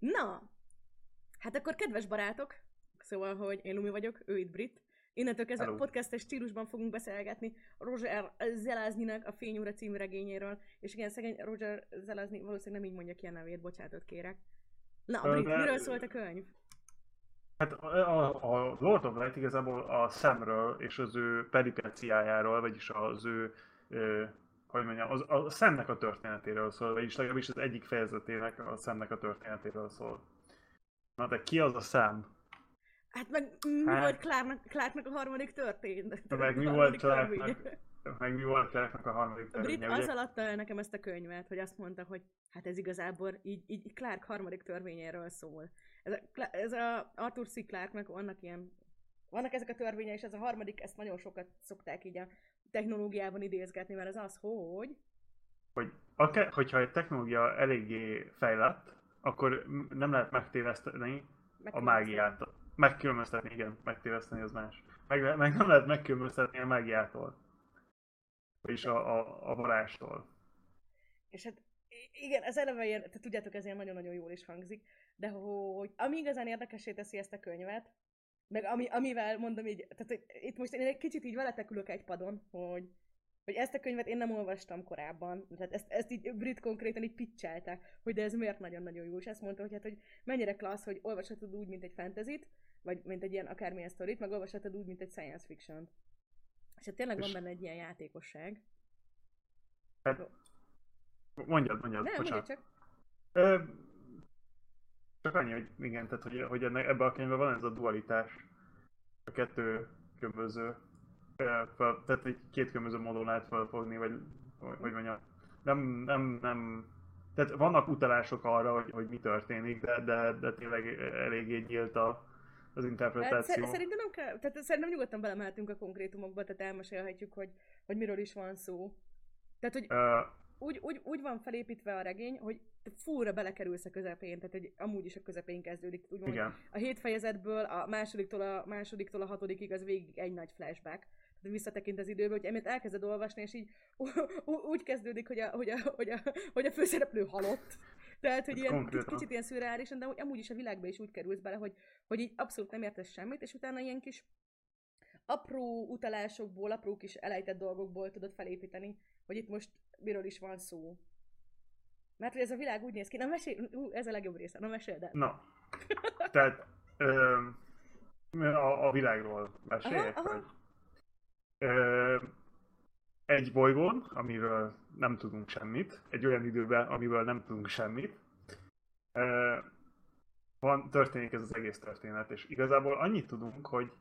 Na, hát akkor kedves barátok, szóval, hogy én Lumi vagyok, ő itt Brit. Innentől kezdve Hello. podcastes stílusban fogunk beszélgetni Roger Zelaznynak a Fényóra című regényéről. És igen, szegény Roger Zelazny valószínűleg nem így mondja ki a nevét, bocsánatot kérek. Na, Brit, miről szólt a könyv? Hát a Lord of Light igazából a Samről és az ő peripeciájáról, vagyis az ő, hogy mondjam, a Samnek a történetéről szól, vagyis legalábbis az egyik fejezetének a Samnek a történetéről szól. Na de ki az a Sam? Hát meg mi volt Clarknak a harmadik Meg mi volt Clarknak a harmadik Brit törvénye, az ugye? alatta el nekem ezt a könyvet, hogy azt mondta, hogy hát ez igazából így Clark harmadik törvényéről szól. Ez a Arthur C. Clarke-nak vannak ezek a törvények, és ez a harmadik, ezt nagyon sokat szokták így a technológiában idézgetni, mert az, hogy... Hogyha egy technológia eléggé fejlett, akkor nem lehet megtéveszteni a mágiát. Megkülönböztetni, igen, megtéveszteni az más. Meg nem lehet megkülönböztetni a mágiától. Vagyis a varázstól. És hát igen, ez eleve ilyen, tehát tudjátok, ez ilyen nagyon-nagyon jól is hangzik, de hogy ami igazán érdekessé teszi ezt a könyvet, meg amivel mondom így, tehát itt most én egy kicsit így veletek ülök egy padon, hogy ezt a könyvet én nem olvastam korábban, tehát ezt így Brit konkrétan így pitchelte, hogy de ez miért nagyon-nagyon jó, és ezt mondta, hogy hát, hogy mennyire klassz, hogy olvashatod úgy, mint egy fantasyt, vagy mint egy ilyen akármilyen sztorit, meg olvashatod úgy, mint egy science fiction-t. És hát tényleg van benne egy ilyen játékosság. Hát, mondjad, Nem, mondjad csak. Ö, Csak annyi, hogy igen, tehát hogy ebben a könyvben van ez a dualitás. A kettő különböző, tehát egy két különböző módon lehet felfogni, vagy hogy mondjam. Nem, tehát vannak utalások arra, hogy mi történik, de tényleg eléggé nyílt az interpretáció. Hát szerintem nem kell, tehát szerintem nyugodtan belemehetünk a konkrétumokba, tehát elmesélhetjük, hogy miről is van szó. Tehát, hogy úgy van felépítve a regény, hogy te fúra belekerülsz a közepén, tehát hogy amúgy is a közepén kezdődik. Úgymond, a 7 fejezetből a másodiktól a hatodikig az végig egy nagy flashback. Tehát visszatekint az időbe, hogy emiatt elkezded olvasni, és így úgy kezdődik, hogy a főszereplő halott. Tehát, hogy ilyen, kicsit ilyen szürreálisan, de amúgy is a világba is úgy kerülsz bele, hogy így abszolút nem értesz semmit, és utána ilyen kis apró utalásokból, apró kis elejtett dolgokból tudod felépíteni, hogy itt most miről is van szó. Mert hogy ez a világ úgy néz ki, na mesélj, ez a legjobb része, na meséld el. Na, tehát a világról meséljek, vagy? Egy bolygón, amiről nem tudunk semmit, egy olyan időben, amiből nem tudunk semmit, történik ez az egész történet, és igazából annyit tudunk, hogy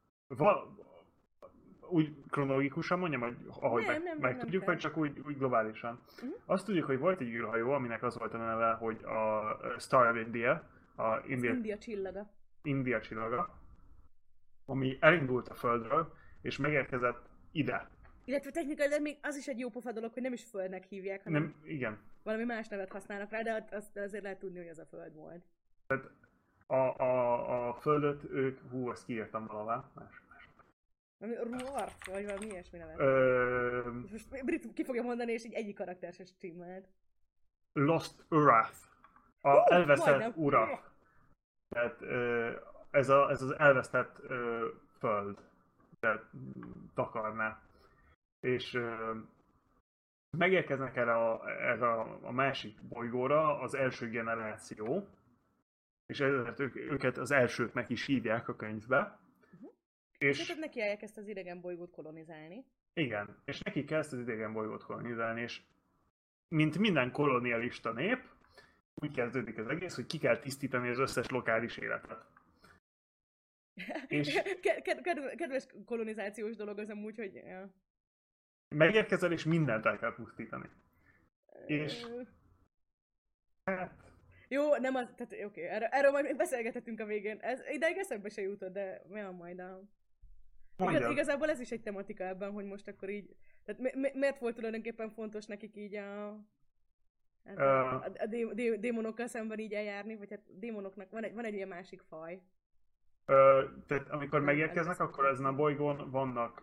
úgy kronológikusan mondjam, hogy ahogy meg tudjuk, vagy csak úgy globálisan. Azt tudjuk, hogy volt egy űrhajó, aminek az volt a neve, hogy a Star of India, India csillaga. India csillaga, ami elindult a Földről, és megérkezett ide. Illetve technikailag még az is egy jó pofa dolog, hogy nem is Földnek hívják, hanem nem, igen. Valami más nevet használnak rá, de azért lehet tudni, hogy az a Föld volt. Tehát a Földet ők, azt kiírtam valahová, más. Ruart, vagy valami ilyesmi nevet. Most Brit ki fogja mondani, és így egyik karakter se stimmelt. Lost Urath. Elvesztett Urath. Tehát ez az elvesztett föld. Tehát takarná. És megérkeznek erre a másik bolygóra az első generáció, és ezért őket az elsőknek is hívják a könyvbe. És tehát nekiállják ezt az idegen bolygót kolonizálni. Igen, és neki kell ezt az idegen bolygót kolonizálni, és mint minden kolonialista nép, úgy kezdődik az egész, hogy ki kell tisztítani az összes lokális életet. És kedves kolonizációs dolog az amúgy, hogy... Ja. Megérkezel, és mindent el kell pusztítani. És... Hát... Jó, nem az... Tehát oké, erről majd még beszélgethetünk a végén. Ideig eszembe se jutott, de olyan majd a... Igazából ez is egy tematika ebben, hogy most akkor így... Tehát miért volt tulajdonképpen fontos nekik így a démonokkal szemben így eljárni, vagy hát démonoknak van egy ilyen másik faj. Tehát amikor megérkeznek, akkor ezen a bolygón vannak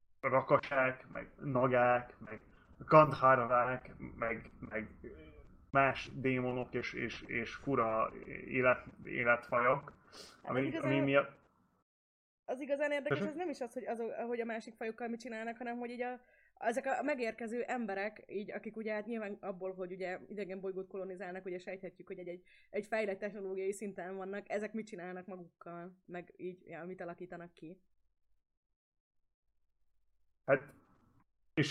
rakasák, meg nagák, meg kandharavák, meg más démonok és fura életfajok, Hát ami miatt... az igazán érdekes, az nem is az, hogy a másik fajokkal mit csinálnak, hanem hogy így ezek a megérkező emberek, így, akik ugye hát nyilván abból, hogy ugye idegen bolygót kolonizálnak, ugye sejthetjük, hogy egy fejlett technológiai szinten vannak, ezek mit csinálnak magukkal, meg így, ja, mit alakítanak ki. Hát, és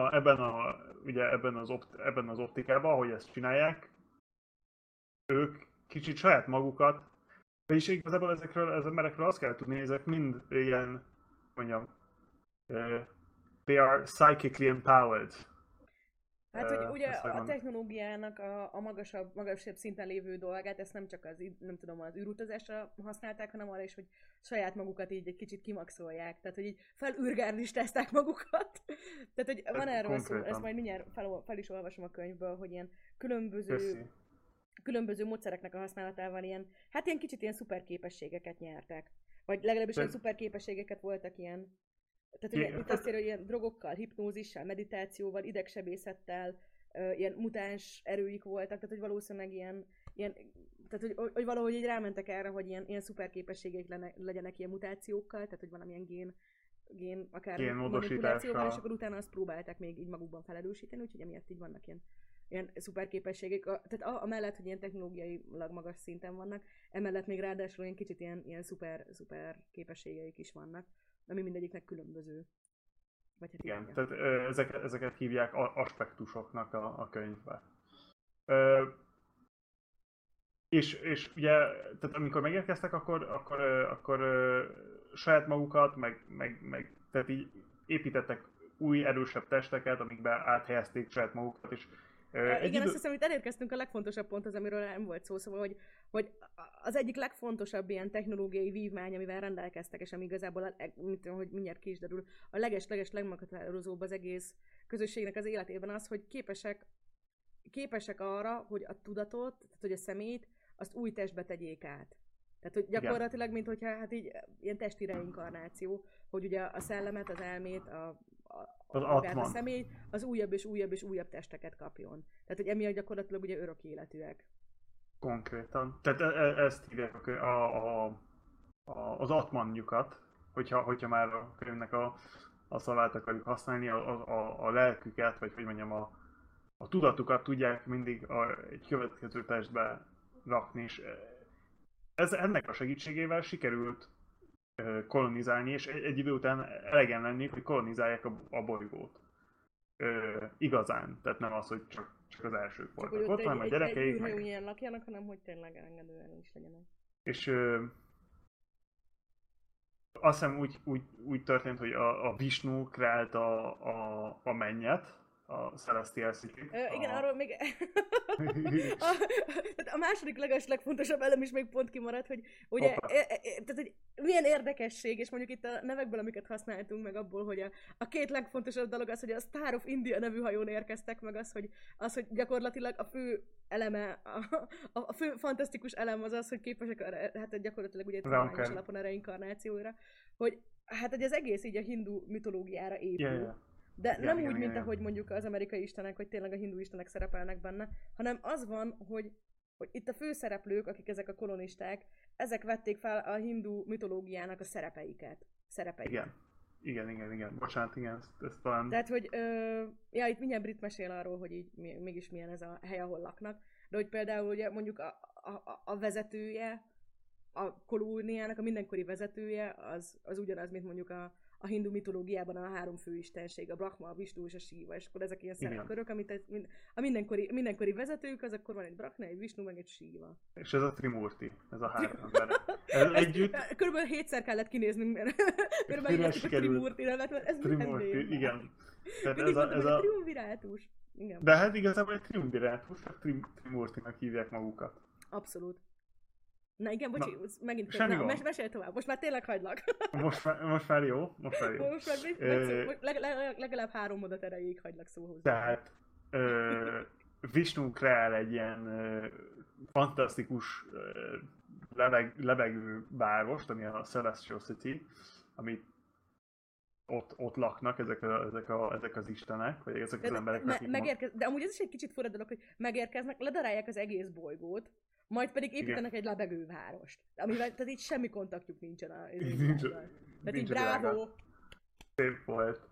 ebben az optikában, hogy ezt csinálják, ők kicsit saját magukat, vagyis igazából az emberekről azt kell tudni, ezek mind ilyen, mondjam, they are psychically empowered. Hát, hogy ugye a technológiának a magasabb szinten lévő dolgát, ezt nem csak nem tudom, az űrutazásra használták, hanem arra is, hogy saját magukat így egy kicsit kimaxolják. Tehát, hogy így felürgárlistázták magukat. Tehát, hogy van erről szó, ezt majd mindjárt fel is olvasom a könyvből, hogy ilyen különböző módszereknek a használatával ilyen kicsit ilyen szuperképességeket nyertek. Vagy legalábbis ilyen szuperképességeket voltak ilyen. Tehát ugye itt azt írja, hogy ilyen drogokkal, hipnózissal, meditációval, idegsebészettel, ilyen mutáns erőik voltak, tehát hogy valószínűleg ilyen tehát hogy valahogy így rámentek erre, hogy ilyen szuperképességeik legyenek ilyen mutációkkal, tehát hogy valamilyen gén akár manipulációval, és akkor utána azt próbálták még így magukban felerősíteni, úgyhogy emiatt így vannak ilyen szuperképességek, tehát amellett, hogy ilyen technológiailag magas szinten vannak, emellett még ráadásul ilyen kicsit ilyen szuper képességeik is vannak, ami mindegyiknek különböző. Vagy hát igen, tehát ezeket hívják aspektusoknak a könyvben. És ugye, tehát amikor megérkeztek, akkor saját magukat, meg tehát így építettek új, erősebb testeket, amikbe áthelyezték saját magukat, és igen, azt hiszem, hogy elérkeztünk a legfontosabb ponthoz, amiről nem volt szó, szóval, hogy az egyik legfontosabb ilyen technológiai vívmány, amivel rendelkeztek, és ami igazából, hogy mindjárt ki is derül, a leges legmeghatározóbb az egész közösségnek az életében az, hogy képesek arra, hogy a tudatot, tehát hogy a szemét, azt új testbe tegyék át. Tehát, hogy gyakorlatilag, mint hogyha hát így ilyen testi reinkarnáció, hogy ugye a szellemet, az elmét, a személy, az újabb és újabb és újabb testeket kapjon. Tehát, hogy emiatt gyakorlatilag ugye örök életűek. Konkrétan. Tehát ezt hívják az atmanjukat, hogyha már a könyvnek a szavát akarjuk használni, a lelküket, vagy hogy mondjam, a tudatukat tudják mindig egy következő testbe rakni, és ennek a segítségével sikerült kolonizálni, és egy idő után elegen lenni, hogy kolonizálják a bolygót. Igazán, tehát nem az, hogy csak az elsők voltak ott, hanem a gyerekeik. Egy űrhajón ilyen lakjanak, hanem hogy tényleg engedően is legyenek. És azt hiszem úgy történt, hogy a Vishnu kreálta a mennyet, a Celestial City-t. Igen, arról még... a második legfontosabb elem is még pont kimaradt, hogy ugye, tehát, hogy milyen érdekesség, és mondjuk itt a nevekből, amiket használtunk, meg abból, hogy a két legfontosabb dolog az, hogy a Star of India nevű hajón érkeztek, meg hogy gyakorlatilag a fő eleme, a fő fantasztikus elem az, hogy képesek hát gyakorlatilag ugye tudományos alapon a reinkarnációra, hogy hát hogy az egész így a hindu mitológiára épül. Yeah. De nem úgy, mint ahogy mondjuk az amerikai istenek, hogy tényleg a hindu istenek szerepelnek benne, hanem az van, hogy itt a főszereplők, akik ezek a kolonisták, ezek vették fel a hindu mitológiának a szerepeiket. Igen. Bocsánat, igen, ezt talán... Tehát, hogy itt mindjárt Brit mesél arról, hogy így mégis milyen ez a hely, ahol laknak, de hogy például ugye mondjuk a vezetője, a kolóniának a mindenkori vezetője, az ugyanaz, mint mondjuk a hindu mitológiában a három főistenség, a Brahma, a Vishnu és a Shiva, és akkor ezek ilyen szerepkörök, amit a mindenkori vezetők, az akkor van egy Brahma, egy Vishnu, meg egy Shiva. És ez a Trimurti, ez a három ember. Ez együtt... Körülbelül 7-szer kellett kinéznünk, mert körülbelül a Trimurti nevet, mert ez Trimurti, igen. Mindig mondtam, hogy a triumvirátus. Igen. De hát igazából egy triumvirátus, a Trimurtinak hívják magukat. Abszolút. Na igen, bocsi, megint mesélj tovább, most már tényleg hagylak. Most már jó. Legalább 3 mondat erejéig hagylak szóhoz. Tehát Vishnu kreál egy ilyen fantasztikus levegő várost, ami a Celestial City, amit ott laknak ezek az istenek, vagy ezek az emberek, akik de amúgy ez is egy kicsit fura dolog, hogy megérkeznek, ledarálják az egész bolygót, majd pedig építenek egy lebegővárost, amivel tehát így semmi kontaktjuk nincsen a világgal. Tehát így bravo! Szép volt.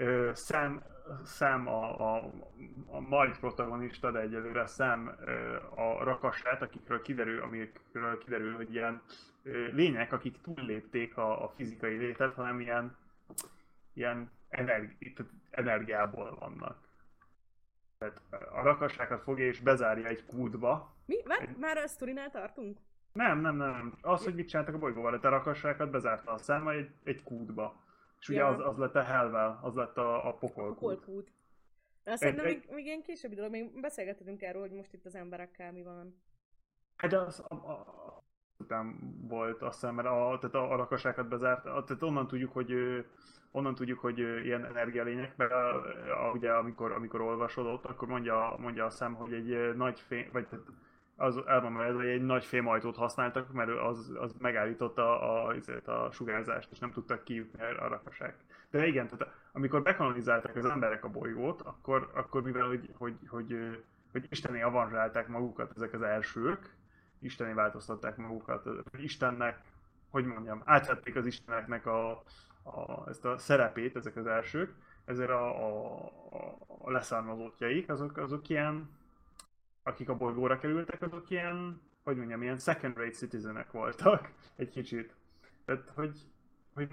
Sam a majd protagonista, de egyelőre Sam a rakasát, amikről kiderül, hogy ilyen lények, akik túllépték a fizikai létet, hanem ilyen energiából vannak. Tehát a rakassákat fogja és bezárja egy kútba. Mi? Már a sztorinál tartunk? Nem. Az, hogy mit csináltak a bolygóval, a rakassákat bezárta a Sam egy kútba. És ugye az lett a Hellvel, az lett a pokolkút. De szerintem még ilyen későbbi dolog, még beszélgethetünk erről, hogy most itt az emberekkel mi van. Hát de az után volt, azt hiszem, mert tehát a rakasságot bezárt, tehát onnan tudjuk, hogy ilyen energialények, mert ugye amikor olvasod ott, akkor mondja a Sam, hogy egy nagy fém, vagy elmondom, hogy egy nagy fémajtót használtak, mert az megállította a sugárzást, és nem tudtak kijutni a rakasság. De igen, tehát amikor bekolonizálták az emberek a bolygót, akkor mivel hogy istené avanzsálták magukat ezek az elsők, istené változtatták magukat, Istennek, hogy mondjam, átvették az isteneknek ezt a szerepét, ezek az elsők, ezért a leszármazottjaik, azok ilyen, akik a bolygóra kerültek, azok ilyen, hogy mondjam, ilyen second-rate citizenek voltak egy kicsit. Tehát, hogy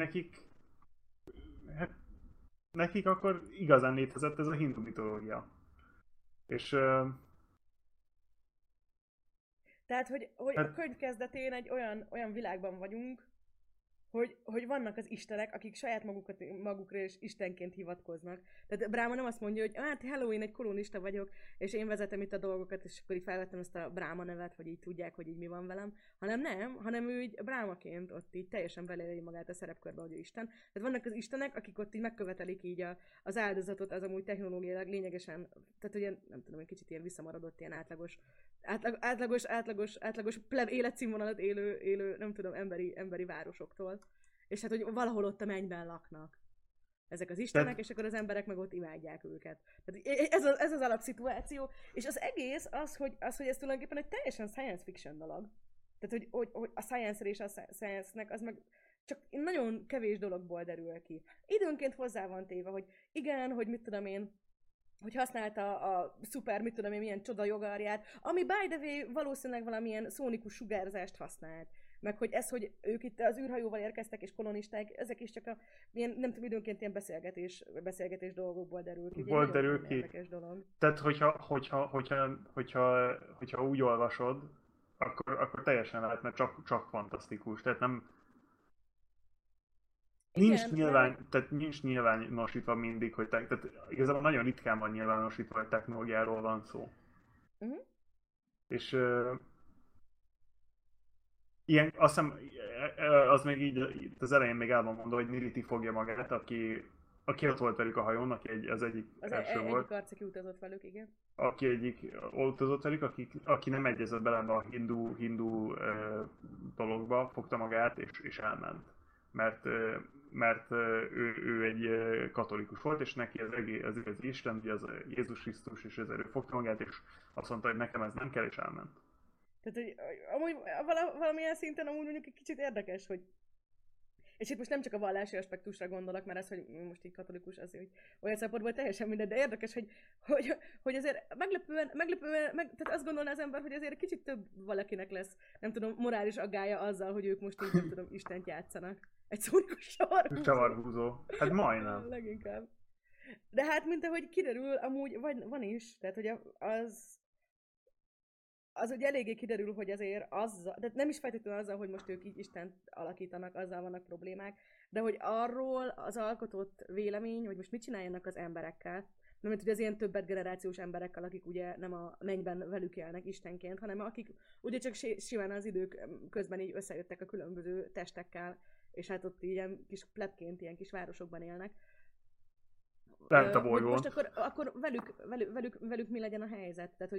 nekik akkor igazán létezett ez a hindu mitológia. És tehát, hogy a könyv kezdetén egy olyan világban vagyunk, hogy vannak az istenek, akik saját magukra is istenként hivatkoznak. Tehát Bráma nem azt mondja, hogy hát hello, én egy kolonista vagyok, és én vezetem itt a dolgokat, és akkor így felvettem ezt a Bráma nevet, hogy így tudják, hogy így mi van velem, hanem ő így Brámaként ott így teljesen beleéli magát a szerepkörbe, hogy ő isten. Tehát vannak az istenek, akik ott így megkövetelik így az áldozatot, az amúgy technológiailag lényegesen, tehát ugye nem tudom, egy kicsit ilyen visszamaradott, ilyen átlagos pleb életszínvonalat élő, nem tudom, emberi városoktól. És hát, hogy valahol ott a mennyben laknak ezek az istenek, és akkor az emberek meg ott imádják őket. Tehát ez az alapszituáció, és az egész az, hogy ez tulajdonképpen egy teljesen science fiction dolog. Tehát, hogy a science és a science-nek az meg csak nagyon kevés dologból derül ki. Időnként hozzá van téve, hogy igen, hogy mit tudom én, hogy használta a szuper, mit tudom én, milyen csoda jogarját, ami by the way valószínűleg valamilyen szónikus sugárzást használt. Meg hogy ők itt az űrhajóval érkeztek és kolonisták, ezek is csak ilyen, nem tudom, időnként ilyen beszélgetés dolgokból derül ki. Derül ki. Érdekes dolog. Tehát, hogyha úgy olvasod, akkor teljesen lehet, mert csak fantasztikus. Tehát nem... Nincs nyilvánosítva mindig, hogy tehát igazából nagyon ritkán van nyilvánosítva, hogy technológiáról van szó. És ilyen, azt hiszem, az még így az elején még el van mondva, hogy Niriti fogja magát, aki ott volt velük a hajón, aki az egyik első volt. Az egyik arc, aki utazott velük, igen. Aki utazott velük, aki nem egyezett bele a hindu dologba, fogta magát és elment. Mert ő egy katolikus volt, és neki az igazi Isten, ugye az Jézus Krisztus, és ezért ő fogta magát, és azt mondta, hogy nekem ez nem kell, és elment. Tehát, hogy amúgy valamilyen szinten amúgy mondjuk egy kicsit érdekes, hogy és itt most nem csak a vallási aspektusra gondolok, mert ez, hogy most így katolikus, az, hogy olyan szempontból teljesen minden, de érdekes, hogy azért meglepően tehát azt gondolná az ember, hogy azért kicsit több valakinek lesz, nem tudom, morális aggája azzal, hogy ők most így, nem tudom, Istent játszanak. Egy szónikus savarhúzó. Hát majdnem. Leginkább. De hát, mint ahogy kiderül, amúgy van is, tehát hogy az ugye eléggé kiderül, hogy azért azzal, de nem is feltétlenül azzal, hogy most ők így Istent alakítanak, azzal vannak problémák, de hogy arról az alkotott vélemény, hogy most mit csináljanak az emberekkel, mert ugye az ilyen többet generációs emberekkel, akik ugye nem a mennyben velük élnek Istenként, hanem akik ugye csak simán az idők közben így összejöttek a különböző testekkel, és hát ott ilyen kis plebként, ilyen kis városokban élnek. Lent a bolygón. Most akkor velük mi legyen a helyzet? Tehát,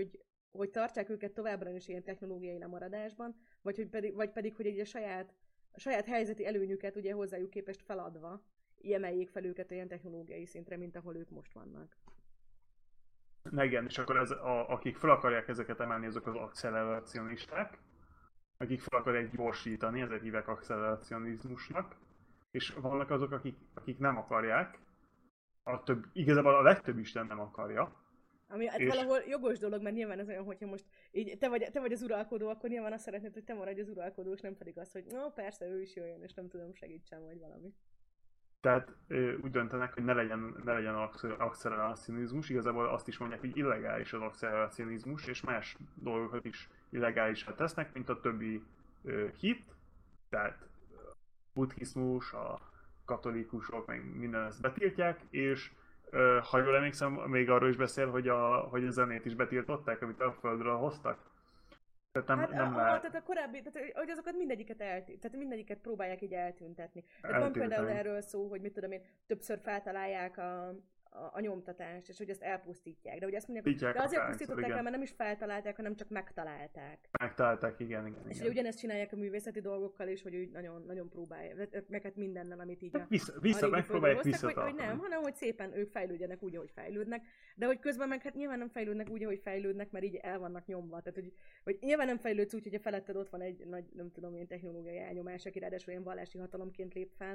hogy tartsák őket továbbra is ilyen technológiai lemaradásban, vagy pedig hogy egy saját a saját helyzeti előnyüket ugye hozzájuk képest feladva emeljék fel őket olyan technológiai szintre, mint ahol ők most vannak. Igen, és akkor akik fel akarják ezeket emelni, azok az acceleracionisták, akik fel akarják gyorsítani, ezek hívják acceleracionizmusnak, és vannak azok, akik nem akarják, igazából a legtöbb Isten nem akarja. Ami hát valahol jogos dolog, mert nyilván ez olyan, hogyha most így te vagy az uralkodó, akkor nyilván azt szeretnéd, hogy te maradj az uralkodó, és nem pedig az, hogy no, persze ő is jöjjön, és nem tudom, segítsen vagy valami. Tehát úgy döntenek, hogy ne legyen acceleracionizmus, igazából azt is mondják, hogy illegális az acceleracionizmus, és más dolgokat is illegálisra tesznek, mint a többi hit, tehát buddhizmus, a katolikusok, meg minden ezt betiltják, és ha jól emlékszem, még arról is beszél, hogy a zenét is betiltották, amit a földről hoztak. Tehát tehát a korábbi, tehát hogy azokat tehát mindegyiket próbálják így eltüntetni. Tehát van például erről szó, hogy mit tudom én, többször feltalálják a nyomtatást, és hogy ezt elpusztítják. De ugye azt mondják, de azért pusztították el, mert nem is feltalálták, hanem csak megtalálták. Megtalálták, igen. És ugye ugyanezt csinálják a művészeti dolgokkal is, hogy úgy nagyon, nagyon próbálják, meg hát mindennel, amit így megpróbálják visszatartani. Hogy nem, hanem hogy szépen ők fejlődjenek úgy, ahogy fejlődnek, de hogy közben meg hát nyilván nem fejlődnek úgy, ahogy fejlődnek, mert így el vannak nyomva. Tehát, hogy nyilván nem fejlődsz úgy, hogy a feletted ott van egy nagy, nem tudom, ilyen technológiai elnyomás, aki ráadásul ilyen vallási hatalomként lép fel.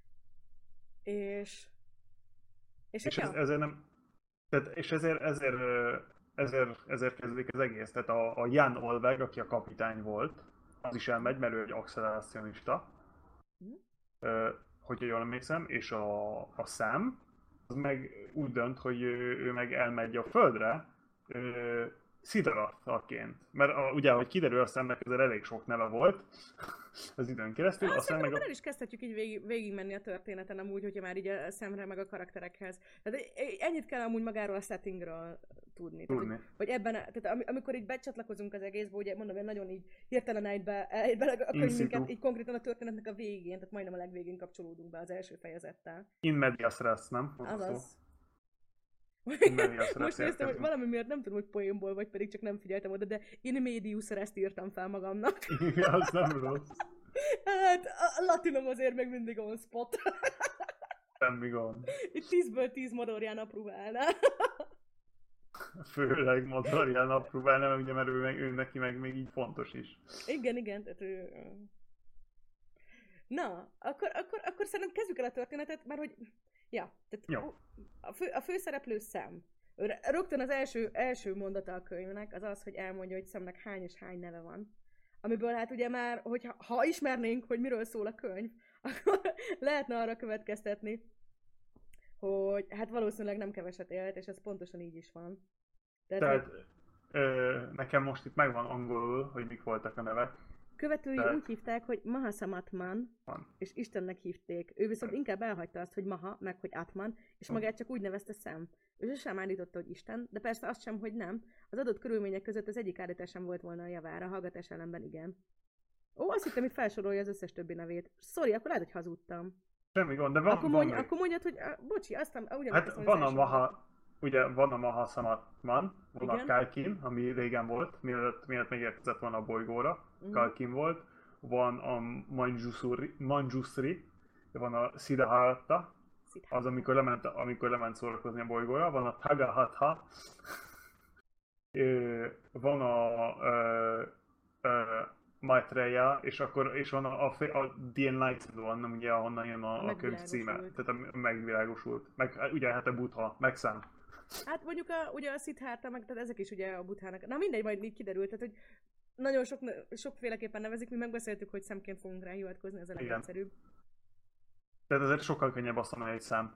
És ezért nem... Tehát, és ezért kezdődik az egész. Tehát a Jan Olveg, aki a kapitány volt, az is elmegy, mert ő egy acceleracionista, hogyha jól emlékszem, és a Sam, az meg úgy dönt, hogy ő meg elmegy a Földre, Siddharthaként. Mert ugye, ahogy kiderül, a Samnek ezzel elég sok neve volt az időn keresztül. Aztán el is kezdhetjük így végigmenni a történeten amúgy, hogyha már így a Samre meg a karakterekhez. Tehát ennyit kell amúgy magáról a settingről tudni. Tehát, hogy ebben, tehát amikor így becsatlakozunk az egészbe, ugye mondom, hogy nagyon így hirtelen akarjuk minket így konkrétan a történetnek a végén, tehát majdnem a legvégén kapcsolódunk be az első fejezettel. In medias res, nem? Azaz. Most néztem, hogy valami miatt nem tudom, hogy poénból, vagy pedig csak nem figyeltem oda, de in medias res-t írtam fel magamnak. Igen, az nem rossz. Hát a latinom azért meg mindig on spot. Semmi gond. Itt 10-ből 10 Madorján apróválná. Főleg Madorján apróválná, ugye, mert ő neki meg még így fontos is. Igen, tehát ő... Na, akkor szerintem kezdjük el a történetet, mert hogy... Ja, tehát a főszereplő Sam. Rögtön az első mondata a könyvnek az az, hogy elmondja, hogy Samnek hány és hány neve van. Amiből hát ugye már, hogyha ismernénk, hogy miről szól a könyv, akkor lehetne arra következtetni, hogy hát valószínűleg nem keveset élt, és ez pontosan így is van. Tehát nekem most itt megvan angolul, hogy mik voltak a nevek. Követői úgy hívták, hogy Mahasamatman, és Istennek hívték. Ő viszont inkább elhagyta azt, hogy Maha, meg hogy Atman, és magát csak úgy nevezte Sam. Ő sosem állította, hogy Isten, de persze azt sem, hogy nem. Az adott körülmények között az egyik állítás sem volt volna a javára, hallgatás ellenben igen. Azt hittem, itt felsorolja az összes többi nevét. Sorry, akkor lehet, hogy hazudtam. Semmi gond, de van... Akkor mondjad, hogy... Bocsi, aztán... Hát van a Maha... Ugye van a Mahasamatman, van a Kalkin, ami régen volt, mielőtt megérkezett volna a bolygóra, Kalkin volt, van a Manjusri, van a Siddhartha, az amikor lement szórakozni a bolygóra, van a Tagahatha, van a Maitreya, és van a The Enlightened One, ugye ahonnan jön a könyv címe, tehát a megvilágosult, meg ugye hát a Buddha, meg Sam. Hát mondjuk ugye a Siddhartha, meg tehát ezek is ugye a Buddhának. Na mindegy, majd így kiderült, tehát hogy nagyon sokféleképpen nevezik, mi megbeszéltük, hogy szemként fogunk rá hivatkozni, ez a legegyszerűbb. Tehát ezért sokkal könnyebb azt mondani, hogy szám.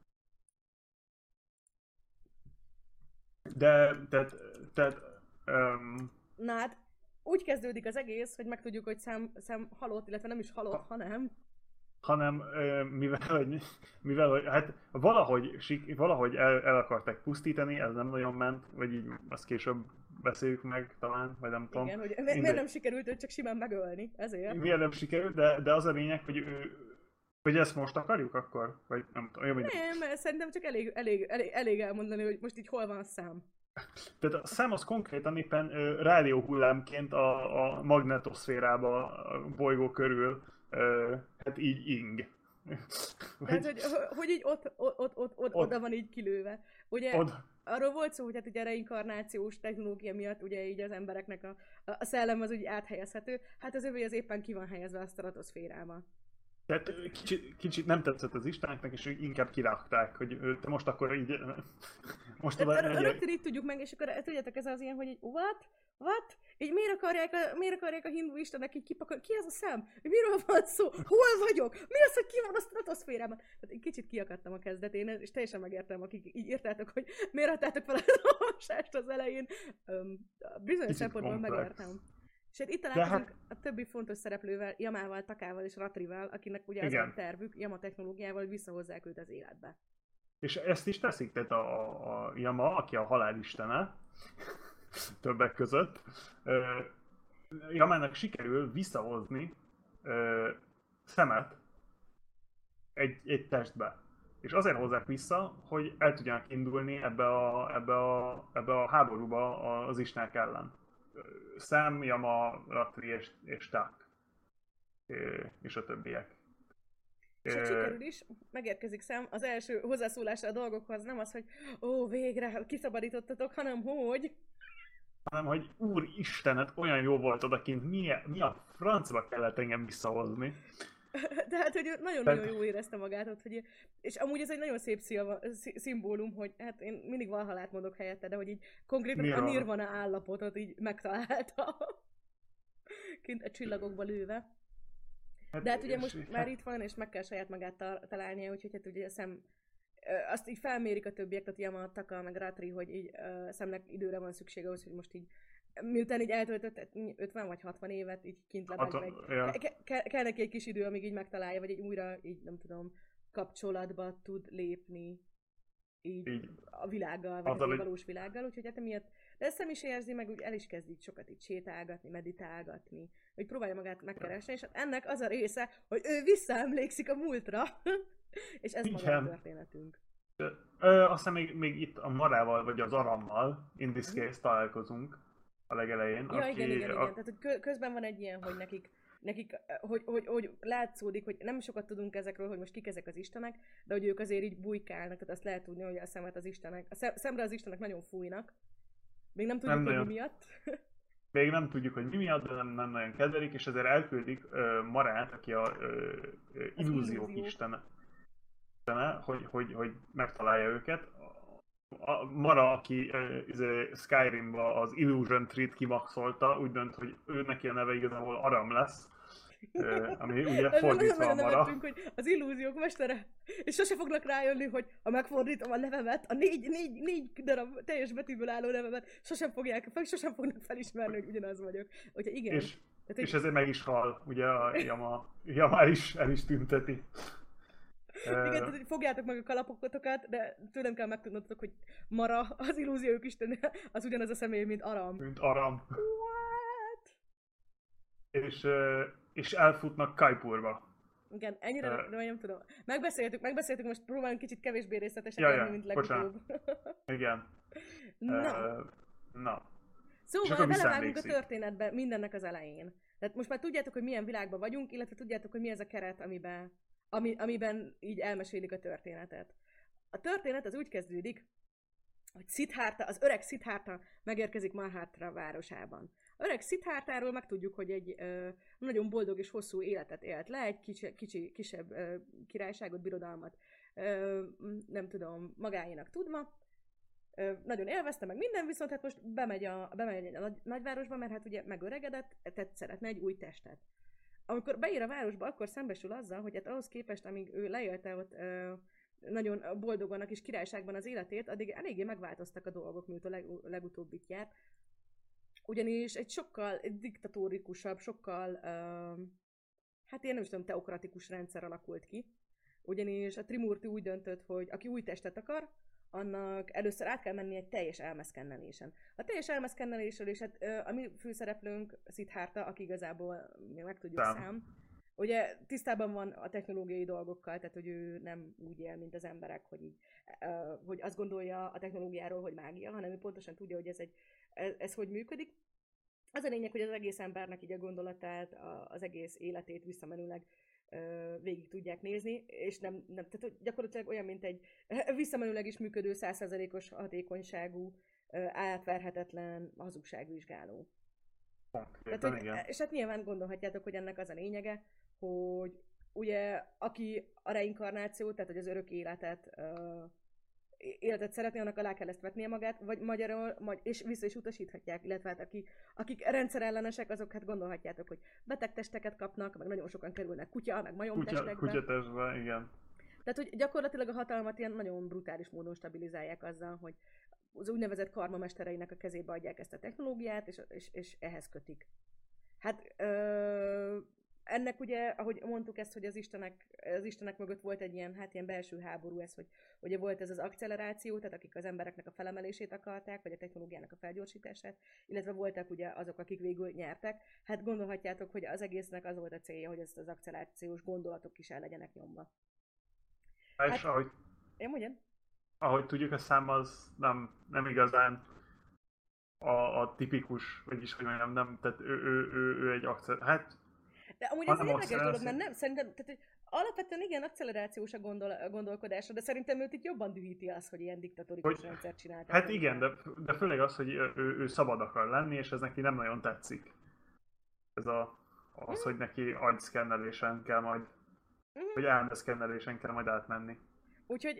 Na hát, úgy kezdődik az egész, hogy megtudjuk, hogy Sam halott, illetve nem is halott, hanem mivel hogy hát valahogy el akarták pusztítani, ez nem nagyon ment, vagy így azt később beszéljük meg talán, vagy nem tudom. Igen, hogy miért nem sikerült őt csak simán megölni, ezért. Miért nem sikerült, de az a lényeg, hogy ezt most akarjuk akkor? Vagy nem tudom. Nem, szerintem csak elég elmondani, hogy most így hol van Sam. Tehát a Sam az konkrétan éppen rádióhullámként a magnetoszférába a bolygó körül Hát így ing. Tehát, hogy így oda van így kilőve. Ugye arról volt szó, hogy hát ugye a reinkarnációs technológia miatt ugye így az embereknek a szellem az úgy áthelyezhető. Hát az övé az éppen ki van helyezve a stratoszférába. Tehát kicsit nem tetszett az Isteneknek, és inkább kirakták, hogy te most akkor így... Most rögtön így tudjuk meg, és akkor tudjátok, ez az ilyen, hogy így what? Így miért akarják a hindu istenek így kipakolni? Ki az a szem? Miről van szó? Hol vagyok? Mi az, hogy ki van a stratoszférában? Tehát én kicsit kiakadtam a kezdetén, és teljesen megértem, akik így írtátok, hogy miért adtátok fel az olvasást az elején. Bizonyos szempontból megértem. És hát itt találkozunk a többi fontos szereplővel, Yamával, Takával és Ratrival, akinek ugye az a tervük, Yama technológiával visszahozzák őt az életbe. És ezt is teszik, tehát a Yama, aki a halálistene, többek között, Yamának sikerül visszahozni szemet egy testbe. És azért hozzák vissza, hogy el tudjanak indulni ebbe a háborúba az istenek ellen. Sam, Yama, Ratri és Tak. És a többiek. És hát sikerül is, megérkezik Sam, az első hozzászólása a dolgokhoz nem az, hogy végre kiszabadítottatok, hanem hogy Úristenet, olyan jó volt odakint, mi a francba kellett engem visszahozni. Tehát, hogy nagyon-nagyon jól érezte magát ott, hogy, és amúgy ez egy nagyon szép szimbólum, hogy hát én mindig Valhallát mondok helyette, de hogy így konkrétan a nirvana állapotot így megtalálta. Kint a csillagokba lőve. De hát ugye most már itt van, és meg kell saját magát találnia, úgyhogy hát ugye azt így felmérik a többiek, tehát Yama, Taka, meg Ratri, hogy így Samnek időre van szüksége ahhoz, hogy most így miután így eltöltött 50 vagy 60 évet, így kint lebeg, kell neki egy kis idő, amíg így megtalálja, vagy így újra, így nem tudom, kapcsolatba tud lépni így a világgal, vagy a valós világgal, úgyhogy hát emiatt, de ezt nem is érzi, meg úgy el is kezd így sokat így sétálgatni, meditálgatni, hogy próbálja magát megkeresni, és hát ennek az a része, hogy ő visszaemlékszik a múltra, és ez maga a történetünk. Azt hiszem még itt a Marával, vagy az Arammal, in this case, találkozunk a legelején. Ja, igen. Tehát, hogy közben van egy ilyen, hogy nekik hogy látszódik, hogy nem sokat tudunk ezekről, hogy most kik ezek az istenek, de hogy ők azért így bujkálnak, tehát azt lehet tudni, hogy a szemet az istenek, szemre az istenek nagyon fújnak. Még nem tudjuk, hogy mi miatt. Még nem tudjuk, hogy mi miatt, de nem nagyon kedvelik, és ezért elküldik Marát, aki a illúziók istene, hogy megtalálja őket. Mara, aki Skyrimba az Illusion Tree-t kimaxolta, úgy dönt, hogy ő neki a neve igazából Aram lesz. Ami ugye fordítva a Mara. Hogy az illúziók mestere, és sose fognak rájönni, hogy ha megfordítom a nevemet, a négy darab teljes betűből álló nevemet, sosem fognak felismerni, hogy ugyanaz vagyok. Úgyhogy igen. És ezért meg is hal, ugye a Yama el is tünteti. Igen, tehát hogy fogjátok meg a kalapotokat, de tőlem kell megtudnotok, hogy Mara, az illúziók istene, az ugyanaz a személy, mint Aram. What? És elfutnak Kaipurba. Igen, ennyire, de nem tudom. Megbeszéltük, most próbálunk kicsit kevésbé részletesek lenni, mint legutóbb. Igen. Na. Szóval belevágunk a történetbe mindennek az elején. Tehát most már tudjátok, hogy milyen világban vagyunk, illetve tudjátok, hogy mi ez a keret, amiben így elmesélik a történetet. A történet az úgy kezdődik, hogy Siddhartha, az öreg Siddhartha megérkezik Mahátra városában. Öreg Siddhartháról megtudjuk, hogy egy nagyon boldog és hosszú életet élt le, egy kisebb királyságot, birodalmat, nem tudom, magáénak tudva. Nagyon élvezte meg minden, viszont hát most bemegy a nagyvárosba, mert hát ugye megöregedett, tehát szeretne egy új testet. Amikor beír a városba, akkor szembesül azzal, hogy hát ahhoz képest, amíg ő leélte ott nagyon boldogan a kis királyságban az életét, addig eléggé megváltoztak a dolgok, mint a legutóbbit járt. Ugyanis egy sokkal diktatórikusabb, sokkal, hát én nem is tudom, teokratikus rendszer alakult ki. Ugyanis a Trimurti úgy döntött, hogy aki új testet akar, annak először át kell menni egy teljes elmeszkennelésen. A teljes elmeszkennelésről is, hát a mi főszereplőnk Siddhartha, aki igazából még megtudjuk Sam, ugye tisztában van a technológiai dolgokkal, tehát hogy ő nem úgy él, mint az emberek, hogy így, hogy azt gondolja a technológiáról, hogy mágia, hanem ő pontosan tudja, hogy ez hogy működik. Az a lényeg, hogy az egész embernek így a gondolatát, az egész életét visszamenőleg végig tudják nézni, és tehát gyakorlatilag olyan, mint egy visszamenőleg is működő 100%-os hatékonyságú, átverhetetlen hazugságvizsgáló. Tehát, hogy, és hát nyilván gondolhatjátok, hogy ennek az a lényege, hogy ugye aki a reinkarnáció, tehát hogy az örök életet szeretné, annak alá kell ezt vetnie magát, vagy magyarul, és vissza is utasíthatják, illetve hát akik rendszerellenesek, azok hát gondolhatjátok, hogy beteg testeket kapnak, meg nagyon sokan kerülnek meg majomtestekbe. Kutyatestbe, igen. Tehát, hogy gyakorlatilag a hatalmat ilyen nagyon brutális módon stabilizálják azzal, hogy az úgynevezett karmamestereinek a kezébe adják ezt a technológiát, és ehhez kötik. Hát ennek ugye, ahogy mondtuk ezt, hogy az istenek mögött volt egy ilyen belső háború, ez, hogy ugye volt ez az akceleráció, tehát akik az embereknek a felemelését akarták, vagy a technológiának a felgyorsítását, illetve voltak ugye azok, akik végül nyertek. Hát gondolhatjátok, hogy az egésznek az volt a célja, hogy ezt az akcelerációs gondolatok is el legyenek nyomva. És ahogy... Én mondjam? Ahogy tudjuk, a szám az nem igazán a tipikus, vagyis hogy mondjam, nem, tehát ő egy hát... De amúgy ez egy érdekes dolog, mert nem, szerintem, tehát alapvetően igen, akcelerációs a gondolkodásra, de szerintem őt itt jobban dühíti az, hogy ilyen diktatórikus rendszert csináltak. Hát igen, de főleg az, hogy ő szabad akar lenni, és ez neki nem nagyon tetszik. Ez az, hogy neki agyszkennelésen kell majd, vagy elmeszkennelésen kell majd átmenni. Úgyhogy...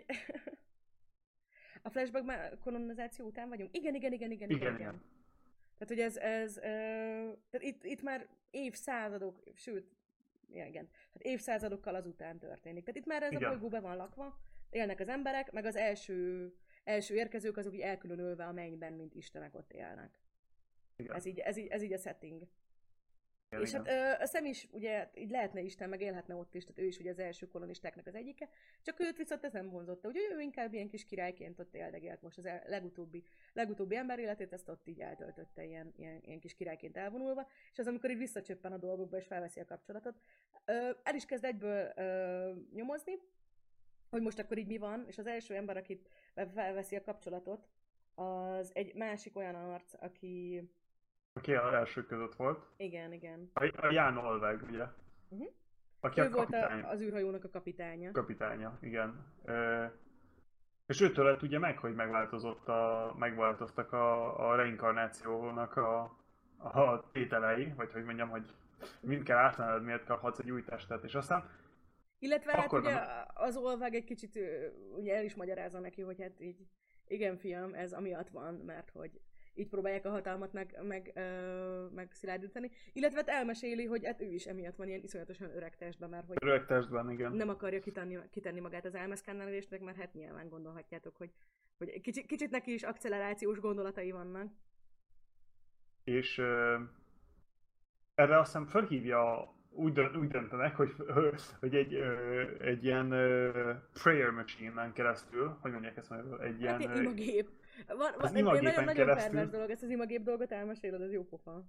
A flashback már kolonizáció után vagyunk? Igen. Tehát, hogy tehát itt már évszázadok, sőt, igen, hát évszázadokkal azután történik. Tehát itt már ez a bolygó be van lakva, élnek az emberek, meg az első érkezők azok így elkülönülve a mennyben, mint istenek ott élnek. Igen. Ez így a setting. Igen, és igen. Hát a Sam is ugye így lehetne isten, meg élhetne ott is, tehát ő is ugye az első kolonistáknak az egyike, csak őt viszont ez nem vonzotta, ugye ő inkább ilyen kis királyként ott éldegélt most az legutóbbi ember életét, ezt ott így eltöltötte ilyen kis királyként elvonulva, és az amikor így visszacsöppen a dolgokba és felveszi a kapcsolatot, el is kezd egyből nyomozni, hogy most akkor így mi van, és az első ember, akit felveszi a kapcsolatot, az egy másik olyan arc, aki az első között volt. Igen. A Jan Olveg, ugye? Aki ő volt az űrhajónak a kapitánya. Kapitánya, igen. És őtől lett ugye meg, hogy megváltoztak a reinkarnációnak a tételei, vagy hogy mondjam, hogy mind kell átmened, miért kaphatsz egy új testet, és aztán... Illetve hát ugye az Olveg egy kicsit ugye el is magyarázza neki, hogy hát így, igen fiam, ez amiatt van, mert hogy így próbálják a hatalmat meg szilárdítani. Illetve elmeséli, hogy hát ő is emiatt van ilyen iszonyatosan öreg testben, mert hogy öreg testben, igen. Nem akarja kitenni magát az elmeszkennelésnek, mert hát nyilván gondolhatjátok, hogy kicsit neki is akcelerációs gondolatai vannak. És erre azt hiszem fölhívja, úgy döntenek, hogy egy ilyen prayer machine-en keresztül, hogy mondják ezt majd, egy ilyen... Hát imagép. Ez nagyon pervers dolog, ezt az imagép dolgot elmeséled, ez jó pofa.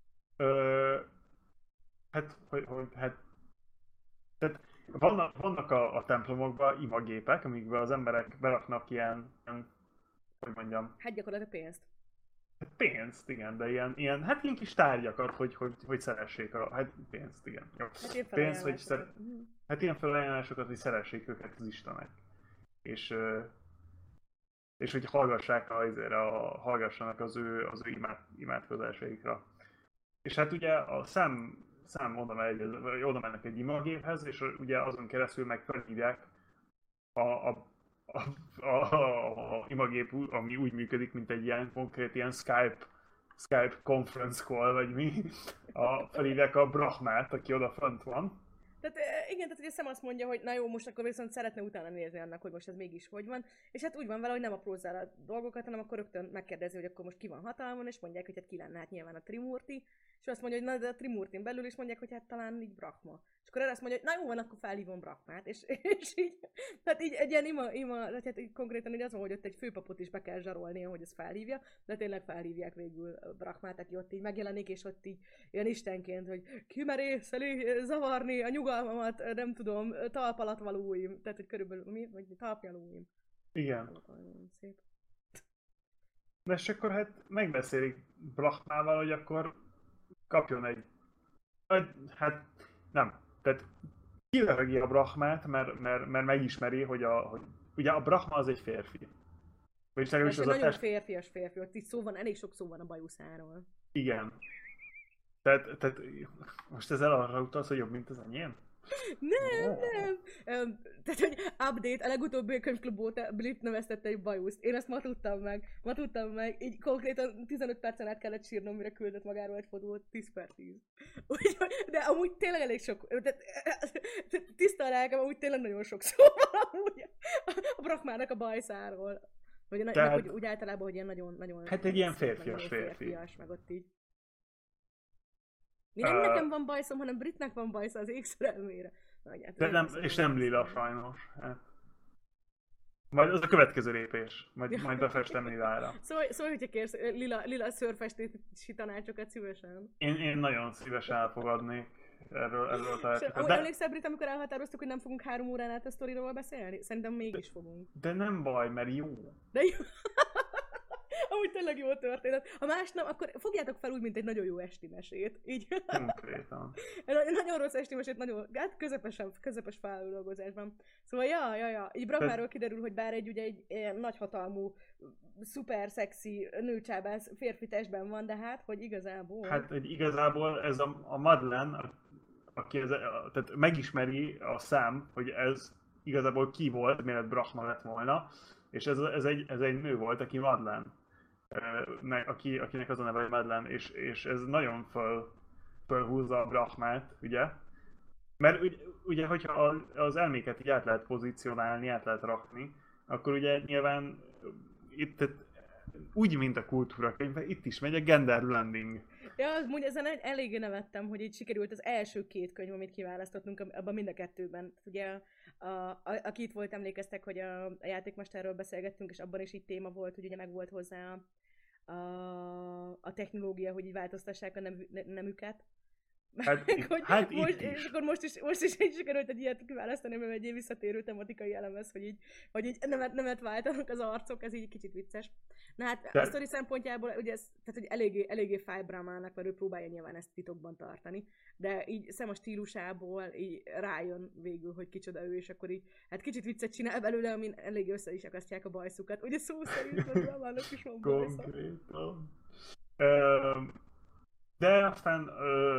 Tehát vannak a templomokban imagépek, amikben az emberek beraknak ilyen hogy mondjam... Hát gyakorlatilag pénzt. Hát pénzt, igen, de ilyen kis tárgyakat, hogy szeressék pénzt, igen. Jó. Hát pénzt, hogy hát ilyen felajánlásokat, hogy szeressék őket az istenek. És hogy hallgassanak az ő imádkozásaikra. És hát ugye a Sam oda mennek egy imagéphez, és ugye azon keresztül meg felhívják a imagép, ami úgy működik, mint egy ilyen konkrét ilyen Skype conference call, vagy mi. Felhívják a Brahmát, aki oda fönt van. Tehát igen, tehát ugye Sam azt mondja, hogy na jó, most akkor viszont szeretne utána nézni annak, hogy most ez mégis hogy van. És hát úgy van vele, hogy nem aprózzál a dolgokat, hanem akkor rögtön megkérdezi, hogy akkor most ki van hatalmon, és mondják, hogy hát ki lenne, hát nyilván a Trimurti. És azt mondja, hogy na de a Trimurtin belül is mondják, hogy hát talán így Brahma. És akkor erre azt mondja, hogy na jó van, akkor felhívom Brahmát. És így, hát így egy ilyen tehát így konkrétan így az van, hogy ott egy főpapot is be kell zsarolnia, hogy ezt felhívja, de tényleg felhívják végül Brahmát, aki ott így megjelenik, és ott így ilyen istenként, hogy kimerészeli, zavarni a nyugalmamat, nem tudom, talp alatt valóim. Tehát, hogy körülbelül vagy talpnyalóim. Igen. Szép. De és akkor hát megbeszélik Brahmával, hogy akkor kapjon hát nem, tehát kilövegi a Brahmát, mert megismeri, hogy ugye a Brahma az egy férfi. Vagyis legalábbis És az a nagyon test... férfias férfi, ott itt szó van, elég sok szó van a bajuszáról. Igen. Tehát most ezzel arra utalsz, hogy jobb, mint az enyém? Nem. Tehát, hogy update, a legutóbbi könyvklub óta Brit neveztette egy bajuszt. Én ezt ma tudtam meg. Így konkrétan 15 percen át kellett sírnom, mire küldött magáról egy fotót, 10/10. De amúgy tényleg elég sok, tiszta a lelkem, amúgy tényleg nagyon sok szó van amúgy a Brahmának a bajszáról. Vagy hogy úgy általában, hogy ilyen nagyon hát egy ilyen férfias, meg ott így. Nem nekem van bajszom, hanem Britnek van bajsza az égszerelmére. De nem, és nem lila sajnos. Hát. Majd az a következő lépés. Majd befestem lilára. Szóval, hogyha kérsz lila szőrfestési tanácsokat szívesen. Én nagyon szívesen elfogadnék erről a tanácsokat. Emlékszel, Brit, amikor elhatároztuk, hogy nem fogunk 3 órán át a sztoriról beszélni? Szerintem mégis fogunk. De nem baj, mert jó. De jó. Amúgy tényleg jó történet. Ha más nem, akkor fogjátok fel úgy, mint egy nagyon jó esti mesét. Így. Konkrétan. Nagyon rossz esti mesét, hát közepes feldolgozásban. Szóval ja. Így Brahmáról kiderül, hogy bár ugye egy nagyhatalmú, szuper szexi nőcsábász férfi testben van, de hát, hogy igazából... Hát, hogy igazából ez a Madeleine, aki tehát megismeri a szám, hogy ez igazából ki volt, mielőtt Brahma lett volna, és ez egy nő volt, aki Madeleine. Akinek az a neve, hogy Madeleine, és ez nagyon fölhúzza a Brahmát, ugye? Mert ugye, hogyha az elméket így át lehet pozícionálni, át lehet rakni, akkor ugye nyilván itt úgy, mint a kultúrakönyvben, itt is megy a gender blending. Ja, amúgy ezen eléggé nevettem, hogy így sikerült az első 2 könyv, amit kiválasztottunk, abban mind a 2-ben. Ugye, aki itt volt, emlékeztek, hogy a játékmesterről beszélgettünk, és abban is így téma volt, hogy ugye meg volt hozzá a technológia, hogy így változtassák a nemüket. Hát most, és akkor most is sikerült egy ilyet kiválasztani, mert egy visszatérő tematikai elemez, hogy így nemet váltanak az arcok, ez így kicsit vicces. Na hát a sztori szempontjából ugye ez, tehát hogy eléggé fáj Brahmának, mert ő próbálja nyilván ezt titokban tartani, de így szem a stílusából így rájön végül, hogy kicsoda ő, és akkor így hát kicsit viccet csinál belőle, amin elég össze is akasztják a bajszukat. Ugye szó szerint a Brahmának is van bajsza. Konkrétan. De aztán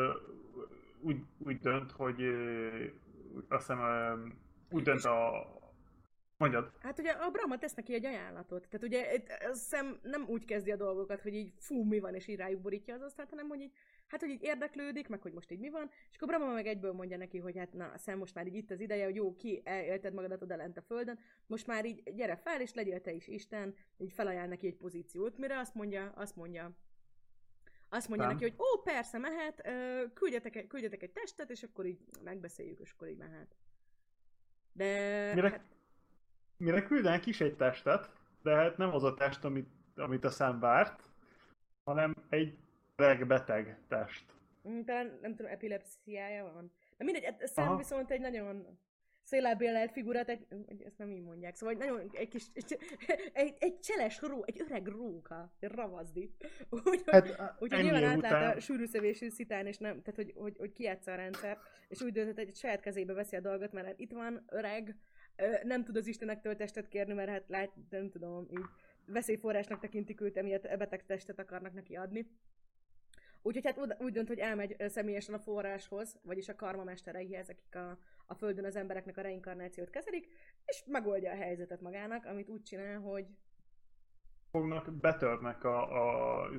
úgy dönt, hogy azt hiszem úgy dönt mondjad. Hát ugye a Brahma tesz neki egy ajánlatot. Tehát ugye a szem nem úgy kezdi a dolgokat, hogy így fú, mi van, és így rájuk borítja az asztalt, hanem hogy így, hát hogy így érdeklődik, meg hogy most így mi van, és akkor Brahma meg egyből mondja neki, hogy hát na, szem, most már így itt az ideje, hogy jó, ki elélted magadat oda lent a földön, most már így gyere fel, és legyél te is Isten, így felajánl neki egy pozíciót, mire azt mondja neki, hogy ó, persze, mehet, küldjetek egy testet, és akkor így megbeszéljük, és akkor így mehet. De... Mire küldenek is egy testet, de hát nem az a test, amit a szem várt, hanem egy beteg test. Talán, nem tudom, epilepsziája van. De mindegy, a szem viszont egy nagyon szélábbélelt figurát, ezt nem így mondják, szóval egy nagyon, egy cseles egy öreg róka, egy ravazdi. Úgyhogy nyilván átlátta a sűrűszövésű szitán, és nem, tehát hogy kijátsza a rendszert, és úgy döntött, hogy saját kezébe veszi a dolgot, mert hát itt van, öreg, nem tud az istenektől testet kérni, mert hát nem tudom, így veszélyforrásnak tekintik őt, emiatt beteg testet akarnak neki adni. Úgyhogy hát úgy dönt, hogy elmegy személyesen a forráshoz, vagyis a karmamestereihez, akik a Földön az embereknek a reinkarnációt kezelik, és megoldja a helyzetet magának, amit úgy csinál, hogy... Betörnek a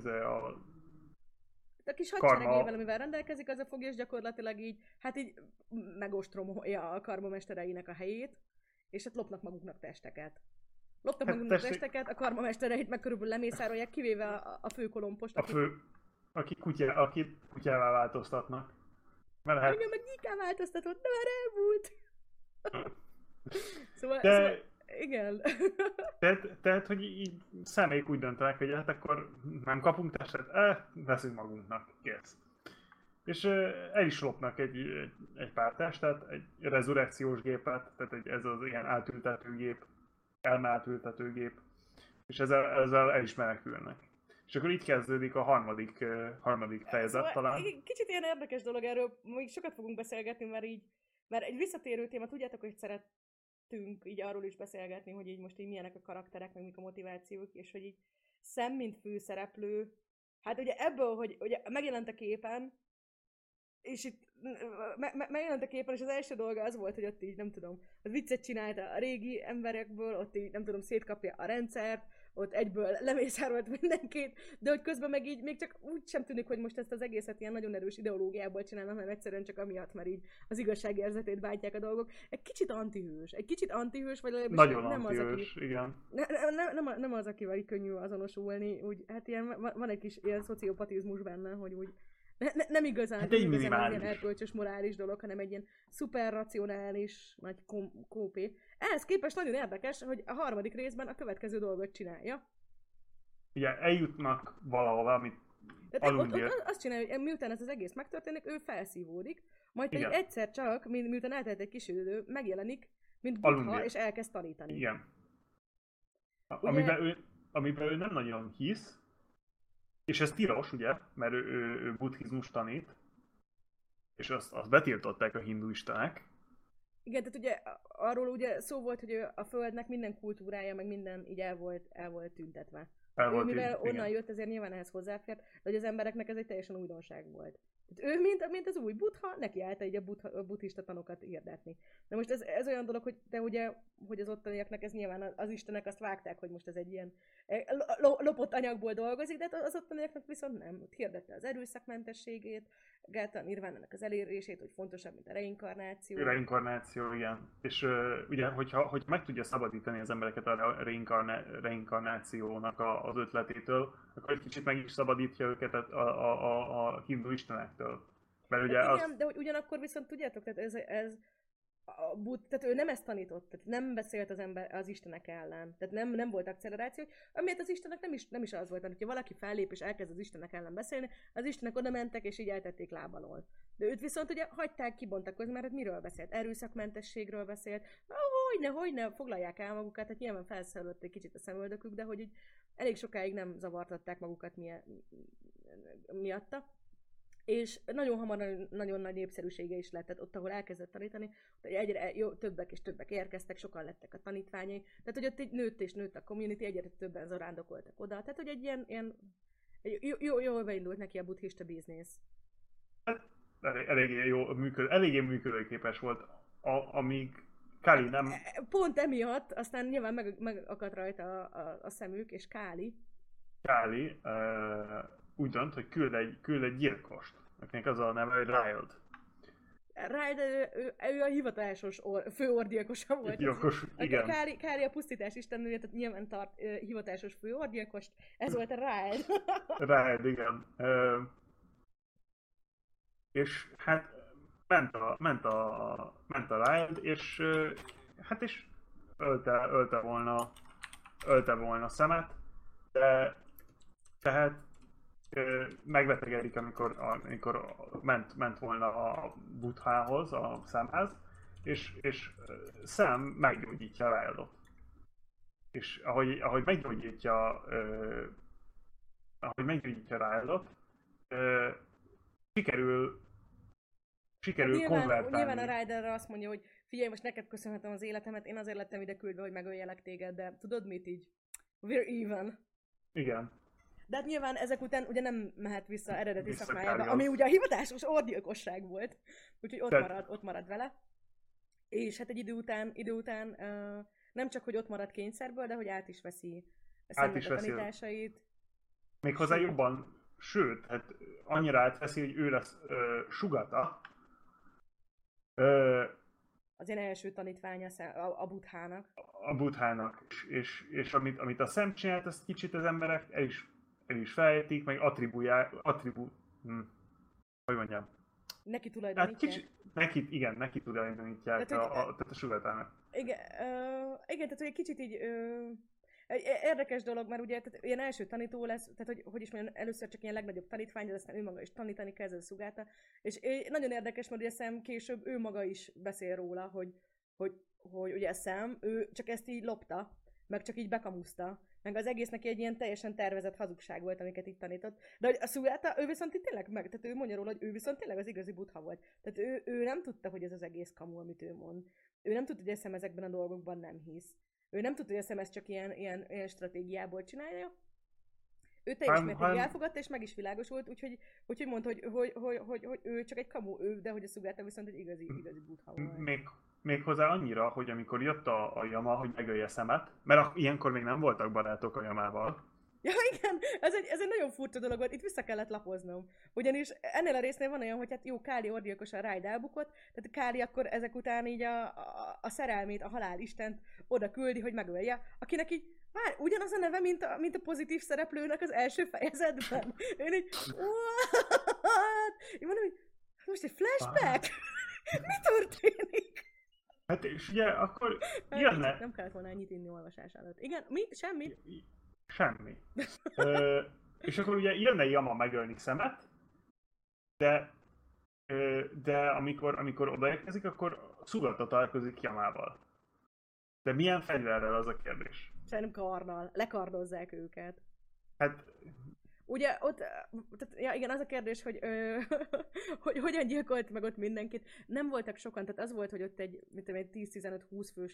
kis hadseregével, amivel rendelkezik, az a fogja, és gyakorlatilag így, hát így megostromolja a karmamestereinek a helyét, és hát lopnak maguknak testeket. Maguknak testeket, a karmamestereit meg körülbelül lemészárolják, kivéve a főkolompost, aki kutyává változtatnak. Mert hát... Engem meg nyíká változtatott, de már elmúlt. szóval, igen. tehát, hogy így személyek úgy döntenek, hogy hát akkor nem kapunk testet, veszünk magunknak, kész. És el is lopnak egy pár testet, egy rezurekciós gépet, tehát ez az ilyen átültetőgép, elme átültetőgép, és ezzel el is menekülnek. És akkor így kezdődik a harmadik fejezet Szóval talán. kicsit ilyen érdekes dolog erről, még sokat fogunk beszélgetni, mert egy visszatérő téma, tudjátok, hogy szerettünk így arról is beszélgetni, hogy így most így milyenek a karakterek, meg mik a motivációk, és hogy így Sam, mint főszereplő, hát ugye ebből, hogy ugye megjelent a képen, és itt megjelent a képen, és az első dolga az volt, hogy ott így, nem tudom, a viccet csinálta a régi emberekből, ott így, nem tudom, szétkapja a rendszert, ott egyből lemészárolt mindenkit, de hogy közben meg így még csak úgy sem tűnik, hogy most ezt az egészet ilyen nagyon erős ideológiából csinálnak, hanem egyszerűen csak amiatt, mert így az igazságérzetét bántják a dolgok. Egy kicsit antihős, vagy legalábbis Nagyon nem antihős, az, aki, igen. nem az, akivel így könnyű azonosulni, úgy, hát ilyen, van egy kis ilyen szociopatizmus benne, hogy úgy nem igazán, hát nem igazán egy ilyen erkölcsös, morális dolog, hanem egy ilyen szuper racionális nagy kópé. Ehhez képest nagyon érdekes, hogy a harmadik részben a következő dolgot csinálja. Ugye eljutnak valahova, amit ott azt csinálja, hogy miután ez az egész megtörténik, ő felszívódik, majd pedig egyszer csak, miután eltelt egy kis idő, megjelenik, mint Buddha, és elkezd tanítani. Igen. Ugye... Amiben ő nem nagyon hisz, és ez tilos, ugye, mert ő buddhizmus tanít, és azt betiltották a hinduisták. Igen, tehát ugye arról ugye szó volt, hogy a Földnek minden kultúrája, meg minden így el volt tüntetve. Mivel onnan jött, ezért nyilván ehhez hozzáfért, de hogy az embereknek ez egy teljesen újdonság volt. Tehát ő, mint az új Buddha, neki állta így a buddhista tanokat hirdetni. De most ez olyan dolog, hogy de ugye, hogy az ottaniaknak ez nyilván az istenek azt vágták, hogy most ez egy ilyen lopott anyagból dolgozik, de az ottaniaknak viszont nem. Ott hirdette az erőszakmentességét, a nirvánának az elérését, hogy fontosabb, mint a reinkarnáció. Reinkarnáció, igen. És ugye, hogy meg tudja szabadítani az embereket a reinkarnációnak az ötletétől, akkor egy kicsit meg is szabadítja őket a hindu istenektől. Mert ugye hát igen, de hogy ugyanakkor viszont tudjátok, tehát tehát ő nem ezt tanított, tehát nem beszélt az istenek ellen, tehát nem volt acceleráció, amiért az istenek nem is az volt, mert ha valaki fellép és elkezd az istenek ellen beszélni, az istenek oda mentek és így eltették láb alól. De őt viszont ugye hagyták kibontakozni, mert miről beszélt? Erőszakmentességről beszélt, hogyne, foglalják el magukat, tehát nyilván felszállott egy kicsit a szemöldökük, de hogy így elég sokáig nem zavartatták magukat miatta. És nagyon hamar nagyon nagy népszerűsége is lett, tehát ott, ahol elkezdett tanítani, ott egyre többek és többek érkeztek, sokan lettek a tanítványai, tehát hogy ott így nőtt a community, egyre többen zarándokoltak oda, tehát hogy egy ilyen jól beindult neki a buddhista biznisz. Eléggé működőképes volt, amíg Kali nem... Pont emiatt, aztán nyilván megakadt rajta a szemük, és Kali úgy dönt, hogy küld egy gyilkost, akinek az a neve, hogy Rild. Ő a hivatásos főorgyilkosa volt. Gyilkos, igen. Káli a pusztítás istennője, tehát nyilván tart hivatásos főorgyilkost. Ez volt a Rild. Rild, igen. És hát ment a Rild, és hát is ölte volna szemet, de tehát megbetegedik, amikor ment volna a Buddhához, a Samhez, és Sam meggyógyítja Rildot. És ahogy meggyógyítja Rildot, sikerül konvertálni. Nyilván a Ryderre azt mondja, hogy figyelj, most neked köszönhetem az életemet, én azért lettem ide küldve, hogy megöljelek téged, de tudod mit így? We're even. Igen. De hát nyilván ezek után ugye nem mehet vissza eredeti szakmájába, ami ugye a hivatásos orgyilkosság volt. Úgyhogy ott marad vele. És hát egy idő után nem csak, hogy ott marad kényszerből, de hogy át is veszi a tanításait. Méghozzá jobban, sőt, hát annyira átveszi, hogy ő lesz Sugata. Az én első tanítványa a Buddhának. A Buddhának. És amit a Sam csinált, azt kicsit az emberek el is fejtik, meg hogy mondjam? Neki tulajdonítják. Hát neki tulajdonítják tehát a Sugatának. Igen, tehát hogy egy kicsit így érdekes dolog, mert ugye tehát ilyen első tanító lesz, tehát hogy is mondjam, először csak ilyen legnagyobb tanítvány, de aztán ő maga is tanítani kezd a Sugata. És nagyon érdekes, mert ugye Sam később ő maga is beszél róla, hogy ugye Sam, ő csak ezt így lopta, meg csak így bekamuszta. meg az egész neki egy ilyen teljesen tervezett hazugság volt, amiket itt tanított. De hogy a Sugata, ő viszont itt tényleg meg, tehát ő mondja róla, hogy ő viszont tényleg az igazi Buddha volt. Tehát ő nem tudta, hogy ez az egész kamu, amit ő mond. Ő nem tudta, hogy eszem ezekben a dolgokban nem hisz. Ő nem tudta, hogy eszem ezt csak ilyen stratégiából csinálja. Ő teljes mértékig elfogadta, és meg is világosult, úgyhogy mondta, hogy ő csak egy kamu, de hogy a Sugata viszont egy igazi Buddha volt. Méghozzá annyira, hogy amikor jött a Yama, hogy megölje Samet, mert ilyenkor még nem voltak barátok a Yamával. Ja igen, ez egy nagyon furcsa dolog volt, itt vissza kellett lapoznom. Ugyanis ennél a résznél van olyan, hogy hát jó, Káli orgyilkosan Ride elbukott, tehát Káli akkor ezek után így a szerelmét, a halálisten oda küldi, hogy megölje, akinek így már ugyanaz a neve, mint a pozitív szereplőnek az első fejezetben. Én így, what? Én mondom, hogy most egy flashback? Mi történik? Hát és ugye akkor jönne... Nem kellett volna ennyit inni olvasás előtt. Igen, mi? Semmi? Semmi. És akkor ugye jönne Yama megölni Samet, de amikor odaérkezik, akkor Sugata találkozik Yamával. De milyen fegyverrel, az a kérdés? Szerintem karnal. Lekardozzák őket. Hát... Ugye ott, tehát, ja igen, az a kérdés, hogy hogyan gyilkolt meg ott mindenkit. Nem voltak sokan, tehát az volt, hogy ott egy 10-15-20 fős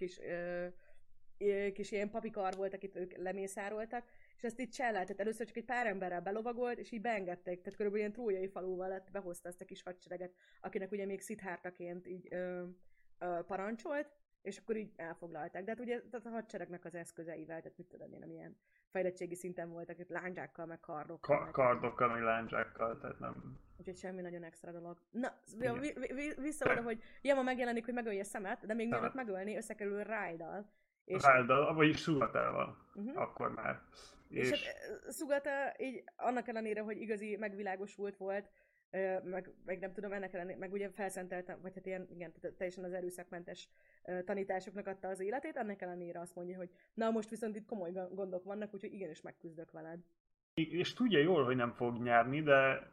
kis ilyen papikar volt, akit ők lemészároltak, és ezt így csellelt, tehát először csak egy pár emberrel belovagolt, és így beengedték, tehát körülbelül ilyen trójai faluval lett, behozta ezt a kis hadsereget, akinek ugye még Szidhártaként így parancsolt, és akkor így elfoglalták. De hát ugye tehát a hadseregnek az eszközeivel, tehát mit tudom én, amilyen fejlettségi szinten voltak, itt lándzsákkal, meg kardokkal. Kardokkal, meg lándzsákkal, tehát nem... Úgyhogy semmi nagyon extra dolog. Na, vissza oda, hogy Yama megjelenik, hogy megölje Samet, de még mielőtt megölni, összekerül Ride-dal. Ride-dal, vagyis Sugatával, akkor már. És hát Sugata így annak ellenére, hogy igazi megvilágosult volt, meg nem tudom, ennek ellenére, meg ugye felszenteltem, vagy hát ilyen, igen, teljesen az erőszakmentes tanításoknak adta az életét, annak ellenére azt mondja, hogy na most viszont itt komoly gondok vannak, úgyhogy igenis megküzdök veled. És tudja jól, hogy nem fog nyerni, de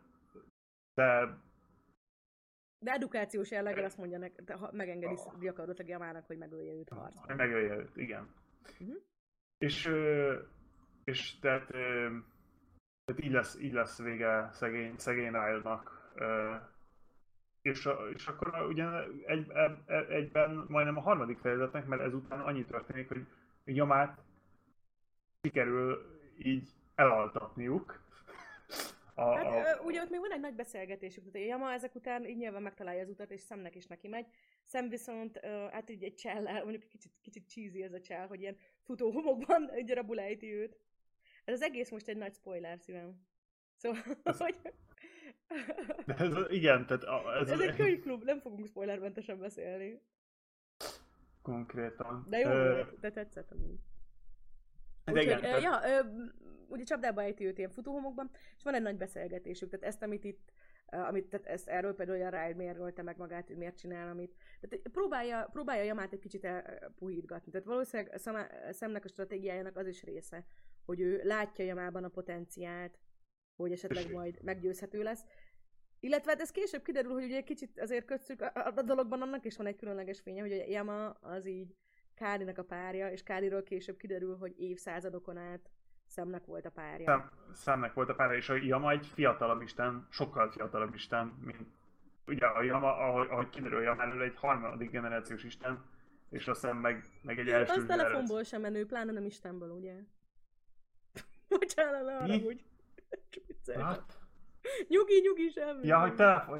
edukációs jelleggel azt mondja, megengedi gyakorlatilag Yamának, hogy megölje őt harcban. Megölje őt, igen. És tehát így lesz vége szegény Ryle-nak. És akkor ugye egyben majdnem a harmadik fejezetnek, mert ezután annyi történik, hogy Yamát sikerül így elaltatniuk. Ugye ott még van egy nagy beszélgetésük, tehát Yama ezek után így nyilván megtalálja az utat, és Samnek is neki megy. Sam viszont hát így egy csellel, mondjuk kicsit cheesy ez a csell, hogy ilyen futó homokban egy rabul ejti őt. Ez az egész most egy nagy spoiler, szívem. Szóval, hogy... Igen, tehát... Ez egy könyvklub, nem fogunk spoilermentesen beszélni. Konkrétan. De jó, de tetszett amúgy. Ugye csapdába ejti őt ilyen futóhomokban, és van egy nagy beszélgetésük, tehát ezt, tehát ezt erről például a Ryle miért ölte meg magát, ő miért csinál, amit. Tehát próbálja Yamát egy kicsit puhítgatni. Tehát valószínűleg Samnek a stratégiájának az is része, hogy ő látja Yamában a potenciált, hogy esetleg majd meggyőzhető lesz. Illetve hát ez később kiderül, hogy ugye kicsit azért köztük a dologban annak is van egy különleges fénye, hogy a Yama az így Kálinak a párja, és Káliról később kiderül, hogy évszázadokon át Samnek volt a párja. Samnek volt a párja, és a Yama egy fiatalabb isten, sokkal fiatalabb isten, mint ugye a Yama, ahogy kiderül, Yamáról egy harmadik generációs isten, és a Sam meg egy első generációs. Az telefonból sem menő, pláne nem istenből, ugye? Bocsánat, ne haragudj. Nyugi, semmi. Ja, hogy telefon.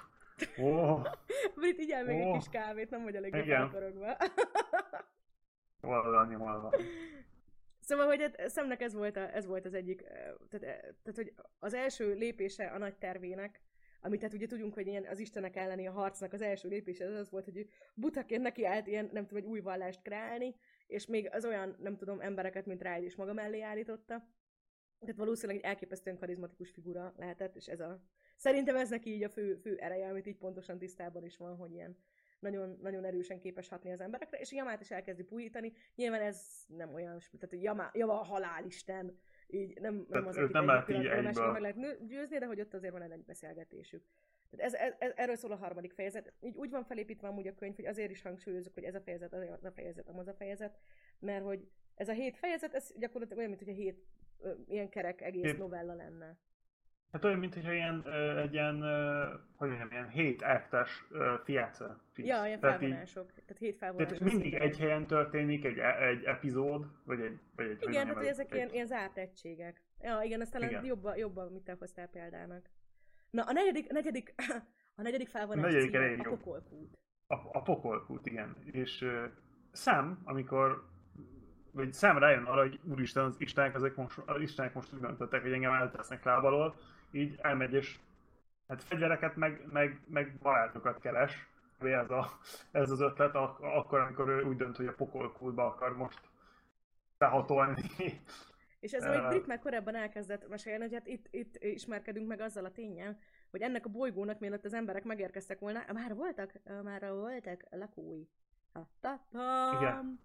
Brit, igyál még egy kis kávét, nem vagy eléggé felkarogva. Hol van. Szóval, hogy Samnek ez volt az egyik, tehát hogy az első lépése a nagy tervének, amit hát ugye tudjunk, hogy ilyen az istenek elleni a harcnak az első lépése az volt, hogy butaként neki állt ilyen, nem tudom, egy új vallást kreálni, és még az olyan, nem tudom, embereket, mint Ryle is maga mellé állította. Tehát valószínűleg egy elképesztően karizmatikus figura lehetett, és szerintem ez neki így a fő ereje, amit így pontosan tisztában is van, hogy ilyen nagyon, nagyon erősen képes hatni az emberekre, és Yamát is elkezdi puhítani. Nyilván ez nem olyan, tehát Yama a halálisten, így nem az, akit egy pillanatban meg lehet győzni, de hogy ott azért van egy beszélgetésük. Tehát erről szól a harmadik fejezet. Így úgy van felépítve amúgy a könyv, hogy azért is hangsúlyozok, hogy ez a fejezet, az a fejezet, az a fejezet, mert hogy ez a 7 fejezet, ez gyakorlatilag olyan, mint hogyha 7 ilyen kerek egész novella lenne. Hát olyan, mint hogyha egy ilyen, hogy mondjam, ilyen 7 actes fiaca. Ja, ilyen felvonások. Tehát 7 felvonások. Tehát mindig egy helyen történik egy epizód, vagy egy igen, tehát ezek ilyen zárt egységek. Ja, igen, aztán jobban mit te hoztál példának. Na, a negyedik felvonás címe a Pokolkút. A Pokolkút, igen. És Sam, vagy Sam rájön arra, hogy úristen, az istenek most úgy döntöttek, hogy engem eltesznek lábalól, így elmegy és hát fegyvereket meg barátokat keres. Ez az ötlet akkor, amikor ő úgy dönt, hogy a Pokolkútba akar most behatolni. És ez, amit Brit már korábban elkezdett mesélni, hogy hát itt ismerkedünk meg azzal a ténnyel, hogy ennek a bolygónak, mielőtt az emberek megérkeztek volna, már voltak lakói. Igen.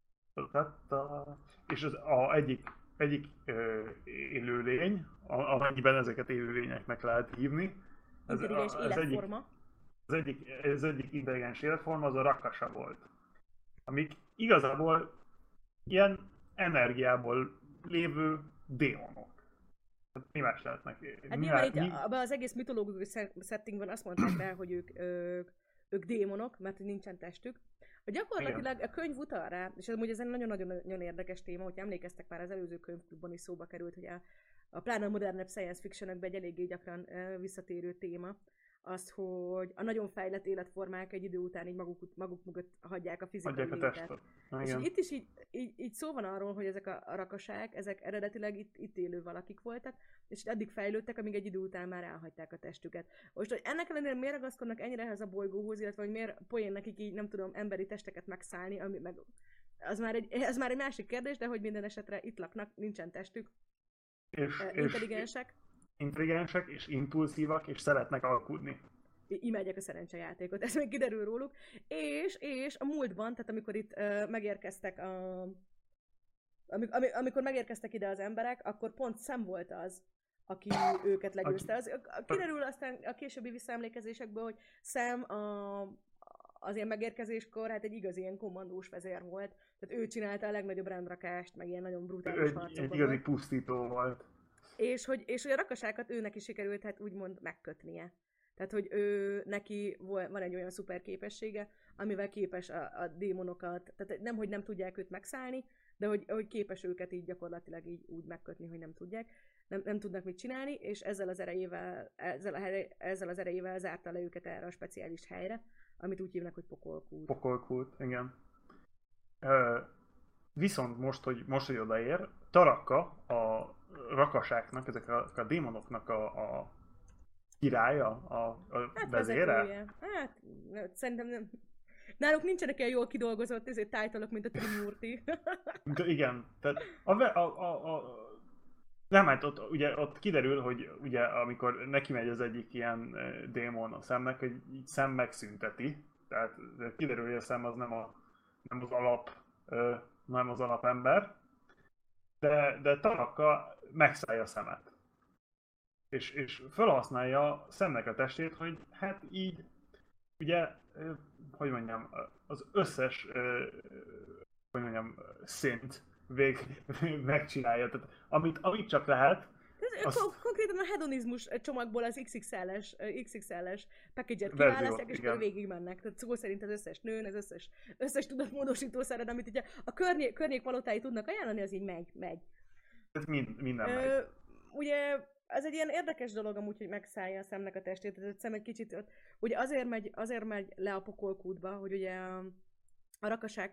És az egyik élőlény, amennyiben ezeket élőlényeknek lehet hívni. Intelligens életforma. Az egyik intelligens életforma az a Rakasa volt. Amik igazából ilyen energiából lévő démonok. Hát mi más lehetnek? Hát nyilván itt abban az egész mitológikus settingben azt mondták rá, hogy ők démonok, mert nincsen testük. Gyakorlatilag a könyv utal rá, és amúgy ez egy nagyon-nagyon érdekes téma, hogy emlékeztek már az előző könyvklubban is szóba került, hogy pláne a modernebb science fictionökben egy eléggé gyakran visszatérő téma, az, hogy a nagyon fejlett életformák egy idő után így maguk mögött hagyják a fizikai létet. És itt is így szó van arról, hogy ezek a rakasák, ezek eredetileg itt élő valakik voltak, és addig fejlődtek, amíg egy idő után már elhagyták a testüket. Most, hogy ennek ellenére miért ragaszkodnak ennyire ehhez a bolygóhoz, illetve hogy miért poén nekik így, nem tudom, emberi testeket megszállni, ami meg az már egy másik kérdés, de hogy minden esetre itt laknak, nincsen testük, intelligensek és impulszívak, és szeretnek alkudni. Imádják a szerencsejátékot, ez még kiderül róluk. És a múltban, tehát amikor itt megérkeztek amikor megérkeztek ide az emberek, akkor pont Sam volt az, aki őket legyőzte. Kiderül aztán a későbbi visszaemlékezésekből, hogy Sam az ilyen megérkezéskor hát egy igazi ilyen kommandós vezér volt. Tehát ő csinálta a legnagyobb rendrakást, meg ilyen nagyon brutális harcokat. Egy igazi pusztító volt. És hogy a rakasákat őnek is sikerült hát úgymond megkötnie. Tehát, hogy neki van egy olyan szuper képessége, amivel képes a démonokat, tehát nem, hogy nem tudják őt megszállni, de hogy képes őket így gyakorlatilag így úgy megkötni, hogy nem tudják, nem tudnak mit csinálni, és ezzel az erejével zárta le őket erre a speciális helyre, amit úgy hívnak, hogy Pokolkút. Pokolkút, igen. Viszont most, hogy odaér, Taraka a rakasáknak, ezek a démonoknak a királya, a vezére? Hát, szerintem nem. Náluk nincsenek ilyen jól kidolgozott title-ok, mint a Trimurti. Igen, tehát nem, hát ott kiderül, hogy ugye amikor neki megy az egyik ilyen démon a Samnek, hogy így Sam megszünteti. Tehát kiderül, hogy a Sam az nem az alapember, de Taraka megszállja a Samet. És felhasználja Samnek a testét, hogy hát így, ugye, hogy mondjam, az összes, szint megcsinálja, tehát amit csak lehet. Ez konkrétan a hedonizmus csomagból az XXL-es package-et kiválasztják, és akkor végig mennek. Tehát szó szerint az összes nőn, az összes tudatmódosítószered, amit ugye a környék palotái tudnak ajánlani, az így megy. Ez minden megy. Ugye ez egy ilyen érdekes dolog amúgy, hogy megszállja a Samnek a testét, ez Sam egy kicsit, ugye azért megy le a Pokolkútba, hogy ugye a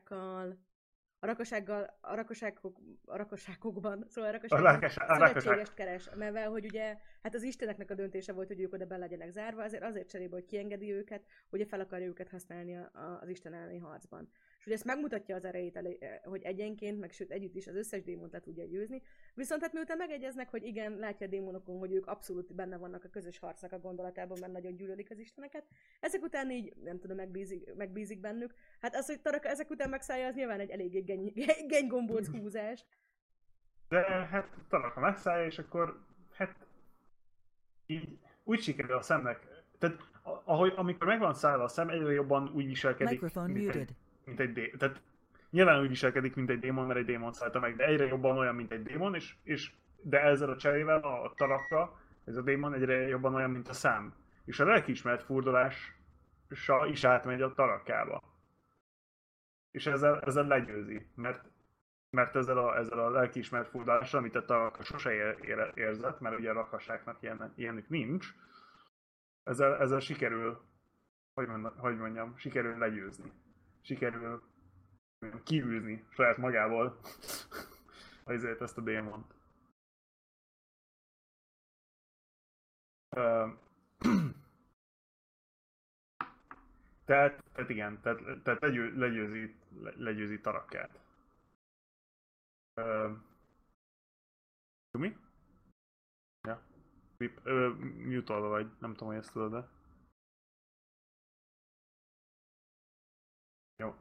rakaságokban, szóval szövetségest keres, mert hogy ugye, hát az isteneknek a döntése volt, hogy ők oda be legyenek zárva, azért cserébe, hogy kiengedi őket, ugye fel akarja őket használni az Isten elleni harcban. És ugye ezt megmutatja az erejét, hogy egyenként, meg sőt együtt is az összes démont le tudja győzni. Viszont hát miután megegyeznek, hogy igen, látja a démonokon, hogy ők abszolút benne vannak a közös harcnak a gondolatában, mert nagyon gyűlölik az isteneket. Ezek után így, nem tudom, megbízik bennük. Hát az, hogy Taraka ezek után megszállja, az nyilván egy eléggé genygombóc húzás. De hát Taraka megszállja, és akkor hát így úgy sikerül a Samnek. Tehát amikor megvan szállva a Sam, egyre jobban úgy viselkedik, mint egy tehát nyilván úgy viselkedik, mint egy démon, mert egy démon szállta meg, de egyre jobban olyan, mint egy démon, de ezzel a cserével a tarakka, ez a démon egyre jobban olyan, mint a szám. És a lelkiismeret furdalása is átmegy a tarakkába. És ezzel legyőzi, mert ezzel a lelkiismeret furdalással, amit a tarakka sose érzett, mert ugye a rakasságnak ilyenük nincs, ezzel sikerül, hogy mondjam, sikerül legyőzni. Sikerül kiűzni saját magából azért ezt a démont. Tehát igen, tehát legyőzi Tarakkát. Mi? Ja. Mute-olva vagy, nem tudom, hogy ezt tudod, de... Jó.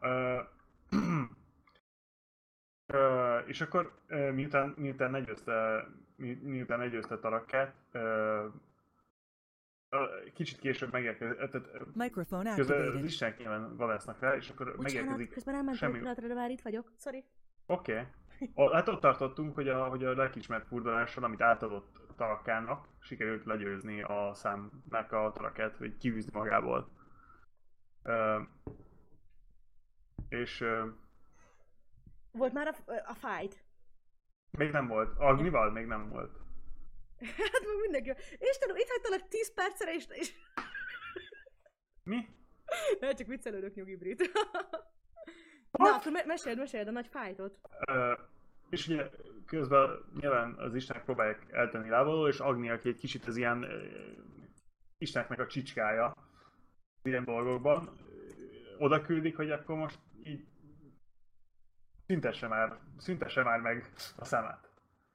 És akkor miután legyőzte Tarakkát, kicsit később megérkezik, közben az istenek nyilván vadásznak rá, és akkor megérkezik közben elmentem pillanatra, de már itt vagyok, sorry. Oké. Hát ott tartottunk, hogy a lelkiismeret furdalással, amit átadott Tarakkának, sikerült legyőzni a számnak a Tarakkát, hogy kiűzni magából. És... Volt már a fight? Még nem volt. Agnival még nem volt. Hát meg mindenki. Istenem, itt hagytalak 10 percre és... Mi? Ne, csak viccelődök, nyugi Brit. Na, akkor meséld a nagy fightot. És ugye közben nyilván az istenek próbálják eltenni lábalól, és Agni, aki egy kicsit az ilyen isteneknek a csicskája ilyen dolgokban, oda küldik, hogy akkor most így szüntesse már meg a szemet.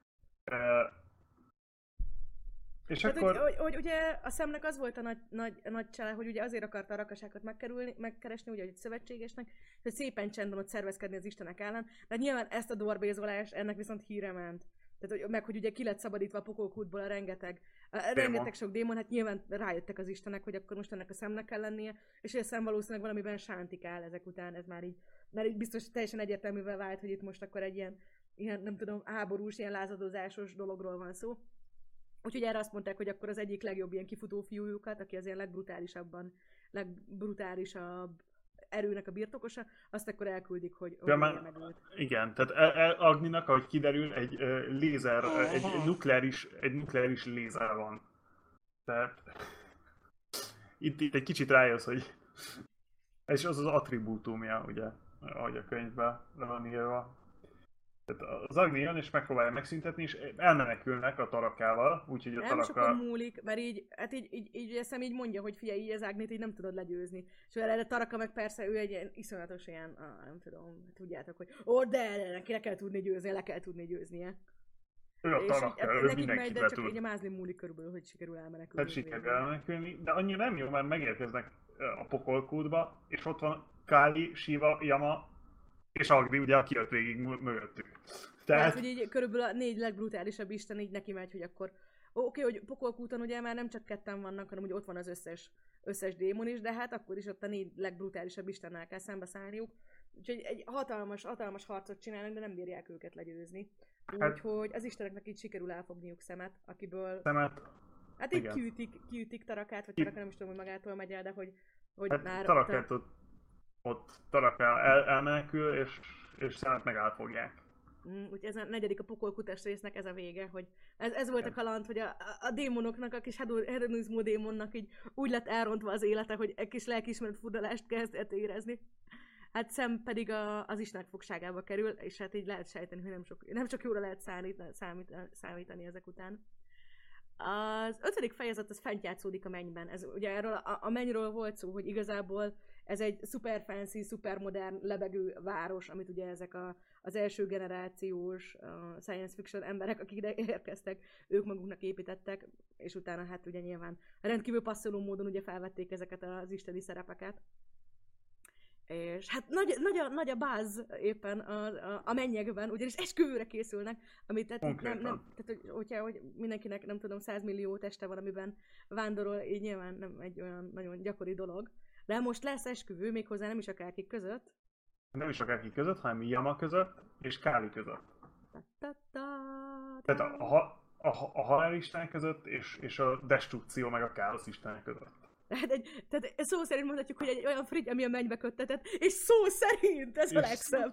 És hát, akkor... hogy ugye a szemnek az volt a nagy csele, hogy ugye azért akarta a rakaságot megkeresni, ugye egy szövetségesnek, hogy szépen csendben ott szervezkedni az istenek ellen, de nyilván ezt a dorbézolás, ennek viszont híre ment. Tehát, hogy ugye ki lett szabadítva a pokolkútból a rengeteg sok démon, hát nyilván rájöttek az istenek, hogy akkor most ennek a szemnek kell lennie, és a szem valószínűleg valamiben sántikál ezek után, ez már így biztos teljesen egyértelművel vált, hogy itt most akkor egy ilyen nem tudom, háborús, ilyen lázadozásos dologról van szó. Úgyhogy erre azt mondták, hogy akkor az egyik legjobb ilyen kifutó fiújukat, aki az ilyen legbrutálisabb erőnek a birtokosa, azt akkor elküldik, hogy ölje meg őt. Igen, tehát Agninak, ahogy kiderül, egy nukleáris lézer van. Tehát itt egy kicsit rájössz, hogy ez is az attribútumja, ugye, ahogy a könyvben le van írva. Tehát az Agni jön és megpróbálja megszüntetni, és elmenekülnek a Tarakkával, úgyhogy a nem Tarakka... sokan múlik, mert így eszem így mondja, hogy figyelj, így az Agnit így nem tudod legyőzni. És erre a Tarakka meg persze ő egy ilyen iszonyatos ilyen, nem tudom, tudjátok, hogy de neki le kell tudni győznie. Ő a Tarakka, ő mindenkit de csak egy mázli múlik körülbelül, hogy sikerül elmenekülni. Hát sikerül elmenekülni, de annyira nem jó, mert megérkeznek a pokolkútba, és ott van Kali, Shiva, Yama, és Agni, ugye, aki jött végig mögöttük. Tehát, hogy így körülbelül a 4 legbrutálisabb isten így neki megy, hogy akkor oké, hogy pokolkúton ugye már nem csak ketten vannak, hanem ugye ott van az összes démon is, de hát akkor is ott a 4 legbrutálisabb istennel kell szembeszállniuk. Úgyhogy egy hatalmas harcot csinálnak, de nem bírják őket legyőzni. Úgyhogy az isteneknek így sikerül elfogniuk Szemet, akiből... Hát így kiütik Tarakkát, vagy Tarakka nem is tudom, hogy magától megy el, de hogy hát már... Tarakkát ott Tarakka elmenekül, és Szemet meg elfogják. Úgyhogy ez a 4. a pokolkutás résznek ez a vége, hogy ez volt a kaland, hogy a démonoknak, a kis hedonizmú démonnak így úgy lett elrontva az élete, hogy egy kis lelkiismeret furdalást kezdett érezni. Hát Szem pedig az Istenek fogságába kerül, és hát így lehet sejteni, hogy nem csak jóra lehet számítani ezek után. Az 5. fejezet az fent játszódik a mennyben. Ez ugye erről a mennyről volt szó, hogy igazából ez egy szuper fancy, szuper modern, lebegő város, amit ugye ezek az első generációs science fiction emberek, akik ide érkeztek, ők maguknak építettek, és utána hát ugye nyilván rendkívül passzoló módon ugye felvették ezeket az isteni szerepeket. És hát nagy a buzz éppen a mennyekben, ugyanis esküvőre készülnek, amit tehát, hogy mindenkinek nem tudom 100 millió teste van, amiben vándorol, így nyilván nem egy olyan nagyon gyakori dolog. De most lesz esküvő, méghozzá nem is akárkik között. Nem is akárki között, hanem Yama között és Kali között. Tehát a halálisten között és a destrukció meg a káosz istene között. Tehát szó szerint mondhatjuk, hogy egy olyan frigy, ami a mennybe köttetett, és szó szerint ez a legszebb.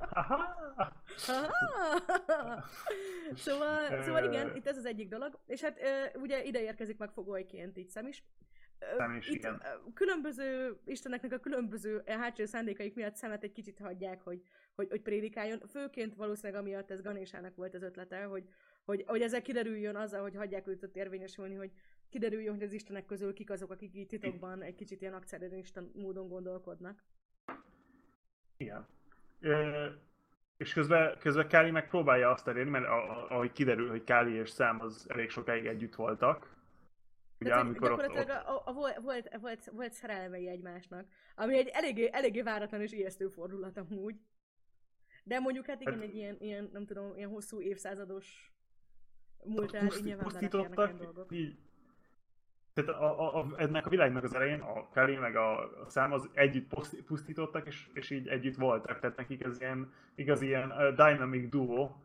Szóval igen, itt ez az egyik dolog. És hát ugye ide érkezik meg fogolyként így Szem is. Igen. Különböző isteneknek a különböző hátsó szándékaik miatt Szemet egy kicsit hagyják, hogy prédikáljon. Főként valószínűleg amiatt ez Ganésának volt az ötlete, hogy ezzel kiderüljön azzal, hogy hagyják őt ott érvényesülni, hogy kiderüljön, hogy az istenek közül kik azok, akik így titokban egy kicsit ilyen akcionista módon gondolkodnak. Igen. És közben Kali megpróbálja azt elérni, mert ahogy kiderül, hogy Kali és Sam az elég sokáig együtt voltak. Ugye, amikor volt szerelmei egymásnak, ami egy eléggé váratlan és ijesztő fordulat amúgy. De mondjuk hát igen, egy ilyen nem tudom, ilyen hosszú évszázados múltán nyilván beleférnek ilyen dolgok. Tehát ennek a világnak az elején a Kali meg a Sam az együtt pusztítottak, és így együtt voltak, tehát nekik ez ilyen igazi ilyen dynamic duo.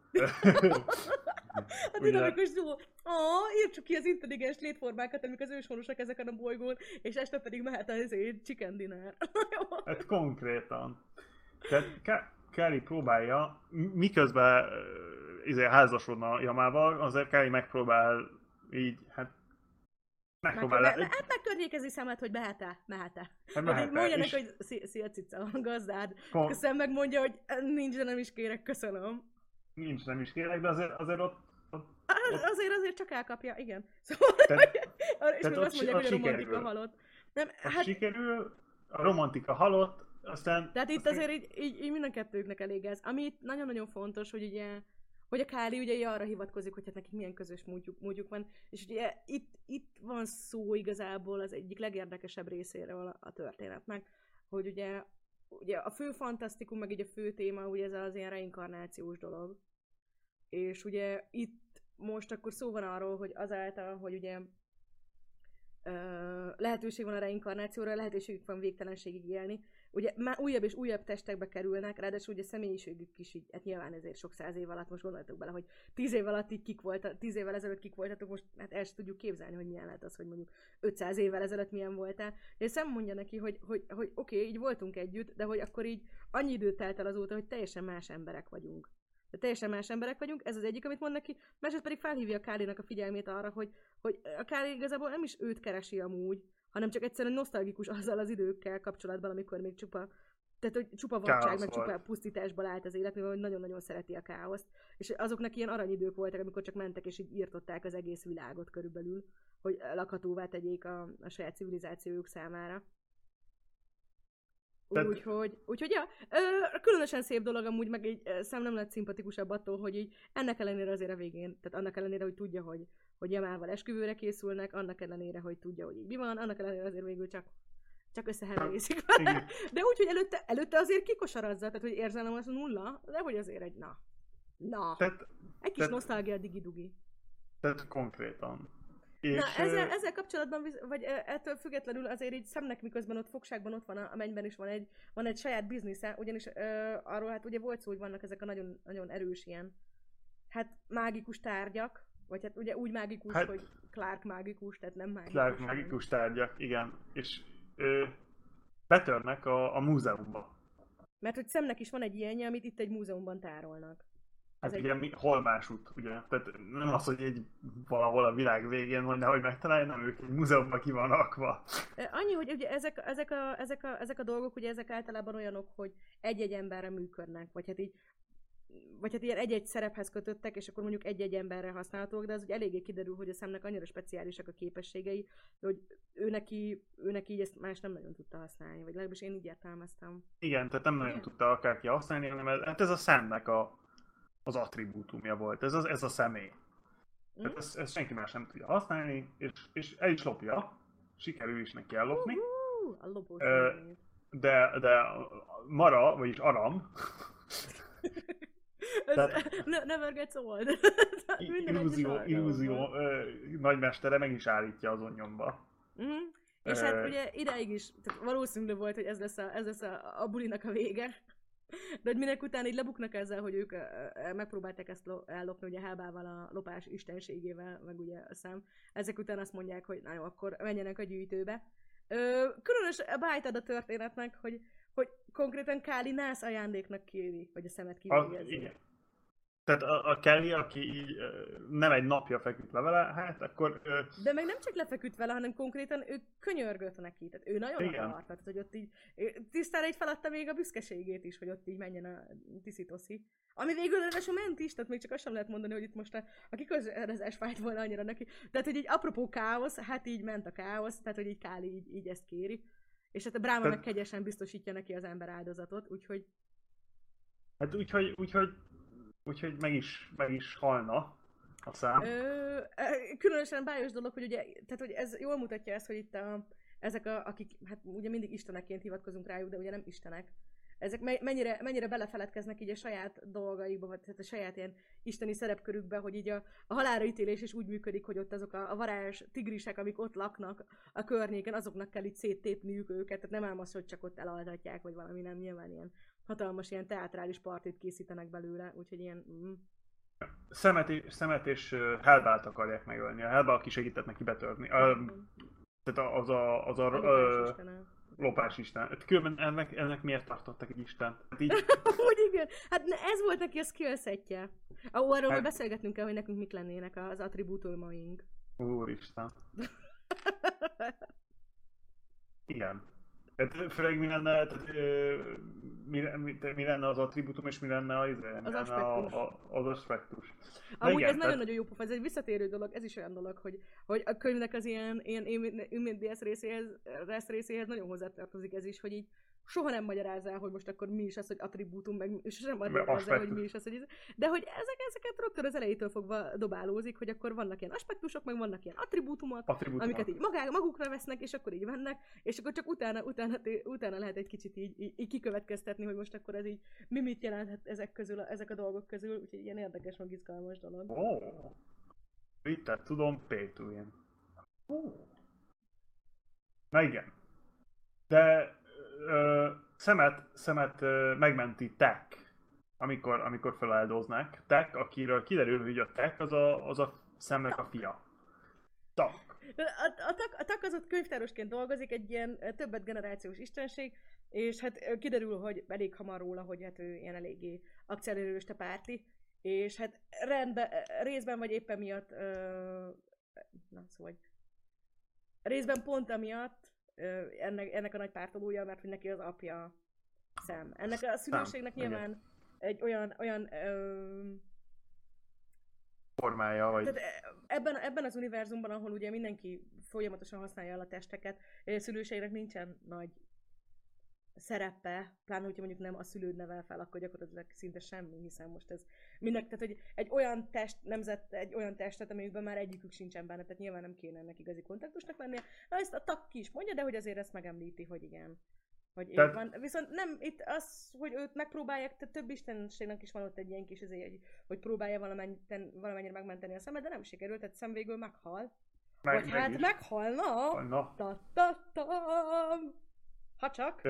A dinamikus duo. Írtsuk ki az intelligens létformákat, amik az őshonosak ezeken a bolygón, és este pedig mehet az chicken dinner. Hát konkrétan. Tehát Kali próbálja, miközben házasodna Yamával, azért Kali megpróbál így, hát megkörnyékezi Szemet, hogy mehet-e. Mondja neki, hogy szia cica, a gazdád. Szem megmondja, hogy nincs, de nem is kérek, köszönöm. Nincs, nem is kérek, de azért ott... Azért csak elkapja, igen. Szóval, és még azt mondják, hogy a romantika halott. Sikerül, a romantika halott, aztán... Tehát itt azért így mind a kettőknek elég ez. Ami itt nagyon-nagyon fontos, hogy ugye hogy a Kali ugye arra hivatkozik, hogy hát nekik milyen közös módjuk van, és ugye itt van szó igazából az egyik legérdekesebb részéről a történetnek, hogy ugye a fő fantasztikum, meg így a fő téma, ugye ez az ilyen reinkarnációs dolog. És ugye itt most akkor szó van arról, hogy azáltal, hogy ugye lehetőség van a reinkarnációra, lehetőségük van végtelenségig élni. Ugye már újabb és újabb testekbe kerülnek, ráadásul ugye személyiségük is így, hát nyilván ezért sok száz év alatt, most gondoltok bele, hogy 10 év alatt így 10 évvel ezelőtt kik voltatok, most hát el sem tudjuk képzelni, hogy milyen lehet az, hogy mondjuk 500 évvel ezelőtt milyen voltál. És Sam mondja neki, hogy oké, így voltunk együtt, de hogy akkor így annyi időt telt el azóta, hogy teljesen más emberek vagyunk. De teljesen más emberek vagyunk, ez az egyik, amit mond neki, másrészt pedig felhívja a Kálinak a figyelmét arra, hogy a Káli igazából nem is őt keresi amúgy, hanem csak egyszerűen nosztalgikus azzal az időkkel kapcsolatban, amikor még csupa vadság, meg csupa pusztításból állt az élet, mivel nagyon-nagyon szereti a káoszt. És azoknak ilyen aranyidők voltak, amikor csak mentek és így írtották az egész világot körülbelül, hogy lakhatóvá tegyék a saját civilizációjuk számára. Úgyhogy ja, különösen szép dolog amúgy, meg így Sam nem lett szimpatikusabb attól, hogy így ennek ellenére azért a végén, tehát annak ellenére, hogy tudja, hogy Yamával esküvőre készülnek, annak ellenére, hogy tudja, hogy így mi van, annak ellenére azért végül csak összeheverészik vele. De úgy, hogy előtte azért kikosarazza, tehát hogy érzelem az nulla, de hogy azért egy egy kis nosztalgia digi-dugi. Tehát konkrétan. Na, ezzel kapcsolatban, vagy ettől függetlenül azért így Samnek, miközben ott fogságban ott van a mennyben is van egy saját biznisze, ugyanis arról hát ugye volt szó, hogy vannak ezek a nagyon, nagyon erős ilyen, hát mágikus tárgyak, vagy hát ugye úgy mágikus, hogy Clark mágikus, tehát nem mágikus. Clark mágikus tárgyak, igen, és betörnek a múzeumba. Mert hogy Samnek is van egy ilyenje, amit itt egy múzeumban tárolnak. Hát ugye hol másút, ugye? Tehát nem az, hogy egy valahol a világ végén, hogy nehogy megtalálja, nem, ők egy múzeumban ki van rakva. Annyi, hogy ugye ezek a dolgok, ugye ezek általában olyanok, hogy egy-egy emberre működnek, vagy hát ilyen egy-egy szerephez kötöttek, és akkor mondjuk egy-egy emberre használhatók, de az ugye eléggé kiderül, hogy a Samnek annyira speciálisak a képességei, hogy ő neki így ezt más nem nagyon tudta használni, vagy legalábbis én így értelmeztem. Igen, tehát nem nagyon tudta akárki használni, hanem hát ez a Samnek az attribútumja volt, ez a személy. Tehát ezt senki más nem tudja használni, és el is lopja, sikerül is neki ellopni. De Mara, vagyis Aram, never gets old. illúzió nagymestere meg is állítja azon nyomba. És hát ugye ideig is, tehát valószínű volt, hogy ez lesz a bulinak a vége. De hogy minek után így lebuknak ezzel, hogy ők megpróbálták ezt ellopni, ugye Helbával a lopás istenségével, meg ugye a szem. Ezek után azt mondják, hogy na jó, akkor menjenek a gyűjtőbe. Különös bájtad a történetnek, hogy konkrétan Káli nász ajándéknak kéri, hogy a szemet kivégezzi. Tehát a Kelly, aki így nem egy napja feküdt le vele, hát akkor... De meg nem csak lefeküdt vele, hanem konkrétan ő könyörgött neki. Tehát ő nagyon akart, tehát hogy ott így tisztára így feladta még a büszkeségét is, hogy ott így menjen a tiszi-toszi. Ami végül ráadásul ment is, tehát még csak azt sem lehet mondani, hogy itt most a kiközörözés fájt volna annyira neki. Tehát, hogy így apropó káosz, hát így ment a káosz, tehát, hogy így Káli így ezt kéri. És hát a Bráma meg kegyesen biztosítja neki az ember áldozatot, úgyhogy... Hát úgyhogy meg is halna a szám. Különösen bájos dolog, hogy ugye, tehát hogy ez jól mutatja ezt, hogy itt ezek akik, hát ugye mindig istenekként hivatkozunk rájuk, de ugye nem istenek. Ezek mennyire belefeledkeznek így a saját dolgaikba, vagy tehát a saját ilyen isteni szerepkörükbe, hogy így a halálra ítélés is úgy működik, hogy ott azok a varázs tigrisek, amik ott laknak a környéken, azoknak kell így széttépniük őket, tehát nem ám az, hogy csak ott elaltatják, vagy valami, nem, nyilván ilyen hatalmas ilyen teátrális partit készítenek belőle, úgyhogy ilyen... Szemet és Helbát akarják megölni. A Helba, aki segített neki betörni. Tehát az a lopás isten. Különben ennek miért tartottak egy istent? Úgy igen. Hát ez volt neki a skillsetje. Arról hát... beszélgetnünk kell, hogy nekünk mik lennének az attribútumaink. Úristen. Igen. Tehát főleg mi lenne az attribútum és mi lenne az aspektus. Amúgy ez nagyon-nagyon jó pofa, ez egy visszatérő dolog, ez is olyan dolog, hogy a könyvnek az ilyen Ümmédiász részéhez nagyon hozzátartozik ez is, hogy így soha nem magyarázzál, hogy most akkor mi is az, hogy attribútum, meg sosem magyarázzál, hogy mi is az, hogy... De hogy ezeket rögtön az elejétől fogva dobálózik, hogy akkor vannak ilyen aspektusok, meg vannak ilyen attribútumok, amiket így magukra vesznek, és akkor így mennek, és akkor csak utána lehet egy kicsit így kikövetkeztetni, hogy most akkor ez így mit jelenthet ezek a dolgok közül, úgyhogy ilyen érdekes, meg izgalmas dolog. Itt tudom, pay to win. Na igen. De szemet megmenti Tech, amikor feláldoznak. Tech, akiről kiderül, hogy a Tech az a szemnek a fia. Tak. A Tak az ott könyvtárosként dolgozik, egy ilyen többet generációs istenség, és hát kiderül, hogy elég hamar róla, hogy hát ő ilyen eléggé akcióelőröste párti, és hát részben vagy éppen miatt, részben pont amiatt, ennek a nagy pártolója, mert hogy neki az apja Sam. Ennek a szülőségnek nyilván egy olyan formája, vagy... Tehát ebben az univerzumban, ahol ugye mindenki folyamatosan használja el a testeket, a szülőségnek nincsen nagy szerepe, pláne hogyha mondjuk nem a szülőd nevel fel, akkor gyakorlatilag szinte semmi, hiszen most ez tehát hogy egy olyan egy olyan testet, amelyikben már egyikük sincsen benne, tehát nyilván nem kéne ennek igazi kontaktusnak lennie. Na ezt a Tak ki is mondja, de hogy azért ezt megemlíti, hogy igen. Hogy tehát... van. Viszont nem itt az, hogy őt megpróbálják, tehát több istenségnek is van ott egy ilyen kis hogy próbálja valamennyire megmenteni a szemet, de nem sikerült, tehát szem végül meghal. Vagy hát meghalna. Ha csak.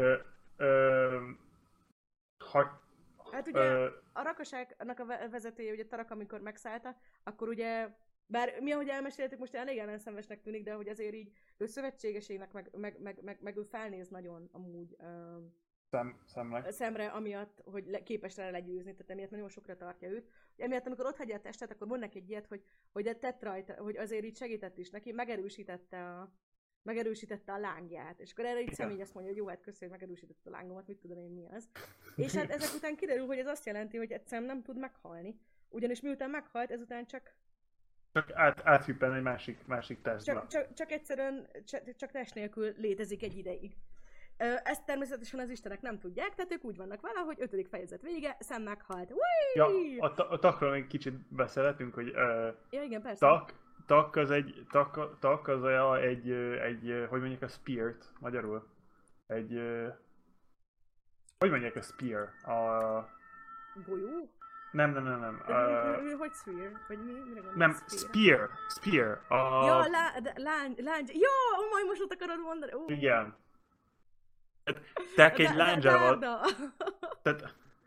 Hát ugye a rakaságnak a vezetője, ugye Tarak, amikor megszállta, akkor ugye, bár mi ahogy elmeséltük, most elég ellenszenvesnek tűnik, de hogy azért így ő szövetségesének, meg ő felnéz nagyon amúgy szemre, amiatt, hogy képes rá legyőzni, tehát emiatt nagyon sokra tartja őt. Emiatt, amikor ott hagyja a testet, akkor mond neki egy ilyet, hogy tett rajta, hogy azért így segített is neki, megerősítette a lángját, és akkor erre így személy azt mondja, hogy jó, hát köszönjük, megerősítette a lángomat, mit tudom én mi az. És hát ezek után kiderül, hogy ez azt jelenti, hogy egyszerűen nem tud meghalni. Ugyanis miután meghalt, ezután csak áthippen egy másik testbe. Csak egyszerűen, csak test nélkül létezik egy ideig. Ezt természetesen az istenek nem tudják, tehát ők úgy vannak vele, hogy 5. fejezet vége, Sam meghalt. Ja, a Takról még kicsit beszélhetünk, hogy ja, igen, persze. Tak az egy, hogy mondják a spear-t magyarul? Hogy mondják a spear? Golyó? Nem. Hogy spear? Vagy mire gondolsz? Nem, spear. Ja, lángy. Ja, majd most ott akarod mondani. Igen. Tek egy lándzsával.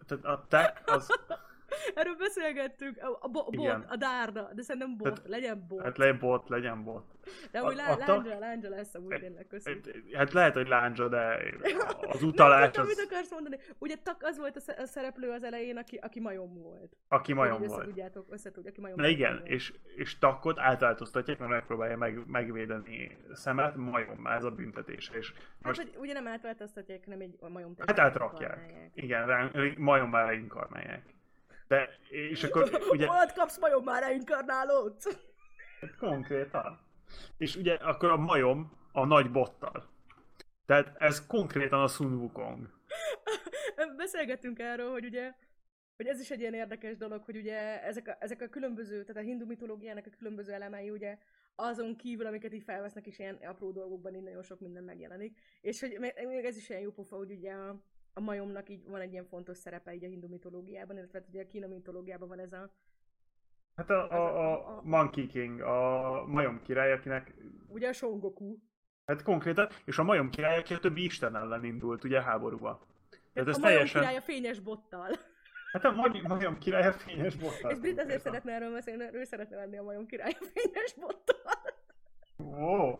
tehát a tech az... Erről beszélgettünk, a bot, a dárda, de szerintem bot, tehát, legyen bot. Hát legyen bot. De amúgy lándzsa lesz amúgy tényleg, köszönöm. Hát lehet, hogy lándzsa, de az utalás nem, mit akarsz mondani? Ugye az volt a szereplő az elején, aki majom volt. Aki majom volt. Összetudjátok, aki majom Na igen, és Takot átváltoztatják, mert megpróbálja megvédeni Samet, majom, ez a büntetés. És most... Hát, hogy ugye nem átváltoztatják, hanem egy majom hát átrakják. Igen, majom már reinkarnálják. De, és akkor ugye... Hol kapsz majom már reinkarnálót? Konkrétan. És ugye akkor a majom a nagy bottal. Tehát ez konkrétan a Sun Wukong. Beszélgettünk erről, hogy ugye, hogy ez is egy ilyen érdekes dolog, hogy ugye ezek a különböző, tehát a hindu mitológiának a különböző elemei ugye azon kívül, amiket így felvesznek, is ilyen apró dolgokban így nagyon sok minden megjelenik. És hogy még ez is ilyen jó pofa, hogy ugye a majomnak így van egy ilyen fontos szerepe így a hindu mitológiában, illetve ugye a kína mitológiában van ez a... Hát a Monkey King, a majom király, akinek... Ugye a Son Goku. Hát konkrétan, és a majom király, aki a többi isten ellen indult ugye háborúba. Tehát ez a majom király a fényes bottal. Hát a majom király a fényes bottal. És Brit azért szeretne erről beszélni, ő szeretne lenni a majom király a fényes bottal. Wow.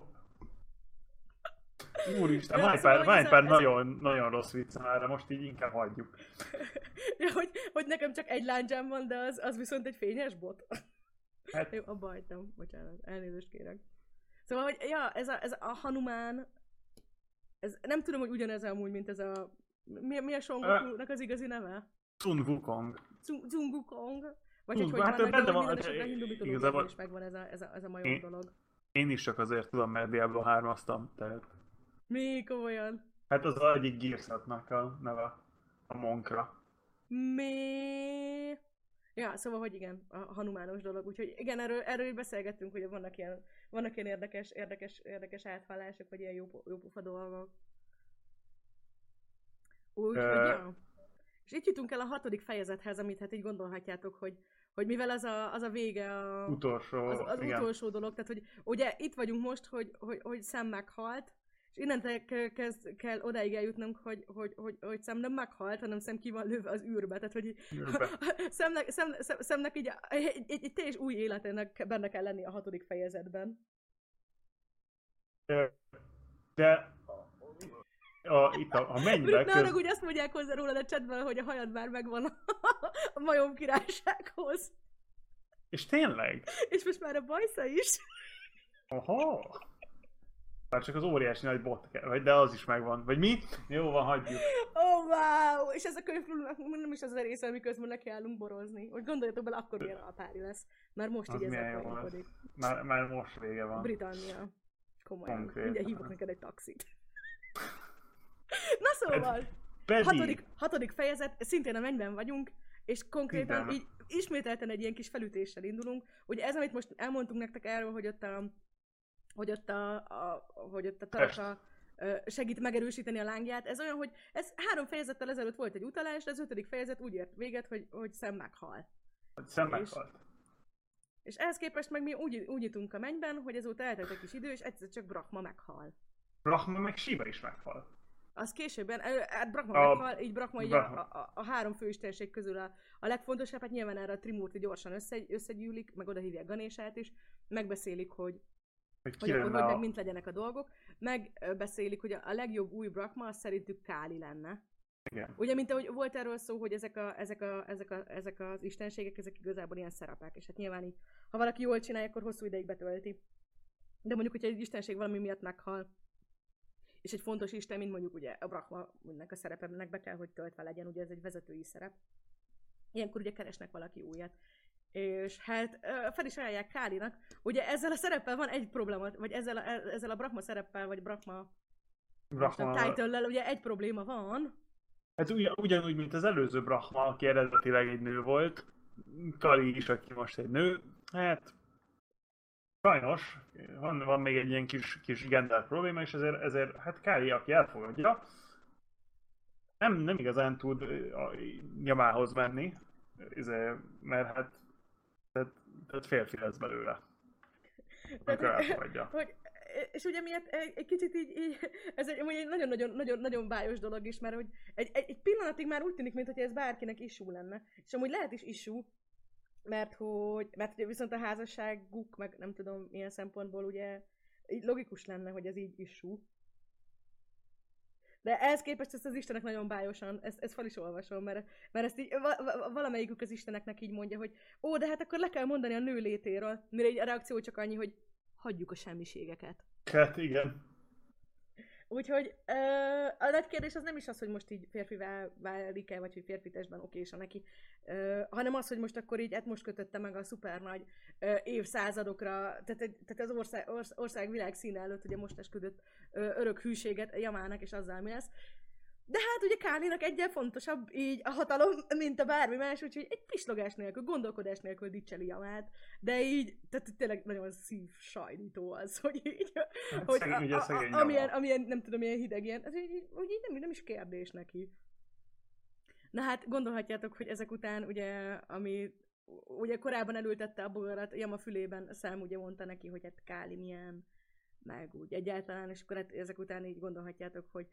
Úristen, van pár nagyon rossz vicc már, most így inkább hagyjuk. Ja, hogy nekem csak egy lándzsám van, de az viszont egy fényes bot. Hát... Jó, abba hagytam, bocsánat, elnézést kérek. Szóval, hogy ja, ez a Hanumán, nem tudom, hogy ugyanez amúgy, mint ez a... Mi a Son Goku-nak az igazi neve? Sun Wukong. Sun Wukong? Vagy hogy vannak, de minden esetre a hindu mitológiában is megvan ez a majom dolog. Én is csak azért tudom, mert Diablo 3-aztam, tehát... Mi? Komolyan? Hát az egyik Gearsatnak a neve, a Monkra. Mi? Ja, szóval, hogy igen, a hanumános dolog, úgyhogy igen, erről beszélgettünk, hogy vannak ilyen érdekes áthallások, vagy ilyen jó pufa dolgok. Úgyhogy ja. És itt jutunk el a 6. fejezethez, amit hát így gondolhatjátok, hogy mivel az a vége az utolsó dolog, tehát hogy ugye itt vagyunk most, hogy Sam meghalt, és innentől kell odáig eljutnunk, hogy Sam nem meghalt, hanem Sam ki van lőve az űrbe, tehát hogy Samnek így egy teljes új életének benne kell lenni a 6. fejezetben. De itt a mennybe... Ne arra, úgy azt mondják hozzá rólad a chatben, hogy a hajad már megvan a majom királysághoz. És tényleg? És most már a bajsza is. Aha. Már csak az óriási nagy bot kell, de az is megvan. Vagy mi? Jó van, hagyjuk. Oh, wow! És ez a könyvklubnak nem is az a része, amiközben neki állunk borozni. Hogy gondoljatok bele, akkor milyen alpári lesz. Már most így ezzel folyamkodik. Már most vége van. Britannia. Komolyan. Mindjárt hívok neked egy taxit. Na szóval, hatodik fejezet, szintén a mennyben vagyunk, és konkrétan így ismételten egy ilyen kis felütéssel indulunk. Ugye ez, amit most elmondtunk nektek erről, hogy ott a Taraka segít megerősíteni a lángját, ez olyan, hogy ez 3 fejezettel ezelőtt volt egy utalás, de az 5. fejezet úgy ért véget, hogy Sam meghal. Sam meghalt. És ehhez képest meg mi úgy jutunk a mennyben, hogy ezóta eltelt egy kis idő, és egyszer csak Brahma meghal. Brahma meg Shiva is meghal. Az későbben, hát Brahma meghal, így Brahma így a 3 főistenség közül a legfontosabb, hát nyilván erre a Trimurti gyorsan összegyűlik, meg oda hívják Ganésát is, megbeszélik, hogy akkor meg mint legyenek a dolgok, megbeszélik, hogy a legjobb új Brahma az szerintük Káli lenne. Igen. Ugye, mint ahogy volt erről szó, hogy ezek az istenségek, ezek igazából ilyen szerepek, és hát nyilván így, ha valaki jól csinálja, akkor hosszú ideig betölti. De mondjuk, hogyha egy istenség valami miatt meghal, és egy fontos isten, mint mondjuk ugye a Brahma-nek a szerepemnek be kell, hogy töltve legyen, ugye ez egy vezetői szerep. Ilyenkor ugye keresnek valaki újat. És hát fel is ajánlják Kálinak. Ugye ezzel a szereppel van egy probléma, vagy ezzel a Brahma szereppel, vagy Brahma title-lel ugye egy probléma van. Hát ugyanúgy, mint az előző Brahma, aki eredetileg egy nő volt, Kali is, aki most egy nő, hát sajnos van még egy ilyen kis gender probléma, és ezért hát Káli, aki elfogadja, nem igazán tud a nyomához menni, mert hát tehát férfi lesz belőle. Akkor elfogadja. és ugye miért egy kicsit így ez egy nagyon bájos dolog is, mert hogy egy pillanatig már úgy tűnik, mintha ez bárkinek issue lenne. És amúgy lehet is issue, mert hogy viszont a házasságuk, meg nem tudom milyen szempontból ugye így logikus lenne, hogy ez így issue. De ehhez képest ezt az istenek nagyon bájosan, ezt fel is olvasom, mert ezt így valamelyikük az isteneknek így mondja, hogy ó, de hát akkor le kell mondani a nő létéről, mire egy a reakció csak annyi, hogy hagyjuk a semmiségeket. Hát igen. Úgyhogy a nagy kérdés az nem is az, hogy most így férfivá válik-e, vagy hogy férfi testben okésa neki, hanem az, hogy most akkor így most kötötte meg a szuper nagy évszázadokra, tehát az ország világszíne előtt ugye most esküdött örök hűséget Yamának, és azzal mi lesz. De hát ugye Kálinak egyel fontosabb így a hatalom, mint a bármi más, úgyhogy egy pislogás nélkül, gondolkodás nélkül dicseli Yamát, de így, tehát tényleg nagyon szívsajnító az, hogy így, Hát hogy amilyen, nem tudom, ilyen hideg ilyen, ez így nem is kérdés neki. Na hát gondolhatjátok, hogy ezek után ugye, ami ugye korábban elültette a bogarat, Yama fülében Sam ugye mondta neki, hogy hát Káli milyen, meg úgy egyáltalán, és akkor hát ezek után így gondolhatjátok, hogy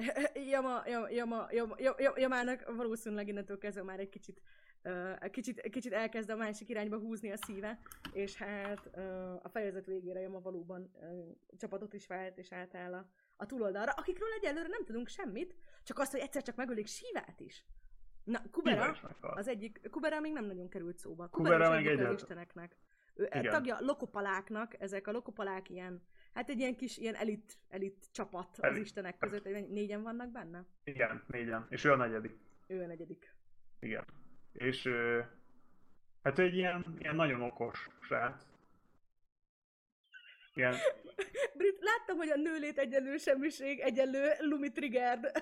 Yamának valószínűleg innentől kezdve már egy kicsit elkezd a másik irányba húzni a szíve, és hát a fejezet végére Yama valóban csapatot is vált, és átáll a túloldalra, akikről egyelőre nem tudunk semmit, csak azt, hogy egyszer csak megölik Shivát is. Na, Kubera az egyik, Kubera még nem nagyon került szóba. Kubera az egyik az isteneknek. Ő tagja Lokopaláknak, ezek a Lokopalák ilyen, hát egy ilyen kis ilyen elit csapat az istenek között, 4-en vannak benne? Igen, 4-en, és ő a 4. Ő a 4. Igen. És hát ő egy ilyen nagyon okos srác. Ilyen... Brit, láttam, hogy a nőlét egyenlő semmiség, egyenlő Lumi Triggered.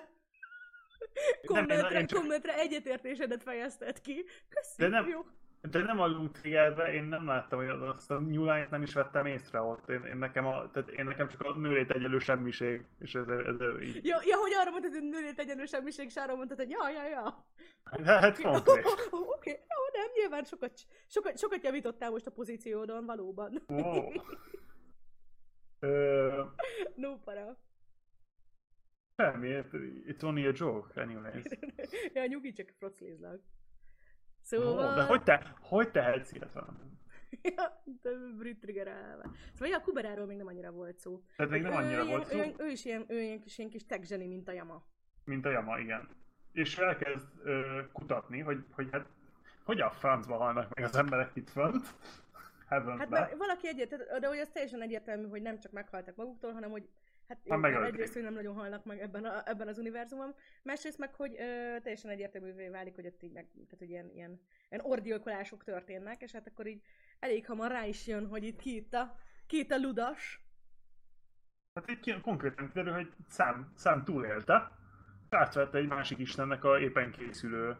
Kommentre egyetértésedet fejezted ki. Köszönjük, jó. De nem a Lutriggerbe, én nem láttam, hogy azt a New Line-t nem is vettem észre ott. Én nekem csak a nőlét egyenlő semmiség, és ez így. Ja, hogy arra mondtad, hogy nőlét egyenlő semmiség, és arra mondtad, hogy ja. Hát fontos. Oké, jó, nem, nyilván sokat javítottál most a pozíciódon, valóban. Wow. No para. Semmi, it's only a joke, anyways. Ja, nyugi, csak froclézlak. Szóval... De hogy tehetsz ilyet valami? Ja, de Brit triggerelve. Szóval a Kuberáról még nem annyira volt szó. Tehát még nem annyira volt szó? Ő is ilyen kis tech zseni, mint a Yama. Mint a Yama, igen. És elkezd kutatni, hogy hát hogy a francba halnak meg az emberek itt fönt. Hát mert valaki de hogy az teljesen egyértelmű, hogy nem csak meghaltak maguktól, hanem hogy hát egyrészt, hogy nem nagyon halnak meg ebben az univerzumban, másrészt meg, hogy teljesen egyértelművé válik, hogy ott így tehát, hogy ilyen orgyilkolások történnek, és hát akkor így elég hamar rá is jön, hogy itt ki itt a ludas. Hát így konkrétan kiderül, hogy Sam túlélte, átvette egy másik istennek a éppen készülő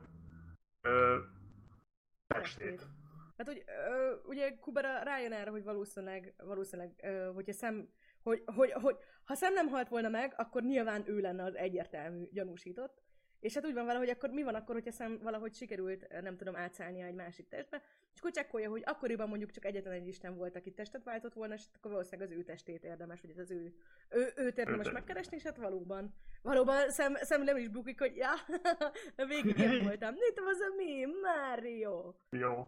testét. Hát, hogy ugye Kubera rájön erre, hogy valószínűleg hogyha ha Sam nem halt volna meg, akkor nyilván ő lenne az egyértelmű gyanúsított. És hát úgy van vele, hogy akkor mi van akkor, hogyha Sam valahogy sikerült, nem tudom, átszállnia egy másik testbe, és akkor csekkolja, hogy akkoriban mondjuk csak egyetlen egy isten volt, aki testet váltott volna, és akkor valószínűleg az ő testét érdemes, vagy ez az őt érdemes megkeresni, és hát valóban Sam nem is bukik, hogy ja, végig én voltam. Itt az a mi, Mario. Jó.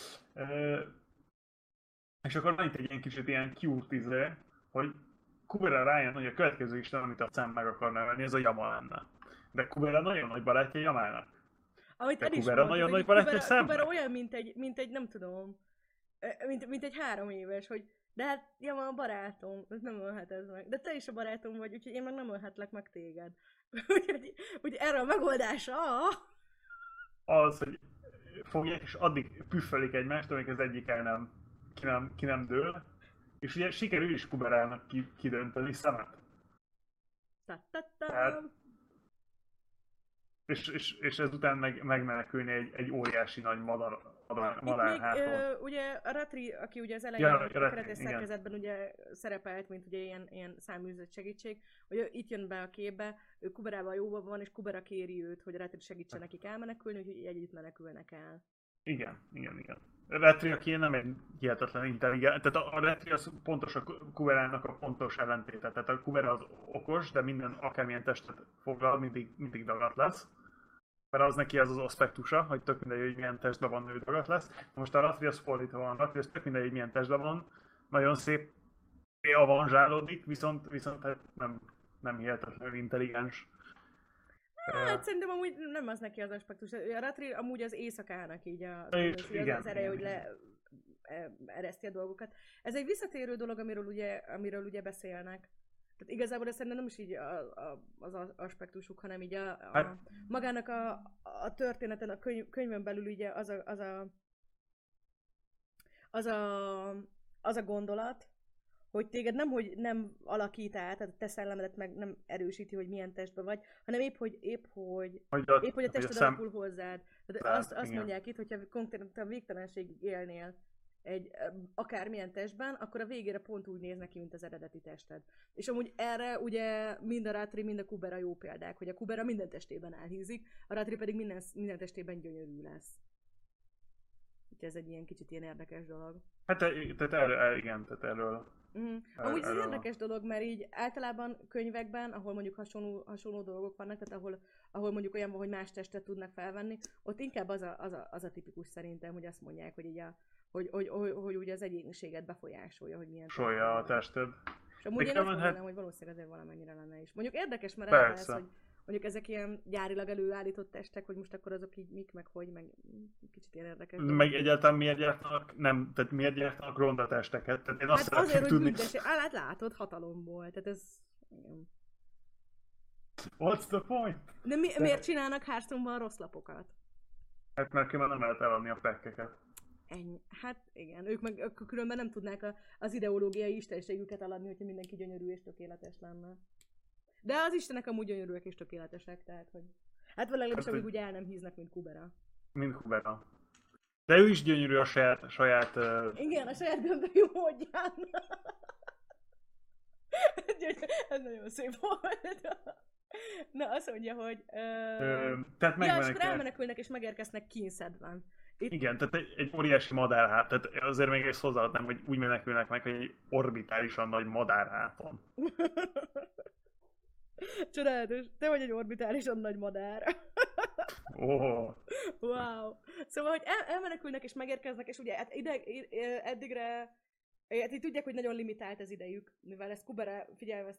És akkor van itt egy ilyen kicsit ilyen cute hogy Kubera rájön, hogy a következő isten, amit a Sam meg akar nevelni, ez a Yama lenne. De Kubera nagyon nagy barátja Yamának. Amit de Kubera nagyon nagy barátja Samnek. Kubera olyan, mint egy nem tudom, mint egy 3 éves, hogy de hát Yama a barátom, nem ölhet ez meg. De te is a barátom vagy, úgyhogy én meg nem ölhetlek meg téged. Úgyhogy erre a megoldása az, hogy fogják, és addig püffölik egymást, amíg az egyik ki nem dől. És ugye sikerül is Kuberának kidönteni Samet. Tehát, és ezután megmenekülni egy óriási nagy madár háton. Ugye a Ratri, aki ugye az elején a keretes szerkezetben ugye szerepelt, mint ugye ilyen száműzött segítség, hogy itt jön be a képbe, ő Kuberával jóban van, és Kubera kéri őt, hogy Ratri segítsen nekik elmenekülni, úgyhogy együtt menekülnek el. Igen. Retri, aki nem egy hihetetlen intelligens, tehát a Retri az pontos a Kuberának a pontos ellentéte. Tehát a Kubera az okos, de minden akármilyen testet foglal, mindig dagat lesz. Mert az neki az aspektusa, hogy tök mindegy, hogy milyen testben van, ő dagat lesz. Most a Ratri az fordítva van, Ratri az tök mindegy, hogy milyen testben van, nagyon szép avanzsálódik, viszont hát nem hihetetlenül intelligens. Hát szerintem amúgy nem az neki az aspektus. A Ratri amúgy az éjszakának így az ereje, hogy ereszti a dolgokat. Ez egy visszatérő dolog, amiről ugye beszélnek. Tehát igazából ez szerintem nem is így az aspektusuk, hanem így magának a történeten, a könyvön belül ugye az a gondolat, hogy téged nem alakít át, tehát a te szellemedet meg nem erősíti, hogy milyen testben vagy, hanem épp hogy a tested alakul hozzád. Tehát azt mondják itt, hogyha konkrétan végtelenségig élnél egy akármilyen testben, akkor a végére pont úgy néz neki, mint az eredeti tested. És amúgy erre ugye mind a Ratri, mind a Kubera jó példák, hogy a Kubera minden testében elhízik, a Ratri pedig minden testében gyönyörű lesz. Úgyhogy ez egy ilyen kicsit ilyen érdekes dolog. Hát tehát erről. Amúgy ez érdekes dolog, mert így általában könyvekben, ahol mondjuk hasonló dolgok vannak, tehát ahol mondjuk olyan van, hogy más testet tudnak felvenni, ott inkább az a tipikus szerintem, hogy azt mondják, hogy így hogy ugye az egyéniséget befolyásolja, hogy milyen a tested. És amúgy én azt mondanám, hogy valószínűleg azért valamennyire lenne is. Mondjuk érdekes, mert ez, hogy mondjuk ezek ilyen gyárilag előállított testek, hogy most akkor azok így mik, meg hogy, meg kicsit ilyen érdekes. Meg egyáltalán miért gyártanak ronda testeket? Tehát én azt azért, hogy büdöség. Látod, hatalomból. Tehát ez... Igen. What's the point? De miért csinálnak Hearthstone-ban rossz lapokat? Hát mert nem lehet eladni a pekkeket. Ennyi. Hát igen, ők meg különben nem tudnák az ideológiai istenségüket eladni, hogyha mindenki gyönyörű és tökéletes lenne. De az istenek amúgy gyönyörűek és tökéletesek, tehát hogy... Hát legalábbis amíg úgy el nem híznek, mint Kubera. Mint Kubera. De ő is gyönyörű a saját... Igen, a saját gömbölyű módján. Ez nagyon szép volt. Na, azt mondja, hogy... Tehát ja, és akkor elmenekülnek és megérkeznek Kínszedben. Igen, tehát egy óriási madárhát, tehát azért még ezt hozzáadnám, hogy úgy menekülnek meg, hogy egy orbitálisan nagy madárháton. Csodálatos, te vagy egy orbitálisan nagy madár. Oh. Wow. Szóval, hogy elmenekülnek és megérkeznek, és ugye eddigre hát így tudják, hogy nagyon limitált az idejük, mivel ezt Kubera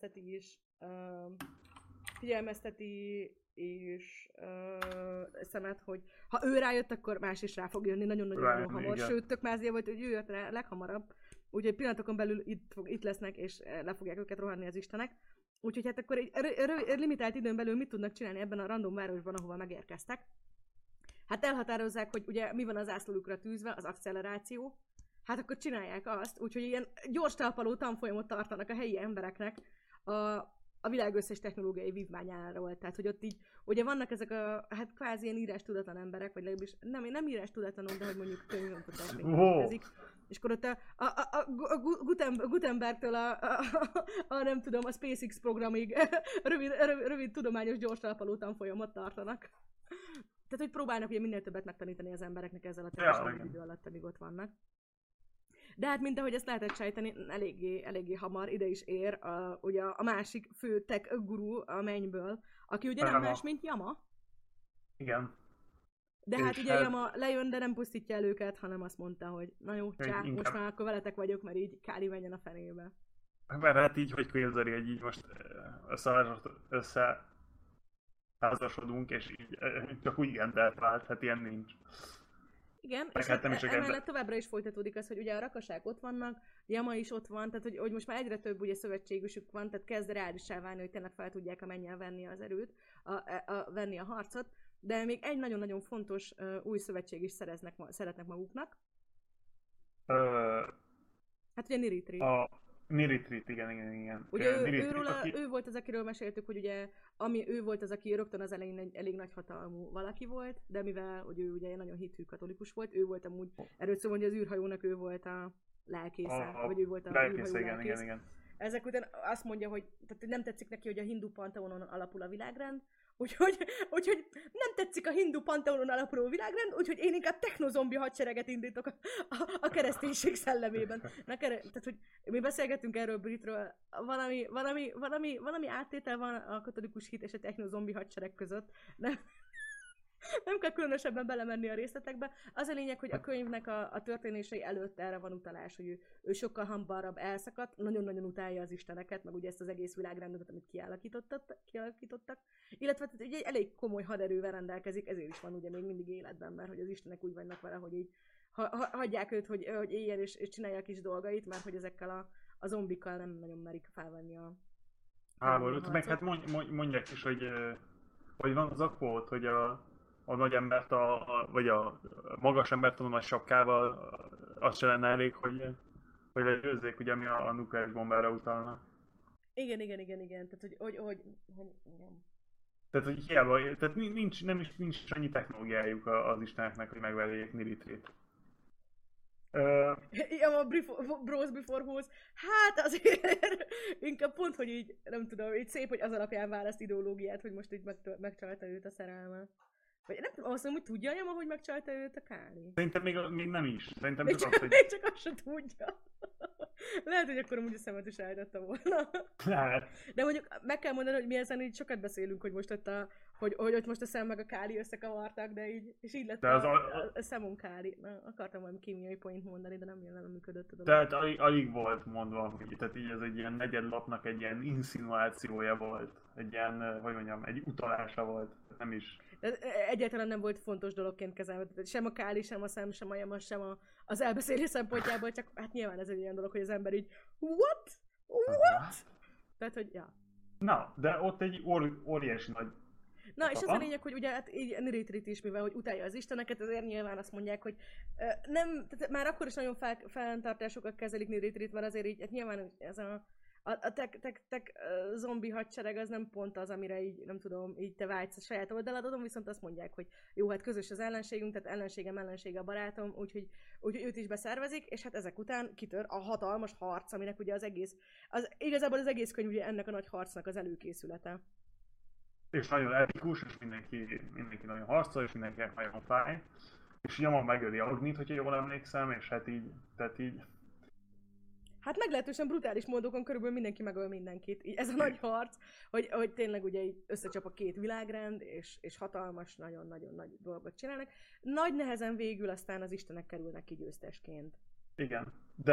figyelmezteti és szemet, hogy ha ő rájött, akkor más is rá fog jönni nagyon-nagyon hamar. Igen. Sőt, tök mázia volt, hogy ő jött rá leghamarabb. Úgyhogy pillanatokon belül itt lesznek, és le fogják őket rohanni az istenek. Úgyhogy hát akkor egy limitált időn belül mit tudnak csinálni ebben a random városban, ahova megérkeztek? Hát elhatározzák, hogy ugye mi van az zászlójukra tűzve, az acceleráció. Hát akkor csinálják azt, úgyhogy ilyen gyors talpaló tanfolyamot tartanak a helyi embereknek a világ összes technológiai vívmányáról. Tehát, hogy ott így, ugye vannak ezek hát kvázi ilyen írástudatlan emberek, vagy legalábbis nem írástudatlanok, de hogy mondjuk könyvontatás még létezik. És akkor ott a Gutenbergtől nem tudom, a SpaceX programig rövid tudományos gyors talpaló tanfolyamot tartanak. Tehát, hogy próbálnak ugye minél többet megtanítani az embereknek ezzel a társadalmi idő alatt, amíg ott vannak. De hát, mint ahogy ezt lehetett sejteni, eléggé hamar ide is ér ugye a másik fő tech guru a mennyből, aki ugye nem más, mint Yama. Igen. De hát ugye Yama lejön, de nem pusztítja el őket, hanem azt mondta, hogy na jó, csá, most már akkor veletek vagyok, mert így Káli menjen a fenébe. Mert hát így, hogy képzeli, hogy így most összeházasodunk, és így csak úgy igent vált, hát ilyen nincs. Igen, és hát emellett továbbra is folytatódik az, hogy ugye a rakasák ott vannak, Yama is ott van, tehát hogy most már egyre több ugye szövetségüsük van, tehát kezd reálissá válni, hogy tényleg fel tudják a mennyel venni az erőt, venni a harcot, de még egy nagyon-nagyon fontos új szövetség is szeretnek maguknak. Hát ugye Niritri. Niritrit, igen. Ugye ő volt az, akiről meséltük, hogy ugye ő volt az, aki rögtön az elején elég nagy hatalmú valaki volt, de mivel hogy ő ugye nagyon hitű katolikus volt, ő volt amúgy, erről szól, hogy az űrhajónak ő volt a lelkésze, vagy ő volt a lelkész, igen. ezek után azt mondja, hogy tehát nem tetszik neki, hogy a hindu panteonon alapul a világrend, úgyhogy nem tetszik a hindu panteonon alapuló világrend, úgyhogy én inkább technozombi hadsereget indítok a kereszténység szellemében. Tehát, hogy mi beszélgetünk erről Britről, valami áttétel van a katolikus hit és a technozombi hadsereg között. Nem kell különösebben belemenni a részletekbe. Az a lényeg, hogy a könyvnek a történései előtt erre van utalás, hogy ő sokkal hamarabb elszakadt, nagyon-nagyon utálja az isteneket, meg ugye ezt az egész világrendet, amit kialakítottak. Illetve egy elég komoly haderővel rendelkezik, ezért is van ugye még mindig életben, mert hogy az istenek úgy vannak vele, hogy így hagyják őt, hogy éljen és csinálja a kis dolgait, mert hogy ezekkel a zombikkal nem nagyon merik felvenni a háborút. Meg hát mondják is, hogy van az a quote, hogy a nagy embert, vagy a magas embert a nagy sapkával, az se lenne elég, hogy legyőzzék, ugye, ami a nukleáris bombára utalna. Igen. Tehát, hogy igen. Tehát, hogy hiába, tehát nincs annyi technológiájuk az isteneknek, hogy megverjék Nilithrit. Ja, a Bros Before Hoes. Hát azért inkább pont, hogy így, nem tudom, így szép, hogy az alapján választ ideológiát, hogy most így megcsalta őt a szerelme. Vagy nem tudom, azt mondom, hogy tudja Jama, hogy megcsalta őt a Káli? Szerintem még nem is. Szerintem még csak az, hogy... Még csak azt se tudja. Lehet, hogy akkor amúgy a szemet is állította volna. Lehet. De mondjuk meg kell mondani, hogy mi ezen így sokat beszélünk, hogy most ott hogy ott most a szem meg a Káli összekavartak, de így, és így lett a szemon Káli. Na, akartam valami kémiai point mondani, de nem működött a dolog. Tehát alig volt mondva, hogy tehát így ez egy ilyen negyedlapnak egy ilyen insinuációja volt. Egy ilyen, hogy mondjam, egy utalása volt. Nem is. De egyáltalán nem volt fontos dologként kezelve. Sem a Káli, sem a szem, sem a Jama, sem az elbeszélés szempontjából, csak hát nyilván ez egy olyan dolog, hogy az ember így What? Tehát, hogy ja. Na, de ott egy óriási nagy... Na, és az a lényeg, hogy ugye hát így Nilithrit is, mivel hogy utálja az isteneket, azért nyilván azt mondják, hogy nem, tehát már akkor is nagyon fenntartásokat kezelik Nilithrit, mert azért így, hát nyilván ez a tech zombi hadsereg az nem pont az, amire így, nem tudom, így te vágysz a saját oldaladon, viszont azt mondják, hogy jó, hát közös az ellenségünk, tehát ellensége a barátom, úgyhogy őt is beszervezik, és hát ezek után kitör a hatalmas harc, aminek ugye igazából az egész könyv ugye ennek a nagy harcnak az előkészülete. És nagyon epikus, és mindenki nagyon harcol, és mindenkinek nagyon fáj. És Jama megöli Agnit, hogyha jól emlékszem, és hát így, tehát így... Hát meglehetősen brutális módokon körülbelül mindenki megöl mindenkit. Így ez a nagy harc, hogy tényleg ugye így összecsap a két világrend, és hatalmas, nagyon-nagyon nagy dolgot csinálnak. Nagy nehezen végül aztán az istenek kerülnek ki győztesként. Igen, de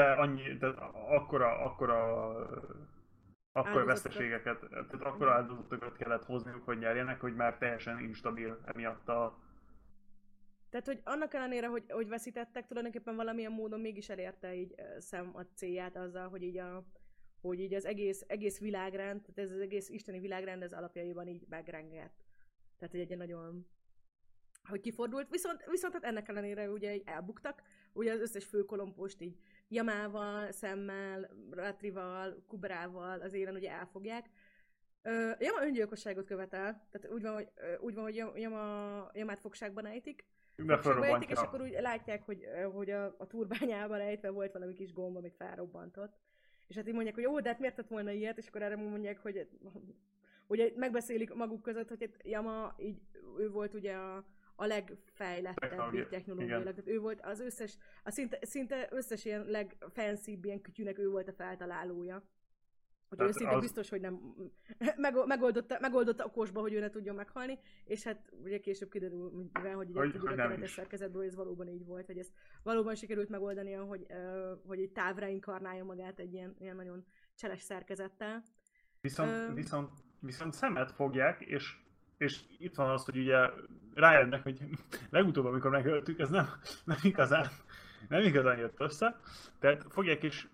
akkora veszteségeket, tehát akkora áldozatokat kellett hozniuk, hogy nyerjenek, hogy már teljesen instabil emiatt a... Tehát, hogy annak ellenére, hogy veszítettek, tulajdonképpen valamilyen módon mégis elérte így Sam a célját azzal, hogy így az egész világrend, tehát ez az egész isteni világrend, ez alapjaiban így megrengett. Tehát, hogy egy nagyon... hogy kifordult, viszont hát ennek ellenére ugye így elbuktak, ugye az összes főkolompost így Jamával, Sammel, Ratrival, Kubrával az élen ugye elfogják. Jama öngyilkosságot követel, tehát úgy van, hogy Jamát fogságban ejtik, és akkor úgy látják, hogy a turbányában ejtve volt valami kis gomba, amit felrobbantott. És hát így mondják, hogy jó, de hát miért tett volna ilyet, és akkor erre mondják, hogy ugye megbeszélik maguk között, hogy Jama így, ő volt ugye a legfejlettebb technológiailag, tehát ő volt az összes, szinte összes ilyen legfancybb ilyen kütyűnek ő volt a feltalálója. Úgyhogy szinte biztos, hogy nem megoldotta okosba, hogy ő ne tudjon meghalni, és hát ugye később kiderül, mivel, hogy ugye a keretes szerkezetből ez valóban így volt, hogy ezt valóban sikerült megoldania, hogy egy távra inkarnálja magát egy ilyen nagyon cseles szerkezettel. Viszont szemet fogják, és itt van az, hogy ugye rájönnek, hogy legutóbb, amikor megöltük, ez nem igazán jött össze. Tehát fogják és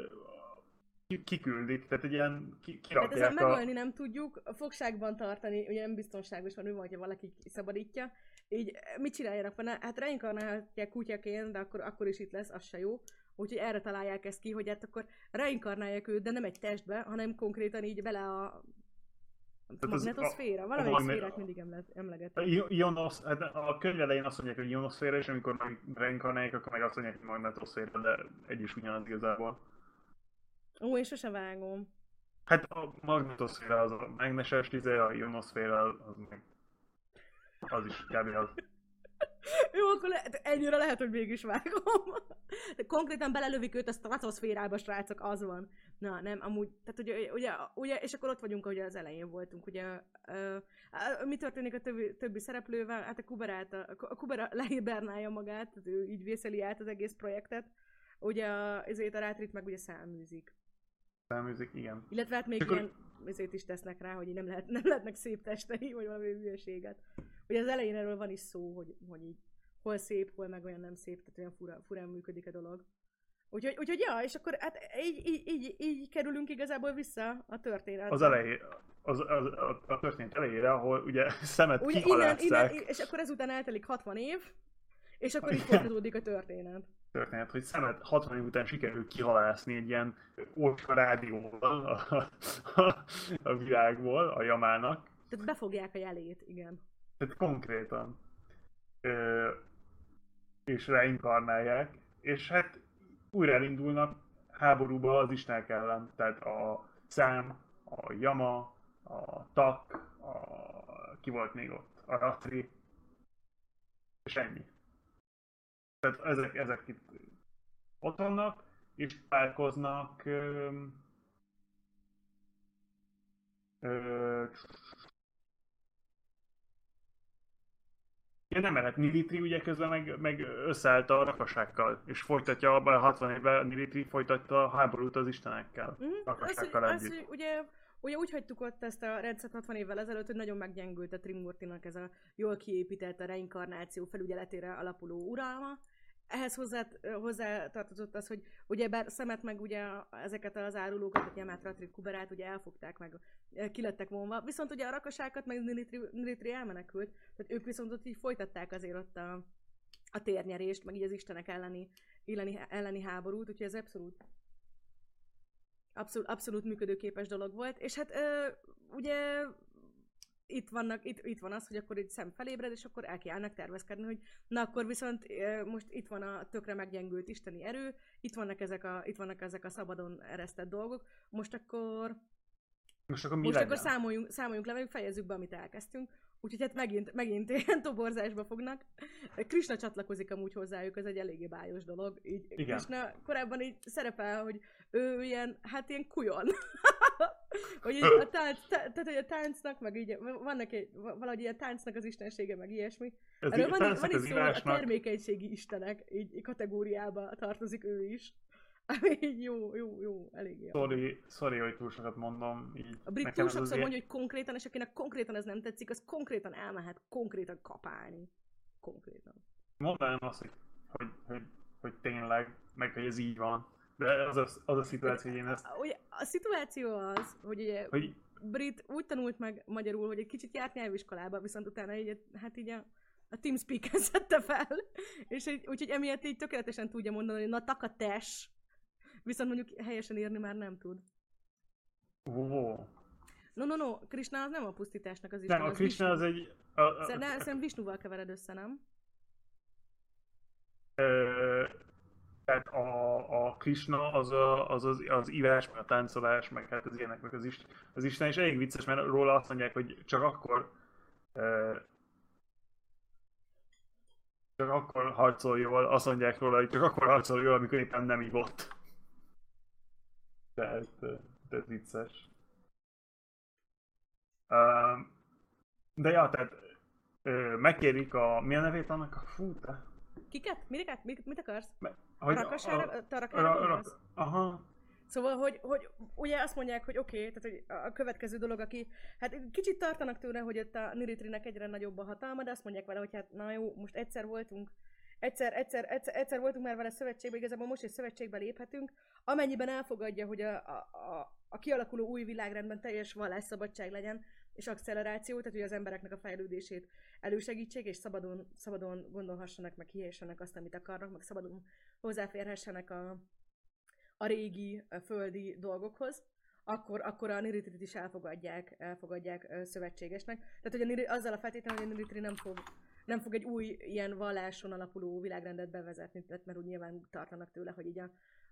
kiküldik, tehát egy ilyen kirakják hát ezzel megölni nem tudjuk, a fogságban tartani, ugye nem biztonságos van, ő van, hogyha valaki szabadítja. Így mit csináljanak vele? Hát reinkarnálják kutyaként, de akkor is itt lesz, az se jó. Úgyhogy erre találják ezt ki, hogy hát akkor reinkarnálják őt, de nem egy testbe, hanem konkrétan így vele a magnetoszféra, valamelyik szférát mindig emlegetek. Hát a könyv elején azt mondják, hogy ionoszféra, és amikor reinkarnálják, akkor meg azt mondják, hogy magnetoszféra, de egy is ugyanaz igazából. Ó, én sosem vágom. Hát a magnetoszféra az a mágneses, a ionoszféra az meg... Az is kb. Az. Jó, akkor ennyire lehet, hogy mégis vágom. De konkrétan belelövik őt a stratoszférába, srácok, az van. Na, nem, amúgy, tehát ugye, és akkor ott vagyunk, ahogy az elején voltunk, ugye, mi történik a többi szereplővel? Hát a Kubera lehibernálja magát, tehát ő így vészeli át az egész projektet. Ugye ezért a Rátrit meg ugye száműzik. Száműzik, igen. Illetve hát még ilyen ezért is tesznek rá, hogy nem lehetnek szép testei, vagy valami hülyeséget. Ugye az elején erről van is szó, hogy így hol szép, hol meg olyan nem szép, tehát olyan furán működik a dolog. Úgyhogy ja, és akkor hát így kerülünk igazából vissza a történetbe. Az elején, a történet elejére, ahol ugye szemet ugye kihalásszák. Innen, és akkor ezután eltelik 60 év, és akkor így folytatódik a történet. Hogy szemet 60 év után sikerül kihalászni egy ilyen ócska rádióval a világból, a Yamának. Tehát befogják a jelét, igen. Tehát konkrétan. És reinkarnálják, és hát újra elindulnak háborúba az istenek ellen. Tehát a Szám, a Yama, a Tak, ki volt még ott? A Ratri. És ennyi. Tehát ezek itt ott vannak, és találkoznak ja, nem, mert Nilitri ugye közben meg összeállt a rakasákkal, és folytatja abban a 60 évben Nilitri folytatta a háborút az istenekkel, rakasákkal együtt. Ugye úgy hagytuk ott ezt a rendszert 60 évvel ezelőtt, hogy nagyon meggyengült a Trimurtinak ez a jól kiépített a reinkarnáció felügyeletére alapuló uralma. Ehhez hozzá tartozott az, hogy ugyebár Szemet meg ugye ezeket az árulókat, a Yamát, Ratrit, Kuberát ugye elfogták meg, kilettek vonva, viszont ugye a rakasákat meg Nilitri elmenekült, tehát ők viszont ott így folytatták azért ott a térnyerést, meg így az istenek elleni háborút, úgyhogy ez abszolút működőképes dolog volt, és hát ugye itt van az, hogy akkor egy Szem felébred, és akkor elkiállnak tervezkedni, hogy na akkor viszont most itt van a tökre meggyengült isteni erő, itt vannak ezek a szabadon eresztett dolgok, most akkor számoljunk le, meg fejezzük be, amit elkezdtünk. Úgyhogy hát megint ilyen toborzásba fognak. Krishna csatlakozik amúgy hozzájuk, ez egy eléggé bájos dolog. Így Krishna korábban így szerepel, hogy ő ilyen kujon. hogy így hogy a táncnak, meg így valahogy ilyen táncnak az istensége, meg ilyesmi. Erről van is szó, a termékenységi istenek így kategóriába tartozik ő is. Így jó, elég jó. Sorry, hogy túl sokat mondom. Így a brit túl sokszor mondja, hogy konkrétan, és akinek konkrétan ez nem tetszik, az konkrétan elmehet konkrétan kapálni. Konkrétan. Mondanám azt, hogy tényleg, meg hogy ez így van. De az a szituáció, hogy én ezt... A szituáció az, hogy ugye brit úgy tanult meg magyarul, hogy egy kicsit járt nyelviskolába, viszont utána így, hát így a TeamSpeak-en szedte fel, és úgyhogy emiatt így tökéletesen tudja mondani, hogy na takates, viszont mondjuk helyesen írni már nem tud. Oh. No, Krishna az nem a pusztításnak az isten. Nem, a Krishna az egy... Szerintem Visnuval kevered össze, nem? Tehát a Krishna az ívás, meg a táncolás, meg hát az ilyenek, meg az Isten, és elég vicces, mert róla azt mondják, hogy csak akkor harcol jól, azt mondják róla, hogy csak akkor harcol jól, amikor éppen nem ivott. Tehát vicces. De ja, tehát megkérik mi a nevét annak a... Fú, te... Kiket? Mit akarsz? A rakasára? Te a rakára? Aha. Szóval, hogy ugye azt mondják, hogy oké, tehát hogy a következő dolog, aki, hát kicsit tartanak tőle, hogy ott a Nilitrinek egyre nagyobb a hatalma, de azt mondják vele, hogy hát na jó, most egyszer voltunk már vele szövetségben, igazából most egy szövetségbe léphetünk, amennyiben elfogadja, hogy a kialakuló új világrendben teljes vallásszabadság legyen, és acceleráció, tehát hogy az embereknek a fejlődését elősegítsék, és szabadon gondolhassanak, meg hihessenek azt, amit akarnak, meg szabadon hozzáférhessenek a régi földi dolgokhoz, akkor a Nilitrit is elfogadják szövetségesnek. Tehát, hogy azzal a feltétlenül, hogy a Nilitri nem fog egy új ilyen valláson alapuló világrendet bevezetni, mert úgy nyilván tartanak tőle, hogy így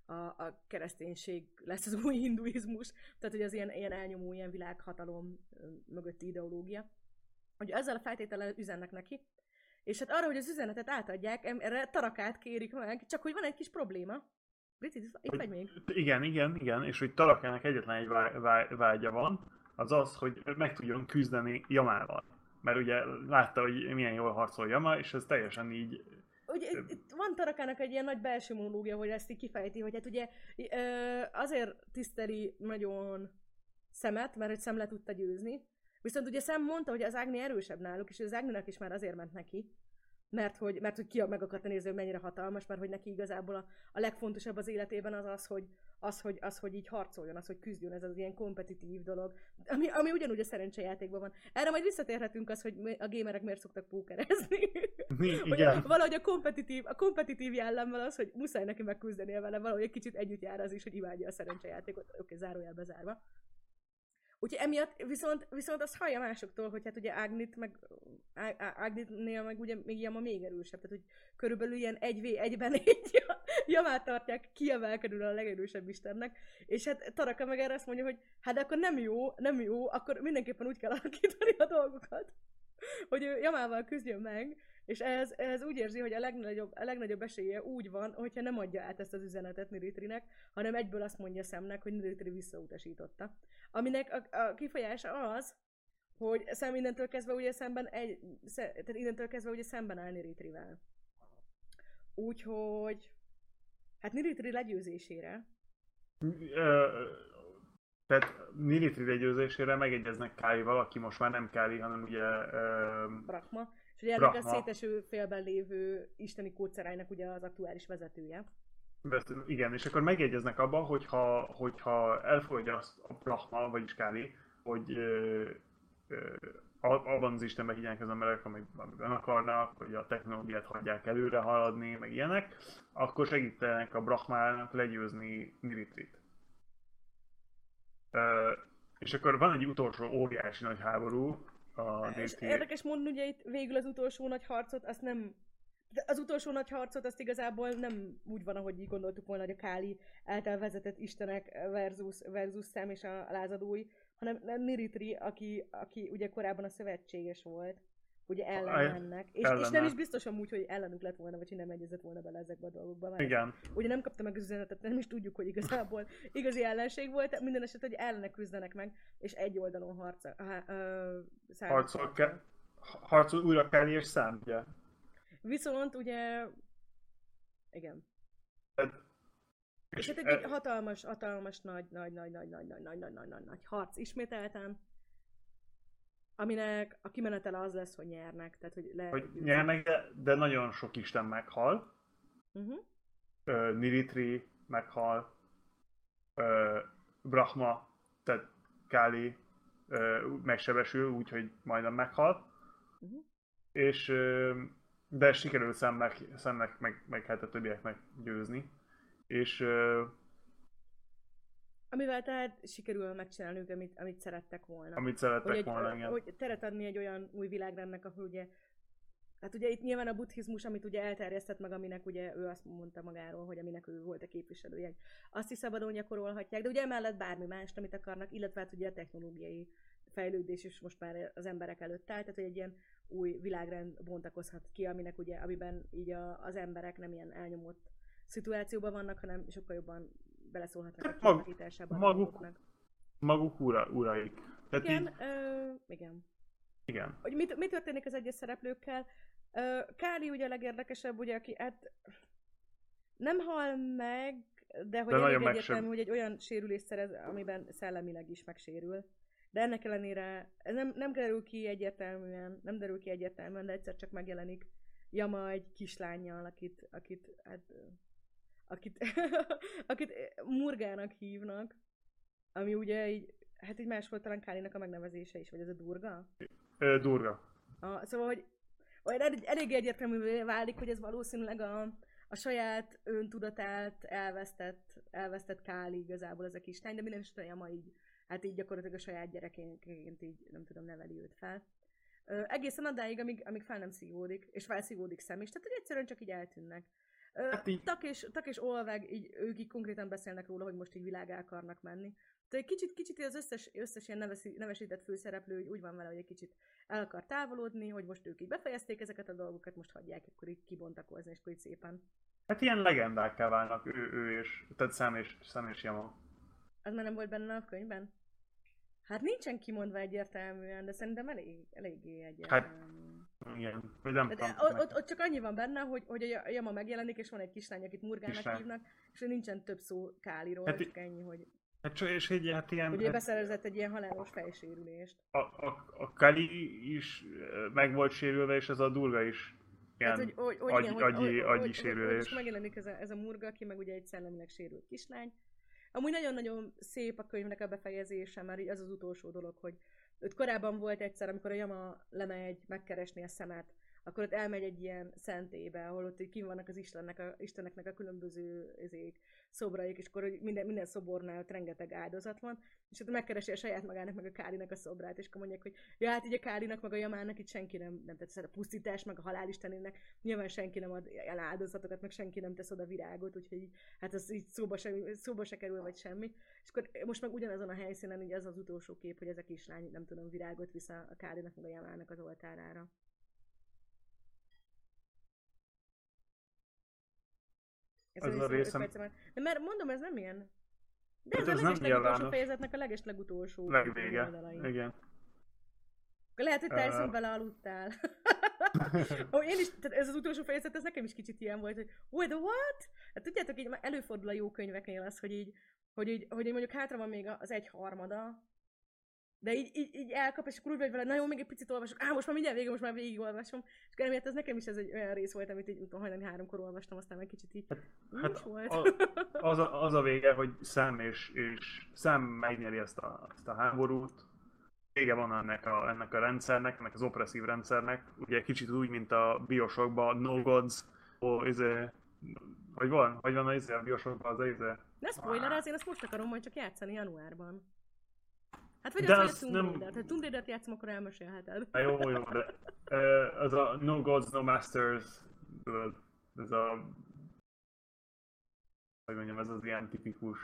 a kereszténység lesz az új hinduizmus, tehát hogy az ilyen elnyomó, ilyen világhatalom mögötti ideológia. Hogy ezzel a feltétellel üzennek neki, és hát arra, hogy az üzenetet átadják, erre Tarakát kérik meg, csak hogy van egy kis probléma. Briti, itt vagy még? Igen, és hogy Tarakának egyetlen egy vágya van, az az, hogy meg tudjon küzdeni Yamával. Mert ugye látta, hogy milyen jól harcol Yama, és ez teljesen így... Ugye itt van Tarakának egy ilyen nagy belső monológia, hogy ezt így kifejti, hogy hát ugye azért tiszteli nagyon Samet, mert hogy Sam le tudta győzni. Viszont ugye Sam mondta, hogy az Agni erősebb náluk, és az Agninak is már azért ment neki, mert hogy ki meg akarta nézni, hogy mennyire hatalmas, mert hogy neki igazából a legfontosabb az életében az, hogy így harcoljon, az, hogy küzdjön, ez az ilyen kompetitív dolog, ami ugyanúgy a szerencsejátékban van. Erre majd visszatérhetünk az, hogy a gamerek miért szoktak pókerezni. Igen. Valahogy a kompetitív jellemmel az, hogy muszáj neki megküzdenie vele, valahogy egy kicsit együtt jár az is, hogy imádja a szerencsejátékot. Oké, zárójelbe zárva. Úgyhogy emiatt viszont azt hallja másoktól, hogy hát ugye Agnitnél meg ugye még Yama még erősebb, tehát hogy körülbelül ilyen 1v1-ben így Yamát tartják kiemelkedően a legerősebb istennek, és hát Taraka meg erre azt mondja, hogy hát akkor nem jó, akkor mindenképpen úgy kell alakítani a dolgokat, hogy ő Yamával küzdjön meg, és ehhez úgy érzi, hogy a legnagyobb esélye úgy van, hogyha nem adja át ezt az üzenetet Nirithrinek, hanem egyből azt mondja Samnek, hogy Nirithri visszautasította. Aminek a kifolyása az, hogy Sam innentől kezdve ugye szemben áll Nirithrivel. Úgyhogy hát Nirithri legyőzésére. Tehát Nirithri legyőzésére megegyeznek Kálival, aki most már nem Káli, hanem ugye... Brahma. És ugye ennek a széteső félben lévő isteni kódszerájnak ugye az aktuális vezetője. Igen, és akkor megjegyeznek abba, hogyha elfogadja azt a Brahma, vagyis Káli, hogy abban az Istenben higgyenek az emberek, amiben akarnak, hogy a technológiát hagyják előre haladni, meg ilyenek, akkor segítenek a Brahmának legyőzni Nirithrit. És akkor van egy utolsó óriási nagy háború, érdekes mondani, ugye itt végül az utolsó nagy harcot, azt nem... Az utolsó nagy harcot azt igazából nem úgy van, ahogy így gondoltuk volna, hogy a Káli által vezetett istenek versus Sam és a lázadói, hanem Nirithri, aki ugye korábban a szövetséges volt, ugye ellen mennek. És nem is biztos amúgy, hogy ellenük lett volna, vagy hogy nem egyezett volna bele ezekbe a dolgokba. Mert igen. Ugye nem kapta meg az üzenetet, nem is tudjuk, hogy igazából igazi ellenség volt, minden esetre, hogy ellenek küzdenek meg, és egy oldalon harcol újra Káli és Sam, ugye? Viszont ugye... Igen. És hát egy hatalmas nagy harc ismételten, aminek a kimenetele az lesz, hogy nyernek. Tehát, hogy nyernek, de nagyon sok isten meghal. Nirithri meghal. Brahma, tehát Káli megsebesül, úgyhogy majdnem meghal. És de sikerül Samnek meg hát a többieknek győzni. És... amivel tehát sikerül megcsinálniuk, amit szerettek volna. Amit szerettek volna, igen. Hogy teret adni egy olyan új világrendnek, ahol ugye... Hát ugye itt nyilván a buddhizmus, amit ugye elterjesztett meg, aminek ugye ő azt mondta magáról, hogy aminek ő volt a képviselője. Azt is szabadon gyakorolhatják, de ugye emellett bármi mást, amit akarnak, illetve hát ugye a technológiai fejlődés is most már az emberek előtt áll, tehát hogy egy ilyen új világrend bontakozhat ki, amiben így az emberek nem ilyen elnyomott szituációban vannak, hanem sokkal jobban beleszólhatnak a kialakításában. Maguk uraik. Igen, igen. Hogy mi történik az egyes szereplőkkel? Káli ugye a legérdekesebb, ugye, aki hát nem hal meg, de hogy elég egyértelmű, hogy egy olyan sérülést szerez, amiben szellemileg is megsérül. De ennek ellenére ez nem derül ki egyértelműen, de egyszer csak megjelenik Yama egy kislánnyal, akit Murgának hívnak, ami ugye így, hát így máshol talán Kálinak a megnevezése is, vagy ez a Durga? Durga. Szóval, hogy elég egyértelművé válik, hogy ez valószínűleg a saját öntudatát elvesztett Káli igazából ez a kislány, de minden esetre Yama így, hát így gyakorlatilag a saját gyereként így, nem tudom, neveli őt fel. Egészen addáig, amíg fel nem szívódik, és felszívódik Sam is, tehát hogy egyszerűen csak így eltűnnek. Tak és Olveg, így, ők így konkrétan beszélnek róla, hogy most így világgá akarnak menni. Tehát egy kicsit az összes ilyen nevesített főszereplő úgy van vele, hogy egy kicsit el akar távolodni, hogy most ők így befejezték ezeket a dolgokat, most hagyják akkor így kibontakozni, és akkor így szépen. Hát ilyen legendákká válnak ő és, tehát Sam és Yama. Az már nem volt benne a könyvben? Hát nincsen kimondva egyértelműen, de szerintem eléggé egyértelmű. Hát, igen, vagy nem tudom. Ott csak annyi van benne, hogy a Yama megjelenik, és van egy kislány, akit Murgának hívnak, és nincsen több szó Káliról, hát, csak ennyi, hogy... Hát és egy hát ilyen... Hogy ő beszerzett egy ilyen halálos fejsérülést. A Kali is meg volt sérülve, és ez a Durga is ilyen agyi sérülés. És megjelenik ez a Murga, aki meg ugye egy szellemileg sérült kislány. Amúgy nagyon-nagyon szép a könyvnek a befejezése, mert így az az utolsó dolog, hogy ott korábban volt egyszer, amikor a Yama lemegy megkeresni a Samet, akkor ott elmegy egy ilyen szentélybe, ahol ott kint vannak az isteneknek a különböző szobraik, és akkor minden szobornál ott rengeteg áldozat van, és ott megkeresi a saját magának, meg a Kálinak a szobrát, és akkor mondják, hogy ja, hát így a Kálinak, meg a Yamának itt senki nem tesz a pusztítás, meg a halálistenének, nyilván senki nem ad el áldozatokat, meg senki nem tesz oda virágot, úgyhogy hát az így szóba se kerül, vagy semmi. És akkor most meg ugyanazon a helyszínen így az az utolsó kép, hogy ez a kislány, nem tudom, virágot visz a Kálinak, meg a Yamának az oltárára. Ez a részem... De mert mondom, ez nem ilyen... De ez a legeslegutolsó fejezetnek a legeslegutolsó legvége. Igen. Lehet, hogy te viszont belealudtál. Én is, tehát ez az utolsó fejezet, ez nekem is kicsit ilyen volt, hogy what the what? Hát tudjátok, így előfordul a jó könyveknél az, hogy mondjuk hátra van még az 1/3, de így elkap, és akkor úgy vagy vele, na jó, még egy picit olvasok, most már mindjárt vége, most már végigolvasom. És akkor emiatt ez nekem is ez egy olyan rész volt, amit így hajnali 3-kor olvastam, aztán meg kicsit így hát volt. Az a vége, hogy Sam megnyeri ezt a háborút. Vége van ennek a rendszernek, ennek az opresszív rendszernek. Ugye kicsit úgy, mint a Bioshockban, No Gods, hogy van a Bioshockban az Ne spoilerezz, én azt most akarom majd csak játszani januárban. Hát vagy az, hogy a Tomb Raider-t. Ha Tomb Raider-t játszom, akkor elmesélheted. Jó, de az a No Gods, No Masters, ez a... Hogy mondjam, ez az ilyen tipikus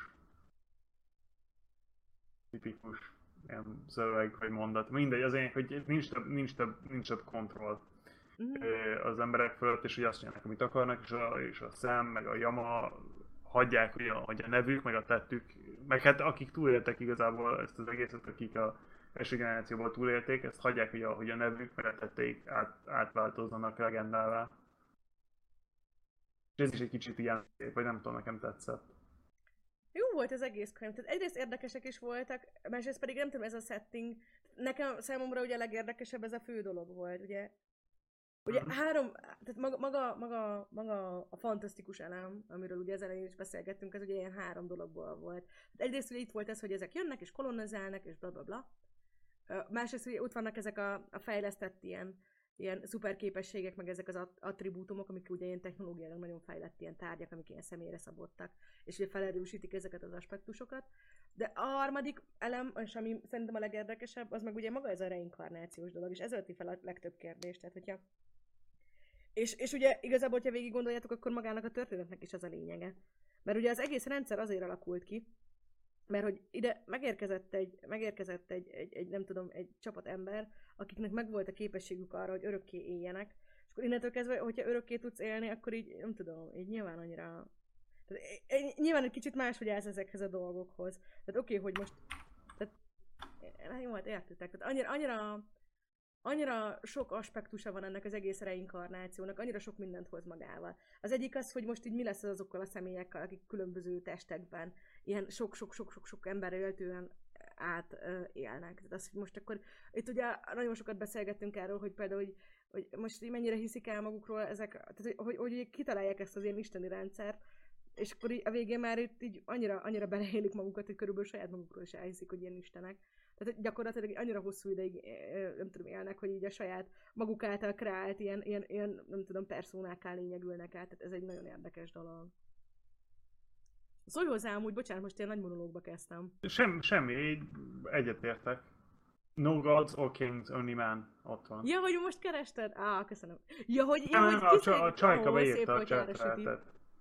ilyen szöveg vagy mondat. Mindegy, az én, hogy nincs több kontroll az emberek fölött, és hogy azt csinálnak, amit akarnak, és a Sam, meg a Yama hagyják, hogy a nevük, meg a tettük, meg hát akik túléltek igazából ezt az egészet, akik a első generációból túlélték, ezt hagyják, hogy a nevük, meg a tetteik átváltozzanak legendává. És ez is egy kicsit ilyen szép, vagy nem tudom, nekem tetszett. Jó volt az egész könyv, tehát egyrészt érdekesek is voltak, másrészt pedig nem tudom, ez a setting, nekem számomra ugye a legérdekesebb ez a fő dolog volt, ugye tehát maga a fantasztikus elem, amiről ugye az elején is beszélgettünk, ez ugye ilyen 3 dologból volt. Tehát egyrészt ugye itt volt ez, hogy ezek jönnek és kolonizálnak és blablabla. Másrészt ugye ott vannak ezek a fejlesztett ilyen szuper képességek, meg ezek az attribútumok, amik ugye ilyen technológiailag nagyon fejlett ilyen tárgyak, amik ilyen személyre szabottak, és ugye felerősítik ezeket az aspektusokat. De a harmadik elem, és ami szerintem a legérdekesebb, az meg ugye maga ez a reinkarnációs dolog, és ez ölti fel a legtöbb kérdést. Tehát, hogyha és ugye igazából, hogyha végig gondoljátok, akkor magának a történetnek is az a lényege. Mert ugye az egész rendszer azért alakult ki, mert hogy ide megérkezett egy nem tudom, egy csapat ember, akiknek megvolt a képességük arra, hogy örökké éljenek, és akkor innentől kezdve, hogyha örökké tudsz élni, akkor így, nem tudom, így nyilván annyira... Tehát, nyilván egy kicsit máshogy állsz ezekhez a dolgokhoz. Tehát oké, hogy most... Tehát, jó, hát értitek. Tehát annyira sok aspektusa van ennek az egész reinkarnációnak, annyira sok mindent hoz magával. Az egyik az, hogy most így mi lesz azokkal a személyekkel, akik különböző testekben ilyen sok emberrel öltően átélnek. Tehát az, hogy most akkor, itt ugye nagyon sokat beszélgettünk erről, hogy például, hogy most így mennyire hiszik el magukról ezek, tehát hogy kitalálják ezt az ilyen isteni rendszert, és akkor így a végén már itt így annyira beleélik magukat, hogy körülbelül saját magukról is elhiszik, hogy ilyen istenek. Tehát gyakorlatilag annyira hosszú ideig, nem tudom, élnek, hogy így a saját maguk által kreált ilyen nem tudom, personákká lényegülnek át. Tehát ez egy nagyon érdekes dolog. Szólj hozzá amúgy, bocsánat, most ilyen nagy monológba kezdtem. Semmi, egyetértek. No gods or kings, only man, ott van. Ja, hogy most kerested? Köszönöm. Ja, hogy a csajka beírta a csátra.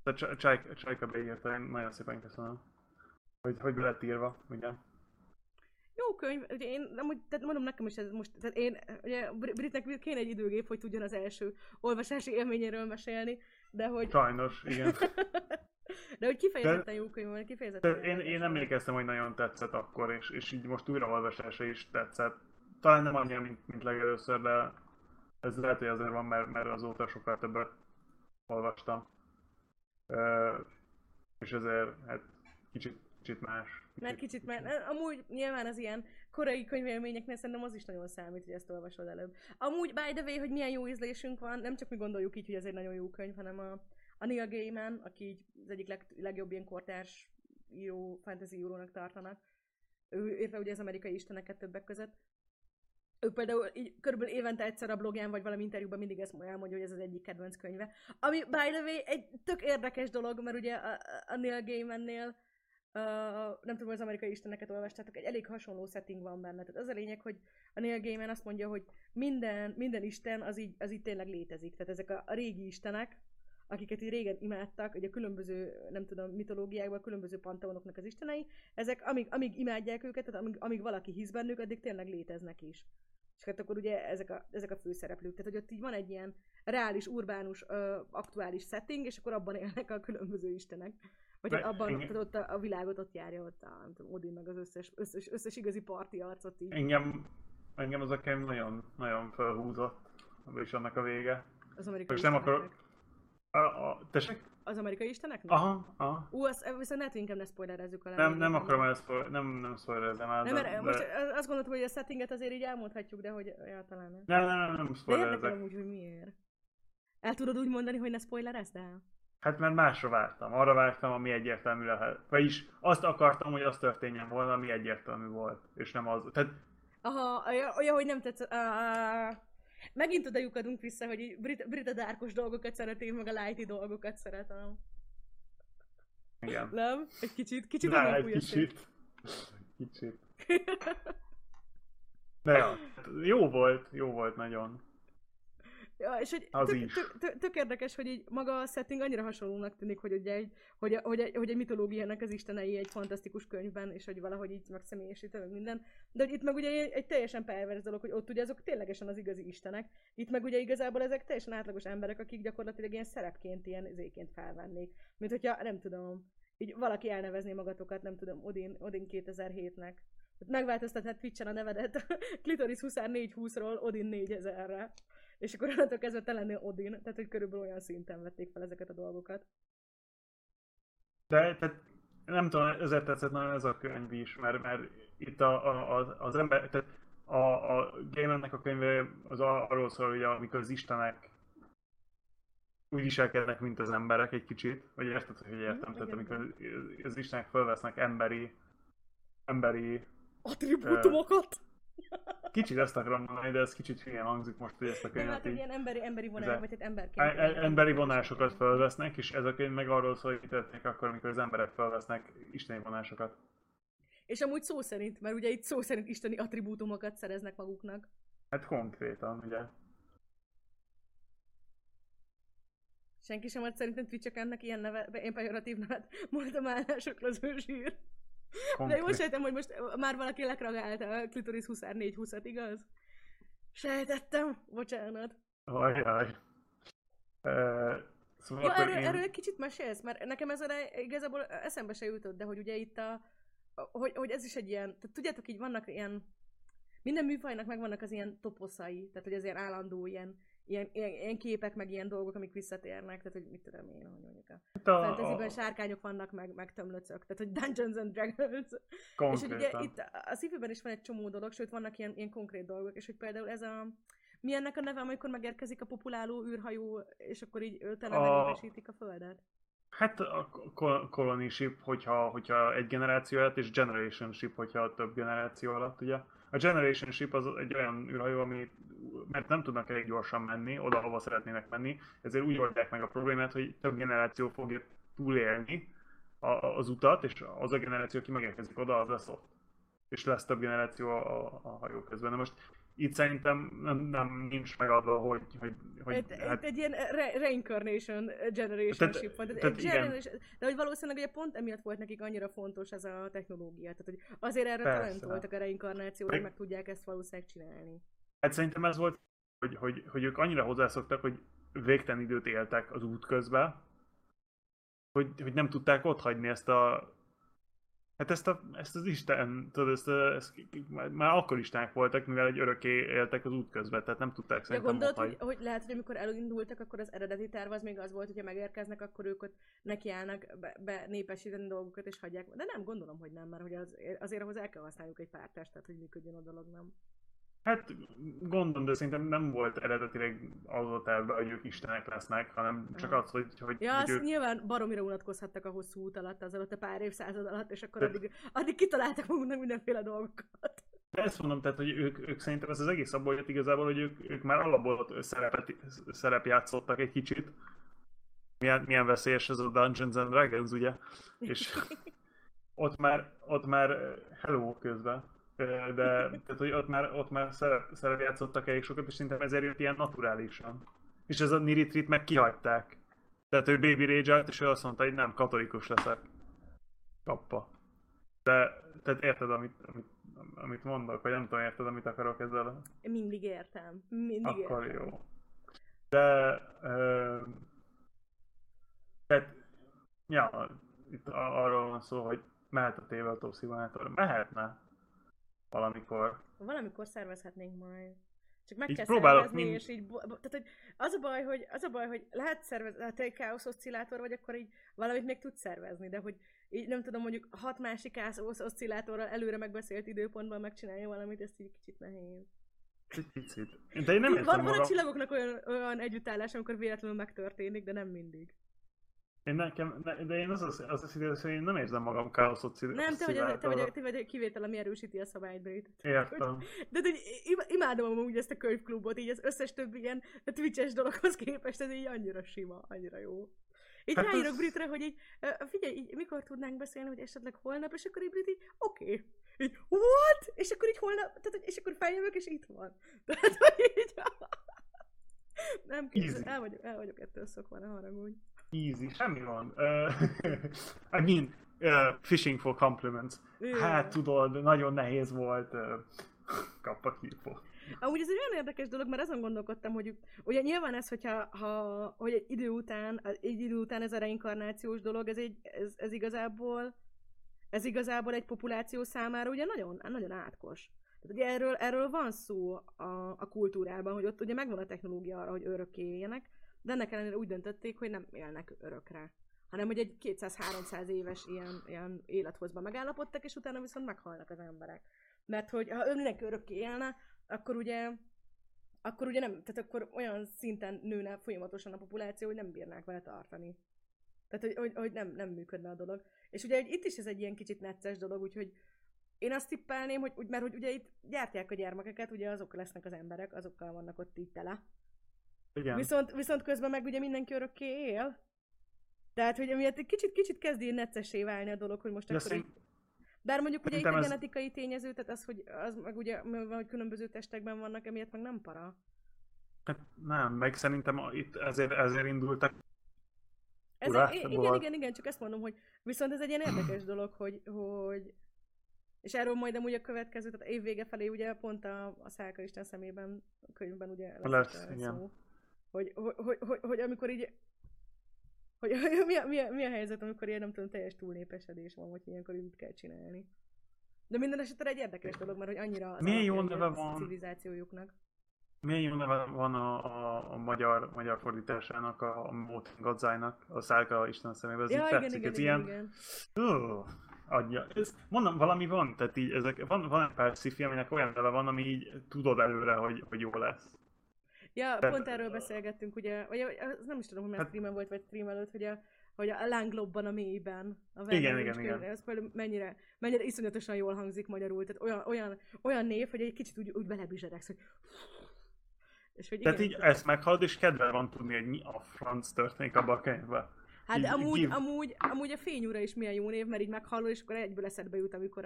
Csajka beírta, én nagyon szépen köszönöm. Hogy be lett írva, igen. Jó könyv, ugye én, amúgy, tehát mondom nekem is ez most, tehát én, ugye Britnek kéne egy időgép, hogy tudjon az első olvasási élményéről mesélni, de hogy... Sajnos, igen. De hogy kifejezetten jó könyv van, kifejezetten én emlékeztem, hogy nagyon tetszett akkor, és így most újraolvasása is tetszett. Talán nem annyira, mint legelőször, de ez lehet, hogy azért van, mert azóta sokkal többet olvastam. És ezért hát kicsit más. Mert kicsit már, amúgy nyilván az ilyen korai könyvélményeknél szerintem az is nagyon számít, hogy ezt olvasod előbb. Amúgy, by the way, hogy milyen jó ízlésünk van, nem csak mi gondoljuk így, hogy ez egy nagyon jó könyv, hanem a Neil Gaiman, aki így az egyik legjobb ilyen kortárs író, fantasy írónak tartanak. Ő írta ugye az Amerikai Isteneket többek között. Ő például így körülbelül évente egyszer a blogján, vagy valami interjúban mindig ezt elmondja, hogy ez az egyik kedvenc könyve. Ami, by the way, egy tök érdekes dolog, mert ugye a Neil Gaimannél nem tudom, az Amerikai Isteneket olvastátok, egy elég hasonló setting van benne. Tehát az a lényeg, hogy a Neil Gaiman azt mondja, hogy minden isten az így tényleg létezik. Tehát ezek a régi istenek, akiket így régen imádtak, ugye a különböző, nem tudom, mitológiákban, a különböző panteonoknak az istenei, ezek amíg imádják őket, tehát amíg valaki hisz bennük, addig tényleg léteznek is. És hát akkor ugye ezek a főszereplők. Tehát, hogy ott így van egy ilyen reális, urbánus, aktuális setting, és akkor abban élnek a különböző istenek. Vagy abban, tehát ott a világot ott járja, ott nem tudom, Odin meg az összes igazi parti arcot így. Engem az a könyv nagyon, nagyon felhúzott, és annak a vége. Az Amerikai és nem Isteneknek. Tessék? Az Amerikai Isteneknek? Aha. Azt viszont lehet, hogy inkább ne spoilerezzük alá. Nem akarom nem spoilerezzem el. Nem, mert most azt gondoltam, hogy a settinget azért így elmondhatjuk, de hogy talán nem. Nem spoilerezek. De érdekel amúgy, hogy miért. El tudod úgy mondani, hogy ne spoilerezd el? Hát mert másra vártam. Arra vártam, ami egyértelmű lehet. Vagyis azt akartam, hogy az történjen volna, ami egyértelmű volt. És nem az. Tehát... Aha, olyan, hogy nem tetszett. Megint oda lyukadunk vissza, hogy így Brita dárkos dolgokat szeret, én meg a lighty dolgokat szeretem. Igen. Nem? Egy kicsit Na, egy kicsit. De jó volt nagyon. Ja, és hogy tök érdekes, hogy így maga a setting annyira hasonlónak tűnik, hogy ugye hogy egy mitológiának az istenei egy fantasztikus könyvben, és hogy valahogy így megszemélyesítve meg minden. De hogy itt meg ugye egy teljesen pervers dolog, hogy ott ugye azok ténylegesen az igazi istenek. Itt meg ugye igazából ezek teljesen átlagos emberek, akik gyakorlatilag ilyen szerepként, ilyen izéként felvennék. Mint hogyha, nem tudom, így valaki elnevezné magatokat, nem tudom, Odin 2007-nek. Megváltoztathat Twitch-en a nevedet Clitoris 2420-ról Odin 4000-re. És akkor onnantól kezdve te lennél Odin, tehát hogy körülbelül olyan szinten vették fel ezeket a dolgokat. De tehát nem tudom, ezért tetszett nagyon ez a könyv is, mert itt az ember, tehát a Gaimannek a könyve az arról szól, hogy amikor az istenek úgy viselkednek, mint az emberek egy kicsit, vagy érted, hogy értem, tehát amikor az istenek felvesznek emberi attribútumokat! Kicsit ezt akarom mondani, de ez kicsit hülyen hangzik most, hogy ezt a könyvet így... ilyen emberi vonás, vagy hát emberként... Emberi vonásokat felvesznek, és ez a könyv meg arról szól, hogy mit történik akkor, amikor az emberek felvesznek isteni vonásokat. És amúgy szó szerint, mert ugye itt szó szerint isteni attribútumokat szereznek maguknak. Hát konkrétan, ugye. Senki sem ad szerintem Twitch-ekennek ilyen neve, ilyen pejoratív nevet, mondtam állásokra az őzsír. De jól sejtem, hogy most már valaki lekragálta a Clitoris 2420-at, igaz? Sejtettem, bocsánat. Ajjaj. Szóval ja, erről egy kicsit mesélsz, mert nekem ez igazából eszembe se jutott, de hogy ugye itt hogy ez is egy ilyen, tehát tudjátok, így vannak ilyen, minden műfajnak megvannak az ilyen toposzai, tehát hogy az ilyen állandó ilyen képek, meg ilyen dolgok, amik visszatérnek, tehát hogy mit tudom én, hogy mondjuk a fantasyben sárkányok vannak, meg tömlöcök, tehát hogy Dungeons and Dragons. Konkrétan. És hogy ugye itt a sci-fiben is van egy csomó dolog, sőt vannak ilyen konkrét dolgok, és hogy például ez mi ennek a neve, amikor megérkezik a populáló űrhajó, és akkor így talán megnépesítik a Földet? Hát a colony ship, hogyha egy generáció alatt, és generation ship, hogyha több generáció alatt, ugye. A generation ship az egy olyan űrhajó, mert nem tudnak elég gyorsan menni, oda, hova szeretnének menni, ezért úgy oldják meg a problémát, hogy több generáció fogja túlélni az utat, és az a generáció, aki megérkezik oda, az lesz ott. És lesz több generáció a hajó közben. Na most itt szerintem nincs megadva, hogy itt egy ilyen reincarnation generationship van. De hogy valószínűleg ugye pont emiatt volt nekik annyira fontos ez a technológia. Tehát, hogy azért erre talentoltak a reinkarnációra, hogy meg tudják ezt valószínűleg csinálni. Hát szerintem ez volt, hogy ők annyira hozzászoktak, hogy végtelen időt éltek az út közben, hogy nem tudták otthagyni ezt a... Hát ezt az Isten, tudod, már akkor Istenek voltak, mivel egy örökké éltek az út közben, tehát nem tudták szerintem gondolod, hogy lehet, hogy amikor elindultak, akkor az eredeti terv az még az volt, hogyha megérkeznek, akkor ők ott nekiállnak benépesíteni dolgokat és hagyják. De nem, gondolom, hogy nem, mert hogy azért ahhoz el kell használjuk egy pár testet, hogy működjön a dolog, nem? Hát gondolom, de szerintem nem volt eredetileg az a tervben, hogy ők istenek lesznek, hanem csak az, hogy ja, azt ők... nyilván baromira unatkozhattak a hosszú út alatt, az alatt a pár évszázad alatt, és akkor addig kitaláltak magunknak mindenféle dolgokat. De ezt mondom, tehát, hogy ők szerintem ez az egész abból jött igazából, hogy ők már alapból szerepjátszottak egy kicsit. Milyen veszélyes ez a Dungeons and Dragons, ugye? És ott már hello közben. De tehát, hogy ott már szerepjátszottak elég sokat, és szerintem ezért jött ilyen naturálisan. És ez a Niritrit meg kihagyták. Tehát ő Baby Rage-elt, és ő azt mondta, hogy nem, katolikus leszek. Kappa. De tehát érted, amit mondok, vagy nem tudom, érted, amit akarok ezzel? Mindig értem. Akkor jó. De... tehát... Ja, itt arról van szó, hogy mehet a Tabletop Simulator. Mehetne. Valamikor szervezhetnénk majd. Csak meg kell szervezni, és így... Tehát, hogy az a baj, hogy lehet szervezni, ha te egy Chaos Oszcillátor vagy, akkor így valamit még tudsz szervezni, de hogy így nem tudom, mondjuk 6 másik Chaos Oszcillátorral előre megbeszélt időpontban megcsinálni valamit, ezt így kicsit nehéz. Egy picit. De én nem értem van a csillagoknak olyan együttállás, amikor véletlenül megtörténik, de nem mindig. De én az hogy én nem érzem magam Chaos Oszcillátorral. Nem, te vagy a kivétel, ami erősíti a szabályt. Értem. De imádom amúgy ezt a könyvklubot, így az összes többi ilyen Twitch-es dologhoz képest, ez így annyira sima, annyira jó. Így hát ráírok Britre, hogy így, figyelj, így, mikor tudnánk beszélni, hogy esetleg holnap, és akkor így Brit így, oké. Így, what? És akkor így holnap, tehát, és akkor feljövök, és itt van. Tehát, hogy így... Nem kész, el vagyok ettől szokva, ne haragudj. Easy, semmi van. I mean, fishing for compliments. Hát tudod, nagyon nehéz volt. Kappa hírból. Amúgy ez egy olyan érdekes dolog, mert azon gondolkodtam, hogy ugye nyilván ez, hogy egy idő után ez a reinkarnációs dolog, ez igazából egy populáció számára ugye nagyon átkos. Tehát ugye erről van szó a kultúrában, hogy ott ugye megvan a technológia arra, hogy örökké éljenek, de ennek ellenére úgy döntötték, hogy nem élnek örökre, hanem hogy egy 200-300 éves ilyen élethozban megállapodtak, és utána viszont meghalnak az emberek. Mert hogy ha mindenki örökké élne, akkor ugye nem, tehát akkor olyan szinten nőne folyamatosan a populáció, hogy nem bírnák vele tartani. Tehát, hogy nem működne a dolog. És ugye itt is ez egy ilyen kicsit necces dolog, úgyhogy én azt tippelném, mert hogy ugye itt gyártják a gyermekeket, ugye azok lesznek az emberek, azokkal vannak ott így tele. Igen. Viszont közben meg ugye mindenki örökké él. Tehát, hogy emiatt egy kicsit kezd ilyen neccessé válni a dolog, hogy most akkor... Bár mondjuk ugye itt a genetikai tényező, tehát az, hogy az meg ugye, hogy különböző testekben vannak, emiatt meg nem para. Hát nem, meg szerintem itt ezért indultak. Igen, csak ezt mondom, hogy viszont ez egy ilyen érdekes dolog, hogy és erről majd amúgy a következő, tehát évvége felé ugye pont a Szálka Isten szemében a könyvben ugye lesz szó. Hogy amikor így hogy mi a helyzet, amikor ilyen nem tudom, teljes túlnépesedés van, hogy ilyenkor mit kell csinálni. De minden esetre egy érdekes dolog, mert hogy annyira az a civilizációjuknak. Milyen jó neve van a magyar fordításának, a Motin Gadzajnak, a Szálka Isten szemében, ez így tetszik, ez ilyen... Adja. Mondom, valami van, tehát így van egy pár sci-fi, aminek olyan neve van, ami így tudod előre, hogy jó lesz. Ja, pont erről beszélgettünk, ugye, vagy nem is tudom, hogy már streamen volt, vagy stream előtt, hogy a lánglobban a mélyben. Igen. Ez például mennyire iszonyatosan jól hangzik magyarul, tehát olyan név, hogy egy kicsit úgy belebizseregsz, hogy... És hogy tehát igen, így ezt meghallod, és kedve van tudni, hogy mi a franc történik abban a könyvben. Hát de amúgy a fényúra is milyen jó név, mert így meghallod, és akkor egyből eszedbe jut, amikor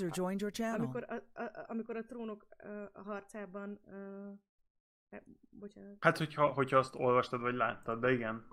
amikor a trónok harcában... bocsánat. Hát, hogyha azt olvastad, vagy láttad, de igen.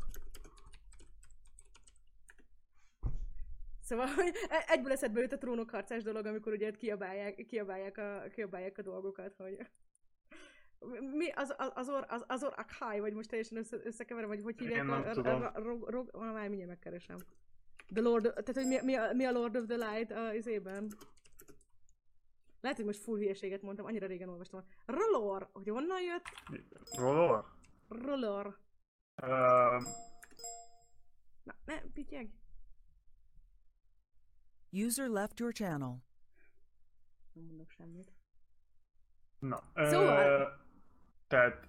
Szóval egyből eszedbe jut a trónok harcás dolog, amikor ugye kiabálják a dolgokat, hogy... Mi az Akai, vagy most teljesen összekeverem, vagy hogy hívják? Én nem tudom. Már mindjárt megkeresem. The Lord, tehát hogy mi a Lord of the Light izében? Lehet, hogy most full hülyeséget mondtam, annyira régen olvastam. Rolor, hogy honnan jött? Rolor? Rolor. Na, ne, pittyeg. User left your channel. Nem mondok semmit. Na, szóval... Tehát...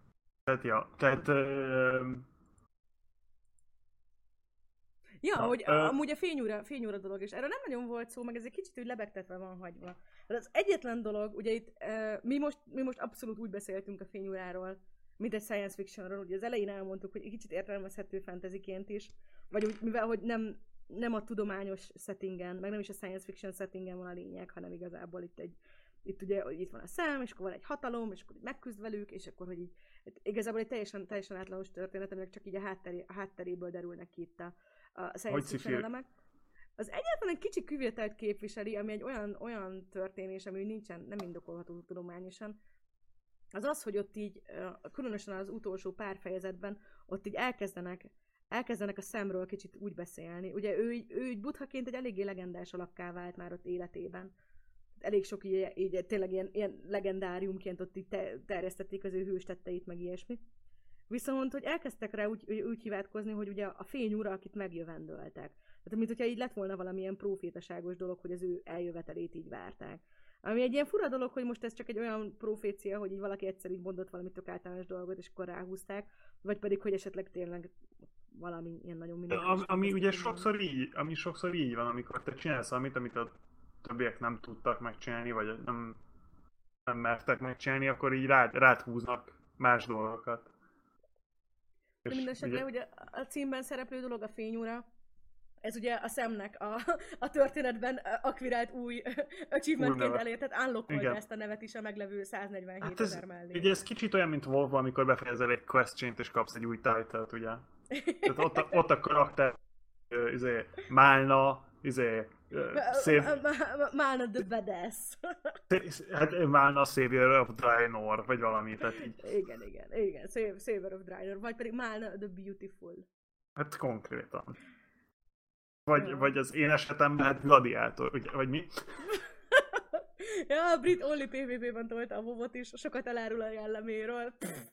Ja, hogy amúgy a fényúra dolog, és erről nem nagyon volt szó, meg ez egy kicsit úgy lebegtetve van hagyva. De az egyetlen dolog, ugye itt mi most abszolút úgy beszéltünk a fényúráról, mint egy science fictionról, ugye az elején elmondtuk, hogy egy kicsit értelmezhető fantasyként is, vagy úgy, mivel hogy nem a tudományos settingen, meg nem is a science fiction settingen van a lényeg, hanem igazából itt ugye itt van a szem, és akkor van egy hatalom, és akkor megküzd velük, és akkor hogy így igazából egy teljesen átlagos történet, aminek csak így a hátteréből derülnek ki itt a science fiction elemek. Az egyetlen egy kicsi kivételt képviseli, ami egy olyan történés, ami nem indokolható tudományosan, az az, hogy ott így, különösen az utolsó pár fejezetben, ott így elkezdenek a szemről kicsit úgy beszélni. Ugye ő így buddhaként egy eléggé legendás alakká vált már ott életében. Elég sok így tényleg ilyen legendáriumként ott így terjesztették az ő hőstetteit, meg ilyesmi. Viszont, hogy elkezdtek rá úgy hivatkozni, hogy ugye a fényúra, akit megjövendöltek. Tehát, mint hogyha így lett volna valamilyen profétaságos dolog, hogy az ő eljövetelét így várták. Ami egy ilyen fura dolog, hogy most ez csak egy olyan profécia, hogy így valaki egyszer így mondott valami tök általános dolgot, és akkor ráhúzták, vagy pedig, hogy esetleg tényleg valami ilyen nagyon minőséges. Ami ugye sokszor így van, amikor te csinálsz valamit, amit a többiek nem tudtak megcsinálni, vagy nem mertek megcsinálni, akkor így rád húznak más dolgokat. De mindenesetre ugye a címben szereplő dolog a fényúra, ez ugye a szemnek a történetben akvirált új achievementként elért, tehát unlockolja ezt a nevet is a meglevő 147 000 mellé. Ugye ez kicsit olyan, mint WoW, amikor befejezel egy quest chain-t és kapsz egy új title-t, ugye? Tehát ott a karakter Málna, Málna the Badass. Hát Málna Savior of Draenor, vagy valami, tehát így. Igen, Savior of Draenor, vagy pedig Málna the Beautiful. Hát konkrétan. Vagy az én esetemben hát Gladiátor, ugye, vagy mi? Ja, a brit Only PvP-ben tolta a WoW-ot is, sokat elárul a jelleméről.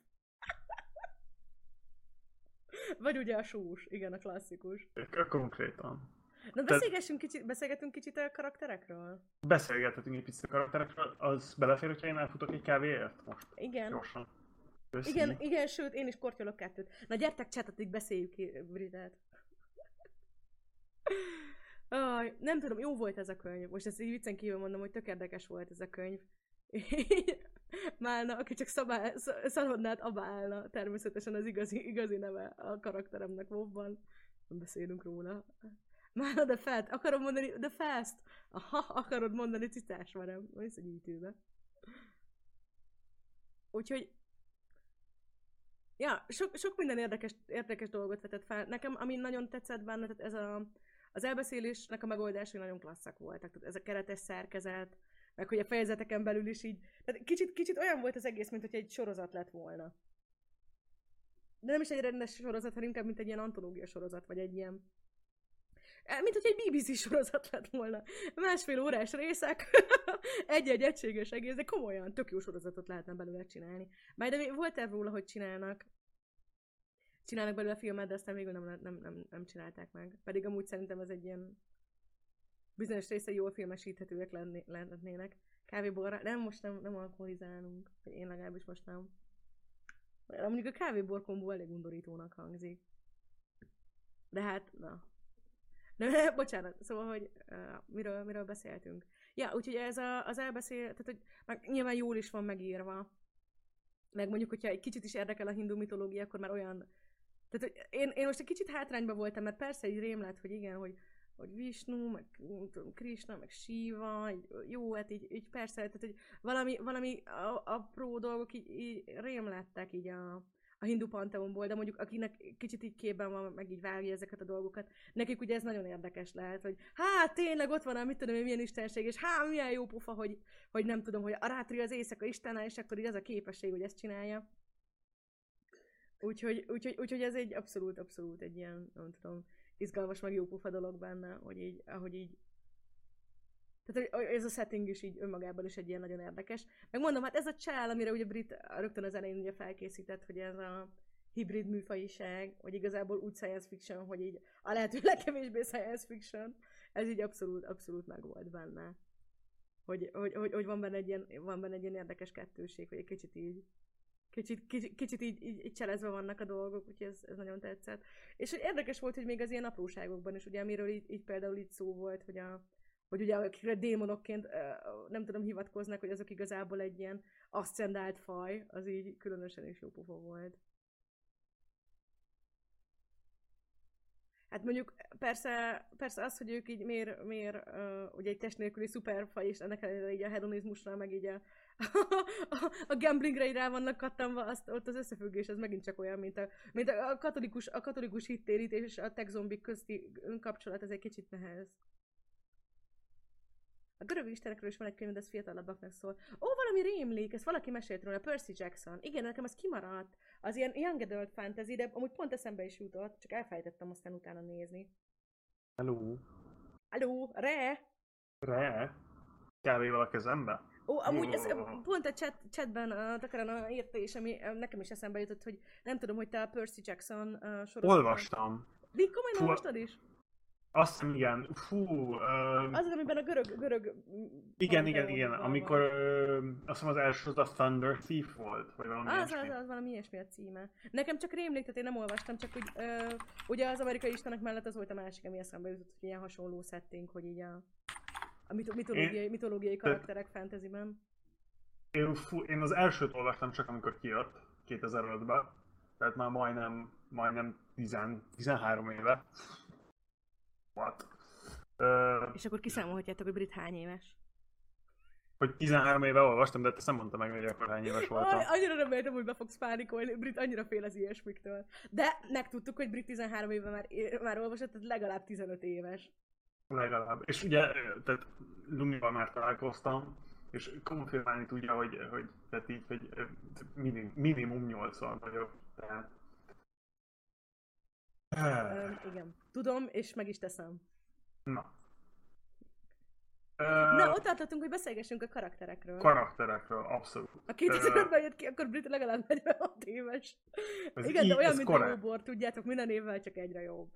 Vagy ugye a sós, igen, a klasszikus. Konkrétan. Na beszélgetünk kicsit a karakterekről? Beszélgethetünk egy picit a karakterekről, az belefér, hogyha én elfutok egy kávéért most? Igen. Gyorsan. Igen, sőt, én is kortyolok 2. Na gyertek csátatig, beszéljük ki Britet. Nem tudom, jó volt ez a könyv. Most ezt így viccen kívül mondom, hogy tök érdekes volt ez a könyv. Málna, aki csak Szalonnát abálna, természetesen az igazi neve a karakteremnek WoW-ban. Nem beszélünk róla. Málna the Fat. Akarom mondani the Fast. Aha, akarod mondani cicás verem. Visz a gyűjtőbe. Úgyhogy ja, sok minden érdekes dolgot vetett fel. Nekem, ami nagyon tetszett benne, tehát ez az elbeszélésnek a megoldásai nagyon klasszak voltak. Tehát ez a keretes szerkezet, meg hogy a fejezeteken belül is így... Tehát kicsit olyan volt az egész, mint hogy egy sorozat lett volna. De nem is egy rendes sorozat, hanem inkább mint egy ilyen antológia sorozat, vagy egy ilyen... Mint hogy egy BBC sorozat lett volna. 1,5 órás részek, egy-egy egységes egész, de komolyan tök jó sorozatot lehetne belőle csinálni. De volt-e róla, hogy csinálnak belőle filmet, de aztán végül nem csinálták meg. Pedig amúgy szerintem ez egy ilyen bizonyos része jól filmesíthetőek lennének. Kávéborra, most nem alkoholizálunk. Én legalábbis most nem. Mondjuk a kávébor kombó elég undorítónak hangzik. De hát, na. De bocsánat, szóval, hogy miről beszéltünk. Ja, úgyhogy ez az tehát hogy nyilván jól is van megírva. Meg mondjuk, hogyha egy kicsit is érdekel a hindu mitológia, akkor már Tehát, hogy én most egy kicsit hátrányban voltam, mert persze egy rém lett, hogy igen, hogy Vishnu, meg nem tudom, Krishna, meg Shiva, jó, hát így persze, tehát hogy valami apró dolgok így rém lettek így a hindu panteonból, de mondjuk akinek kicsit így képben van, meg így vágja ezeket a dolgokat, nekik ugye ez nagyon érdekes lehet, hogy hát tényleg ott van, mit tudom én, milyen istenség, és milyen jó pofa, hogy nem tudom, hogy a Rátri az éjszaka istene, és akkor így az a képesség, hogy ezt csinálja. Úgyhogy ez egy abszolút egy ilyen, nem tudom, izgalmas, meg jó pofa dolog benne, hogy így, ahogy így... Tehát ez a setting is így önmagában is egy ilyen nagyon érdekes. Meg mondom, hát ez a csál, amire ugye Brit rögtön az elején ugye felkészített, hogy ez a hibrid műfajiság, hogy igazából úgy science fiction, hogy így a lehető legkevésbé science fiction, ez így abszolút megvolt benne. Hogy van benne egy ilyen érdekes kettőség, hogy egy kicsit így cselezve vannak a dolgok, úgyhogy ez nagyon tetszett. És hogy érdekes volt, hogy még az ilyen apróságokban is, ugye amiről így például így szó volt, hogy ugye akikre démonokként nem tudom hivatkoznak, hogy azok igazából egy ilyen aszcendált faj, az így különösen is jó pofa volt. Hát mondjuk persze az, hogy ők így miért ugye egy test nélküli szuperfaj, és ennek ellenére így a hedonizmusra, meg így a gamblingre így rá vannak kattanva, ott az összefüggés, ez megint csak olyan, mint a katolikus hittérítés és a tech zombik közti kapcsolat, ez egy kicsit nehez. A görög istenekről is van egy könyv, de ez fiatalabbaknak szól. Valami rémlik, ezt valaki mesélt róla, Percy Jackson. Igen, nekem az kimaradt. Az ilyen young adult fantasy, de amúgy pont eszembe is jutott, csak elfelejtettem aztán utána nézni. Hello, Re? Kávéval a kezembe? Amúgy ez pont a chatben a Takarana írta, és ami nekem is eszembe jutott, hogy nem tudom, hogy te a Percy Jackson sorozatot... Olvastam. Komolyan olvastad is? Azt hiszem, igen. Az, amiben a görög... Igen. Amikor azt hiszem az első az a Thunder Thief volt, vagy valami ilyesmi. Az valami ilyesmi a címe. Nekem csak rémlik, tehát én nem olvastam, csak úgy, ugye az amerikai istenek mellett az volt a másik, ami eszembe jutott, hogy ilyen hasonló setting, hogy így a mitológiai karakterek fantasyben. Én az elsőt olvastam csak amikor kijött, 2005-ben, tehát már majdnem 13 éve. What? És akkor kiszámolhatjátok, hogy Brit hány éves? Hogy 13 éve olvastam, de ezt nem mondtam meg, hogy akkor hány éves voltam. Annyira reméltem, hogy be fogsz pánikolni, Brit annyira fél az ilyesmiktől. De megtudtuk, hogy Brit 13 éve már olvasott, tehát legalább 15 éves. Legalább. És ugye, tehát Lumival már találkoztam, és konfirmálni tudja, hogy tehát így, hogy minimum 80 vagyok. Tehát... Igen. Tudom, és meg is teszem. Na, ott tartottunk, hogy beszélgessünk a karakterekről. Abszolút. A 2005-ben jött ki, akkor Brit legalább 46 éves. Igen, de olyan, mint a jóbor, tudjátok, minden évvel csak egyre jobb.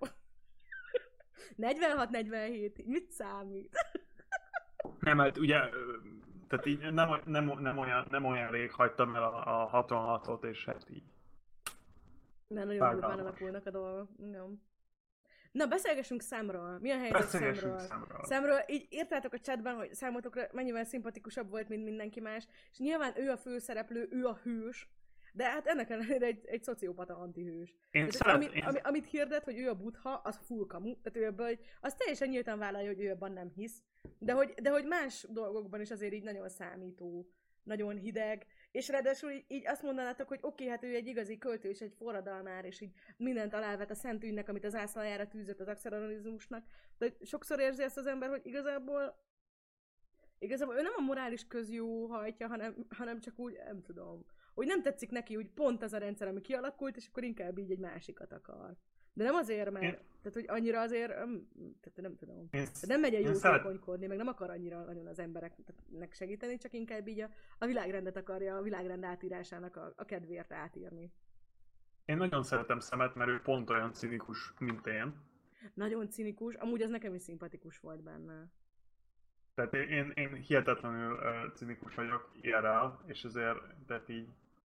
46-47, mit számít? Nem, hát ugye, tehát így nem olyan rég hagytam el a 66-ot, és hát így. Mert nagyon durván alakulnak a dolgok. Igen. Na, beszélgessünk Samról. Mi a helyzet Samról? Samról, így írtátok a chatben, hogy számotokra mennyivel szimpatikusabb volt, mint mindenki más, és nyilván ő a főszereplő, ő a hős, de hát ennek ellenére egy szociopata antihős. Amit hirdet, hogy ő a Buddha, az full kamu, tehát ő ebből, az teljesen nyíltan vállalja, hogy ő abban nem hisz, de hogy más dolgokban is azért így nagyon számító, nagyon hideg, és ráadásul így azt mondanátok, hogy oké, hát ő egy igazi költő és egy forradalmár, és így mindent alávet a szent ügynek, amit az ászlajára tűzött az axeronizmusnak, de sokszor érzi ezt az ember, hogy igazából ő nem a morális közjó hajtja, hanem csak úgy, nem tudom, hogy nem tetszik neki, hogy pont az a rendszer, ami kialakult, és akkor inkább így egy másikat akar. De nem azért, mert, tehát hogy annyira azért, tehát nem tudom. Nem megy el jótékonykodni, meg nem akar annyira nagyon az embereknek segíteni, csak inkább így a világrendet akarja, a világrend átírásának a kedvéért átírni. Én nagyon szeretem Samet, mert ő pont olyan cinikus, mint én. Nagyon cinikus, amúgy az nekem is szimpatikus volt benne. Tehát én hihetetlenül cinikus vagyok ilyenrel, és ezért, tehát így,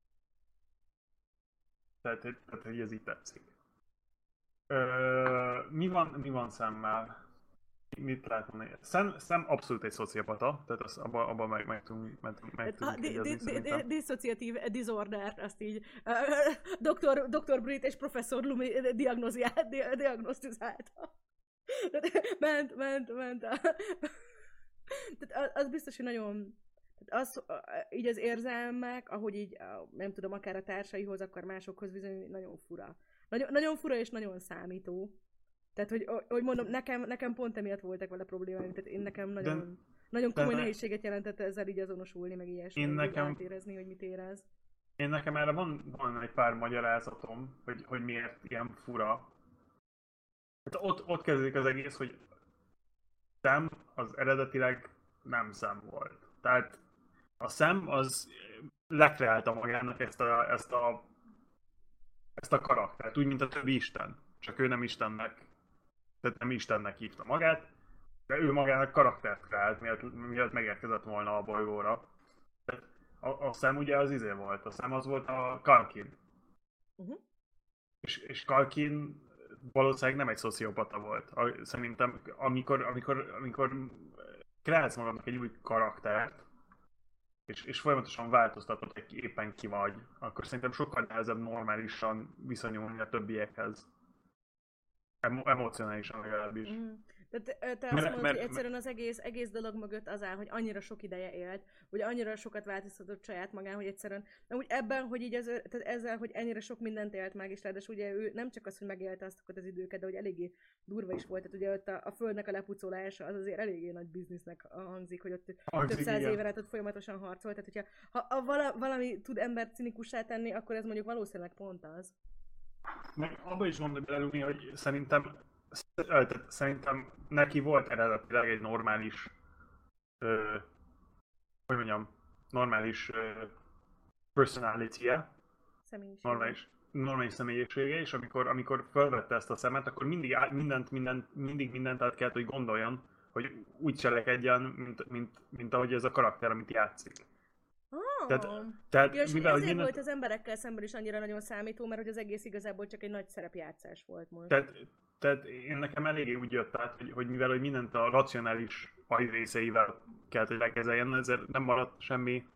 tehát hogy ez így tetszik. Mi van Sammel? mit lehet mondani? Sam abszolút egy szociopata, tehát abban meg tudunk egyezni szerintem. Dissociatív disorder, azt így Dr. Brit és Professzor Lumi diagnosztizálta. Ment. Tehát az biztos, hogy nagyon... Tehát így az érzelmek, ahogy így, nem tudom, akár a társaihoz, akár másokhoz bizony nagyon fura. Nagyon fura és nagyon számító. Tehát, hogy mondom, nekem pont emiatt voltak vele problémáim, tehát nekem nagyon komoly nehézséget jelentett ezzel így azonosulni, meg ilyesmi, átérezni, hogy mit érez. Nekem erre van egy pár magyarázatom, hogy miért ilyen fura. Hát ott kezdődik az egész, hogy Sam az eredetileg nem Sam volt. Tehát a Sam az lekreálta magának ezt a karaktert, úgy, mint a többi isten. Csak ő nem Istennek, tehát nem Istennek hívta magát, de ő magának karaktert kreált, miatt megérkezett volna a bolygóra. A Sam ugye az volt, a Sam az volt a Karkin. Uh-huh. És Karkin valószínűleg nem egy szociopata volt. Szerintem amikor kreálsz magadnak egy új karaktert, és folyamatosan változtatod, hogy éppen ki vagy, akkor szerintem sokkal nehezebb normálisan viszonyulni a többiekhez. Emocionálisan legalábbis. Mm. Te azt mondod, hogy egyszerűen az egész dolog mögött az áll, hogy annyira sok ideje élt, hogy annyira sokat változtatott saját magán, hogy egyszerűen, úgy ebben, hogy így tehát ezzel, hogy ennyire sok mindent élt meg, és ráadásul ugye ő nem csak az, hogy megélte azokat az időket, de hogy eléggé durva is volt, tehát ugye ott a földnek a lepucolása az azért eléggé nagy biznisznek hangzik, hogy ott több száz éven át ott folyamatosan harcolt, tehát hogyha valami tud embert cinikussá tenni, akkor ez mondjuk valószínűleg pont az. Meg abba is gondolj bele, hogy szerintem neki volt eredetileg egy normális, normális personality-je, normális személyisége, és amikor felvette ezt a szemet, akkor mindig mindent át kellett, hogy gondoljon, hogy úgy cselekedjen, mint ahogy ez a karakter, amit játszik. Tehát mivel, ezért volt az emberekkel szemben is annyira nagyon számító, mert hogy az egész igazából csak egy nagy szerepjátszás volt most. Tehát én nekem eléggé úgy jött át, hogy mivel hogy mindent a racionális agyrészeivel kellett, hogy lekezeljen, ezért nem maradt semmi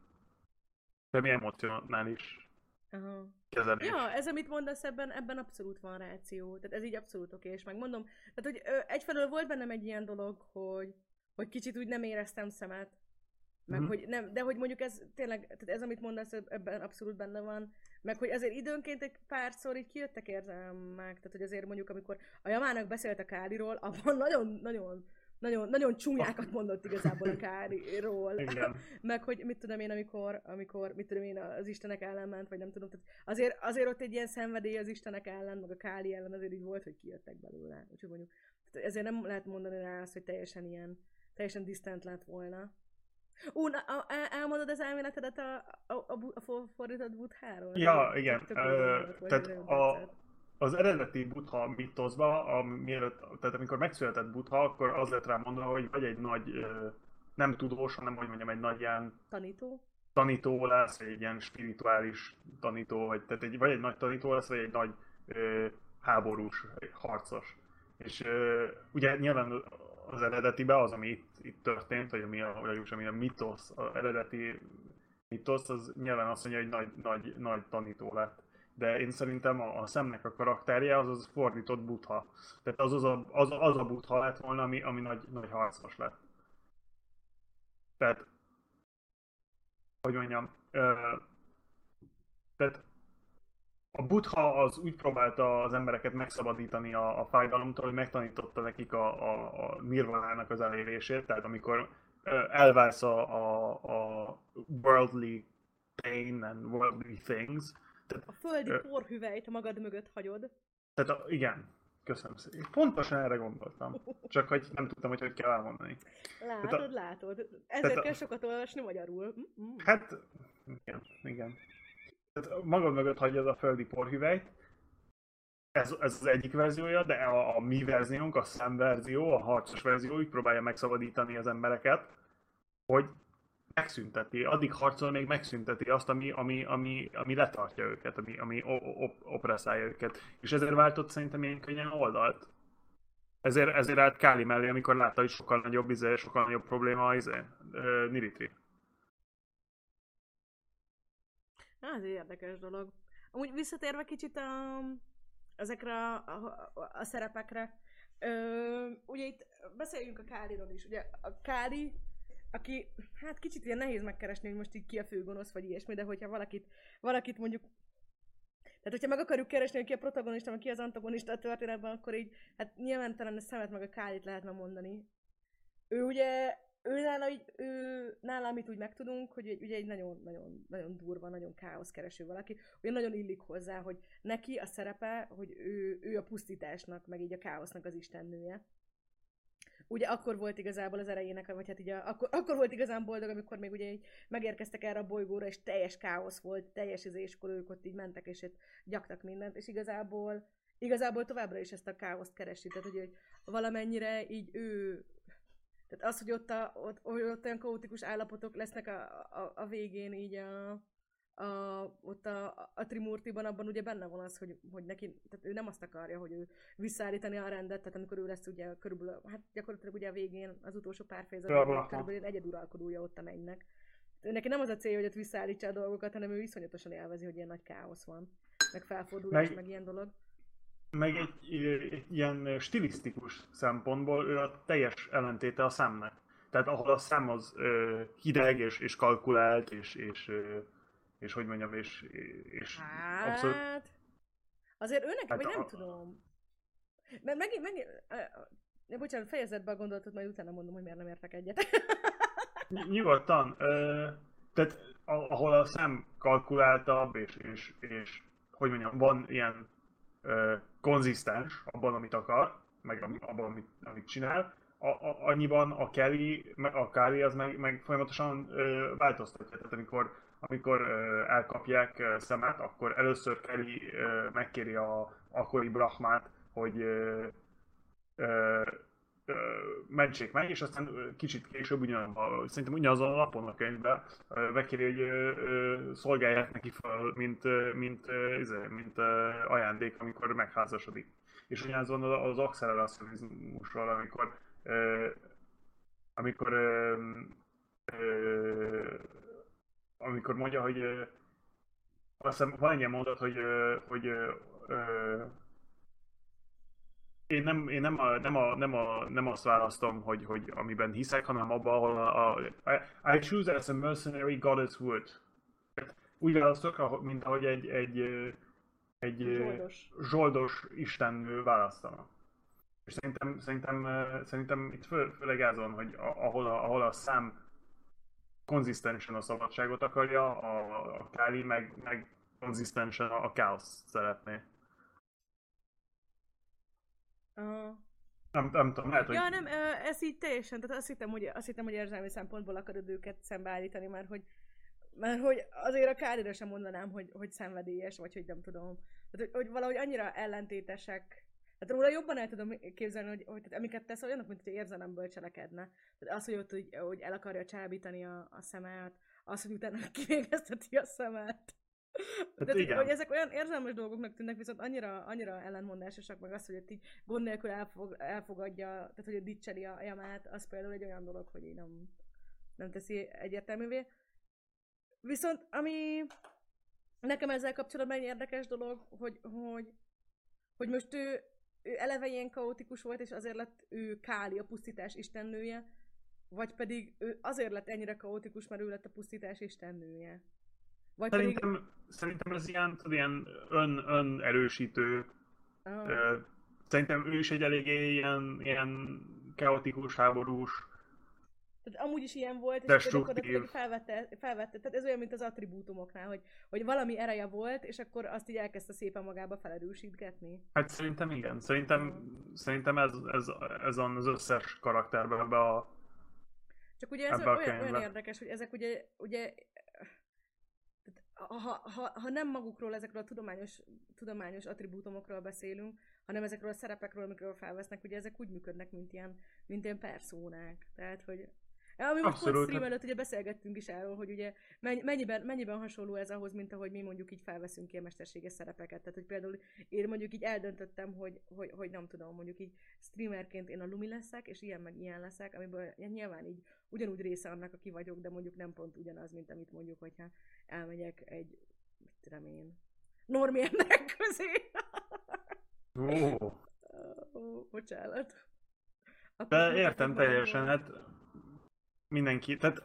emocionális kezelés. Ja, ez amit mondasz, ebben abszolút van ráció. Tehát ez így abszolút oké, és megmondom. Tehát, hogy egyfelől volt bennem egy ilyen dolog, hogy kicsit úgy nem éreztem szemet. Meg hogy nem, de hogy mondjuk ez tényleg, tehát ez amit mondasz, ebben abszolút benne van, meg hogy azért időnként egy párszor így kijöttek érzelmek, tehát hogy azért mondjuk amikor a Yamának beszélt a Káliról, abban nagyon csúnyákat mondott igazából a Káliról. Meg hogy mit tudom én, amikor mit tudom én, az istenek ellen ment, vagy nem tudom, tehát azért ott egy ilyen szenvedély az istenek ellen, meg a Káli ellen azért így volt, hogy kijöttek belőle. Úgyhogy mondjuk, ezért nem lehet mondani rá azt, hogy teljesen distant lett volna. Elmondod az elméletedet a fordított Buddháról? Ja, igen. Tehát az eredeti Buddha mítoszban, tehát amikor megszületett Buddha, akkor az lett rá mondva, hogy vagy egy nagy, nem tudós, hanem hogy mondjam, egy nagy ilyen... Tanító lesz, vagy egy ilyen spirituális tanító, vagy egy nagy tanító lesz, vagy egy nagy háborús, harcos. És ugye nyilván az eredetiben az, ami itt történt, vagy ami a mitosz, az eredeti mitosz, az nyilván azt mondja, hogy nagy tanító lett. De én szerintem a Samnek a karakterje az fordított Buddha. Tehát az a Buddha lett volna, ami nagy harcos lett. Tehát, hogy mondjam, tehát a Buddha az úgy próbálta az embereket megszabadítani a fájdalomtól, hogy megtanította nekik a nirvánának az elérését, tehát amikor elválsz a worldly pain and worldly things. Tehát, a földi porhüvelyt magad mögött hagyod. Tehát igen, köszönöm szépen. Pontosan erre gondoltam, csak hogy nem tudtam, hogy kell elmondani. Látod. Ezért kell sokat olvasni magyarul. Hát, igen. Tehát magad mögött hagyja a földi porhüvelyt. Ez az egyik verziója, de a mi verziónk, a Sam verzió, a harcos verzió úgy próbálja megszabadítani az embereket, hogy megszünteti, addig harcol, még megszünteti azt, ami letartja őket, ami opresszálja őket. És ezért váltott szerintem ilyen könnyen oldalt. Ezért állt Káli mellé, amikor látta, hogy sokkal nagyobb probléma az Niritri. Ez egy érdekes dolog. Amúgy visszatérve kicsit ezekre a szerepekre, ugye itt beszéljünk a Káliról is. Ugye a Káli, aki, hát kicsit ilyen nehéz megkeresni, hogy most így ki a főgonosz, vagy ilyesmi, de hogyha valakit mondjuk, tehát hogyha meg akarjuk keresni, hogy ki a protagonista, vagy ki az antagonista a történetben, akkor így, hát nyilvántalan a Samet meg a Kálit lehetne mondani. Ő ugye, nála amit úgy megtudunk, hogy ugye egy nagyon durva, nagyon káoszkereső valaki, ugye nagyon illik hozzá, hogy neki a szerepe, hogy ő a pusztításnak, meg így a káosznak az istennője. Ugye akkor volt igazából az erejének, vagy hát így akkor volt igazán boldog, amikor még ugye így megérkeztek erre a bolygóra, és teljes káosz volt, teljes és akkor ők ott így mentek, és itt gyaktak mindent, és igazából továbbra is ezt a káoszt keresi, tehát hogy valamennyire így ő, tehát az, hogy ott olyan kaotikus állapotok lesznek a végén így ott a Trimurtiban, abban ugye benne van az, hogy neki, tehát ő nem azt akarja, hogy ő visszaállítani a rendet, tehát amikor ő lesz ugye körülbelül, hát gyakorlatilag ugye a végén, az utolsó pár fejezetben körülbelül egyeduralkodója ott a mennynek. Neki nem az a célja, hogy ott visszaállítsa a dolgokat, hanem ő iszonyatosan élvezi, hogy ilyen nagy káosz van, meg felfordulás, meg ilyen dolog. Meg egy ilyen stilisztikus szempontból ő a teljes ellentéte a Samnek. Tehát ahol a Sam az hideg és kalkulált, és hogy mondjam, és hát, abszolút... azért őnek, vagy nem tudom. Mert megint bocsánat, fejezed be a gondolatot, majd utána mondom, hogy miért nem értek egyet. Nyugodtan. Tehát ahol a Sam kalkuláltabb, és hogy mondjam, van ilyen konzisztens abban, amit akar, meg abban, amit csinál, annyiban a Kelly az meg folyamatosan változtatja. Tehát amikor elkapják Samet, akkor először Kelly megkéri a akkori Brahmát, hogy mentsék meg, és aztán kicsit később szerintem ugyanazon a napon a könyvben megkéri, hogy szolgálják neki fel, mint ajándék, amikor megházasodik. És ugyanazon az acceleracionizmusról, amikor amikor mondja, hogy azt hiszem van egy ilyen mondat, hogy én nem azt választom, hogy amiben hiszek, hanem abban, ahol I choose as a mercenary goddess would. Úgy választok, mint ahogy egy zsoldos istennő választana. És szerintem itt főleg azon, hogy ahol a Sam konzisztensen a szabadságot akarja, a Káli meg konzisztensen a káoszt szeretné. Nem tudom, lehet, hogy... Ja, nem, ez így teljesen, tehát azt hittem, hogy érzelmi szempontból akarod őket szembeállítani, mert hogy azért a Kálira sem mondanám, hogy szenvedélyes, vagy hogy nem tudom. Tehát, hogy valahogy annyira ellentétesek. Tehát róla jobban el tudom képzelni, hogy tehát, amiket tesz, olyanok, mint hogy érzelemből cselekedne. Tehát az, hogy ott hogy el akarja csábítani a szemet, az, hogy utána kivégezteti a szemet. Tehát, hogy ezek olyan érzelmes dolgoknak tűnnek, viszont annyira ellentmondásosak, meg az, hogy ott így gond nélkül elfogadja, tehát hogy dicseli a Yamát, az például egy olyan dolog, hogy így nem teszi egyértelművé. Viszont ami nekem ezzel kapcsolatban egy érdekes dolog, hogy most ő eleve ilyen kaotikus volt, és azért lett ő Káli, a pusztítás istennője, vagy pedig ő azért lett ennyire kaotikus, mert ő lett a pusztítás istennője. Vagy Szerintem ez ilyen önerősítő. Szerintem ő is egy eléggé ilyen kaotikus, háborús. Tehát amúgy is ilyen volt, és gyakorlatilag felvette. Tehát ez olyan, mint az attribútumoknál, hogy valami ereje volt, és akkor azt így elkezdte szépen magába felerősítgetni. Hát szerintem igen. Szerintem ez az összes karakterben ebbe a Csak ugye ez olyan érdekes, hogy ezek ugye ha nem magukról, ezekről a tudományos attribútumokról beszélünk, hanem ezekről a szerepekről, amikről felvesznek, ugye ezek úgy működnek, mint ilyen perszónák. Tehát, hogy Ami most pont Abszolút. stream előtt ugye beszélgettünk is erről, hogy ugye mennyiben hasonló ez ahhoz, mint ahogy mi mondjuk így felveszünk ilyen mesterséges szerepeket. Tehát, hogy például én mondjuk így eldöntöttem, hogy nem tudom, mondjuk így streamerként én a Lumi leszek, és ilyen meg ilyen leszek, amiből nyilván így ugyanúgy része annak, aki vagyok, de mondjuk nem pont ugyanaz, mint amit mondjuk, hogyha elmegyek egy, mit tudom én, normi emberek közé. Bocsánat. De értem teljesen, hát mindenki, tehát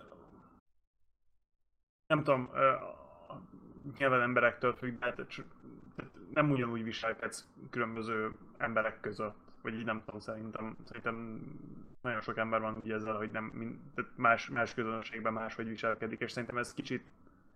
nem tudom, nyilván emberektől függ, de hát nem ugyanúgy viselkedsz különböző emberek között, vagy így nem tudom, szerintem nagyon sok ember van úgy ezzel, hogy nem, tehát más közönségben máshogy viselkedik, és szerintem ez kicsit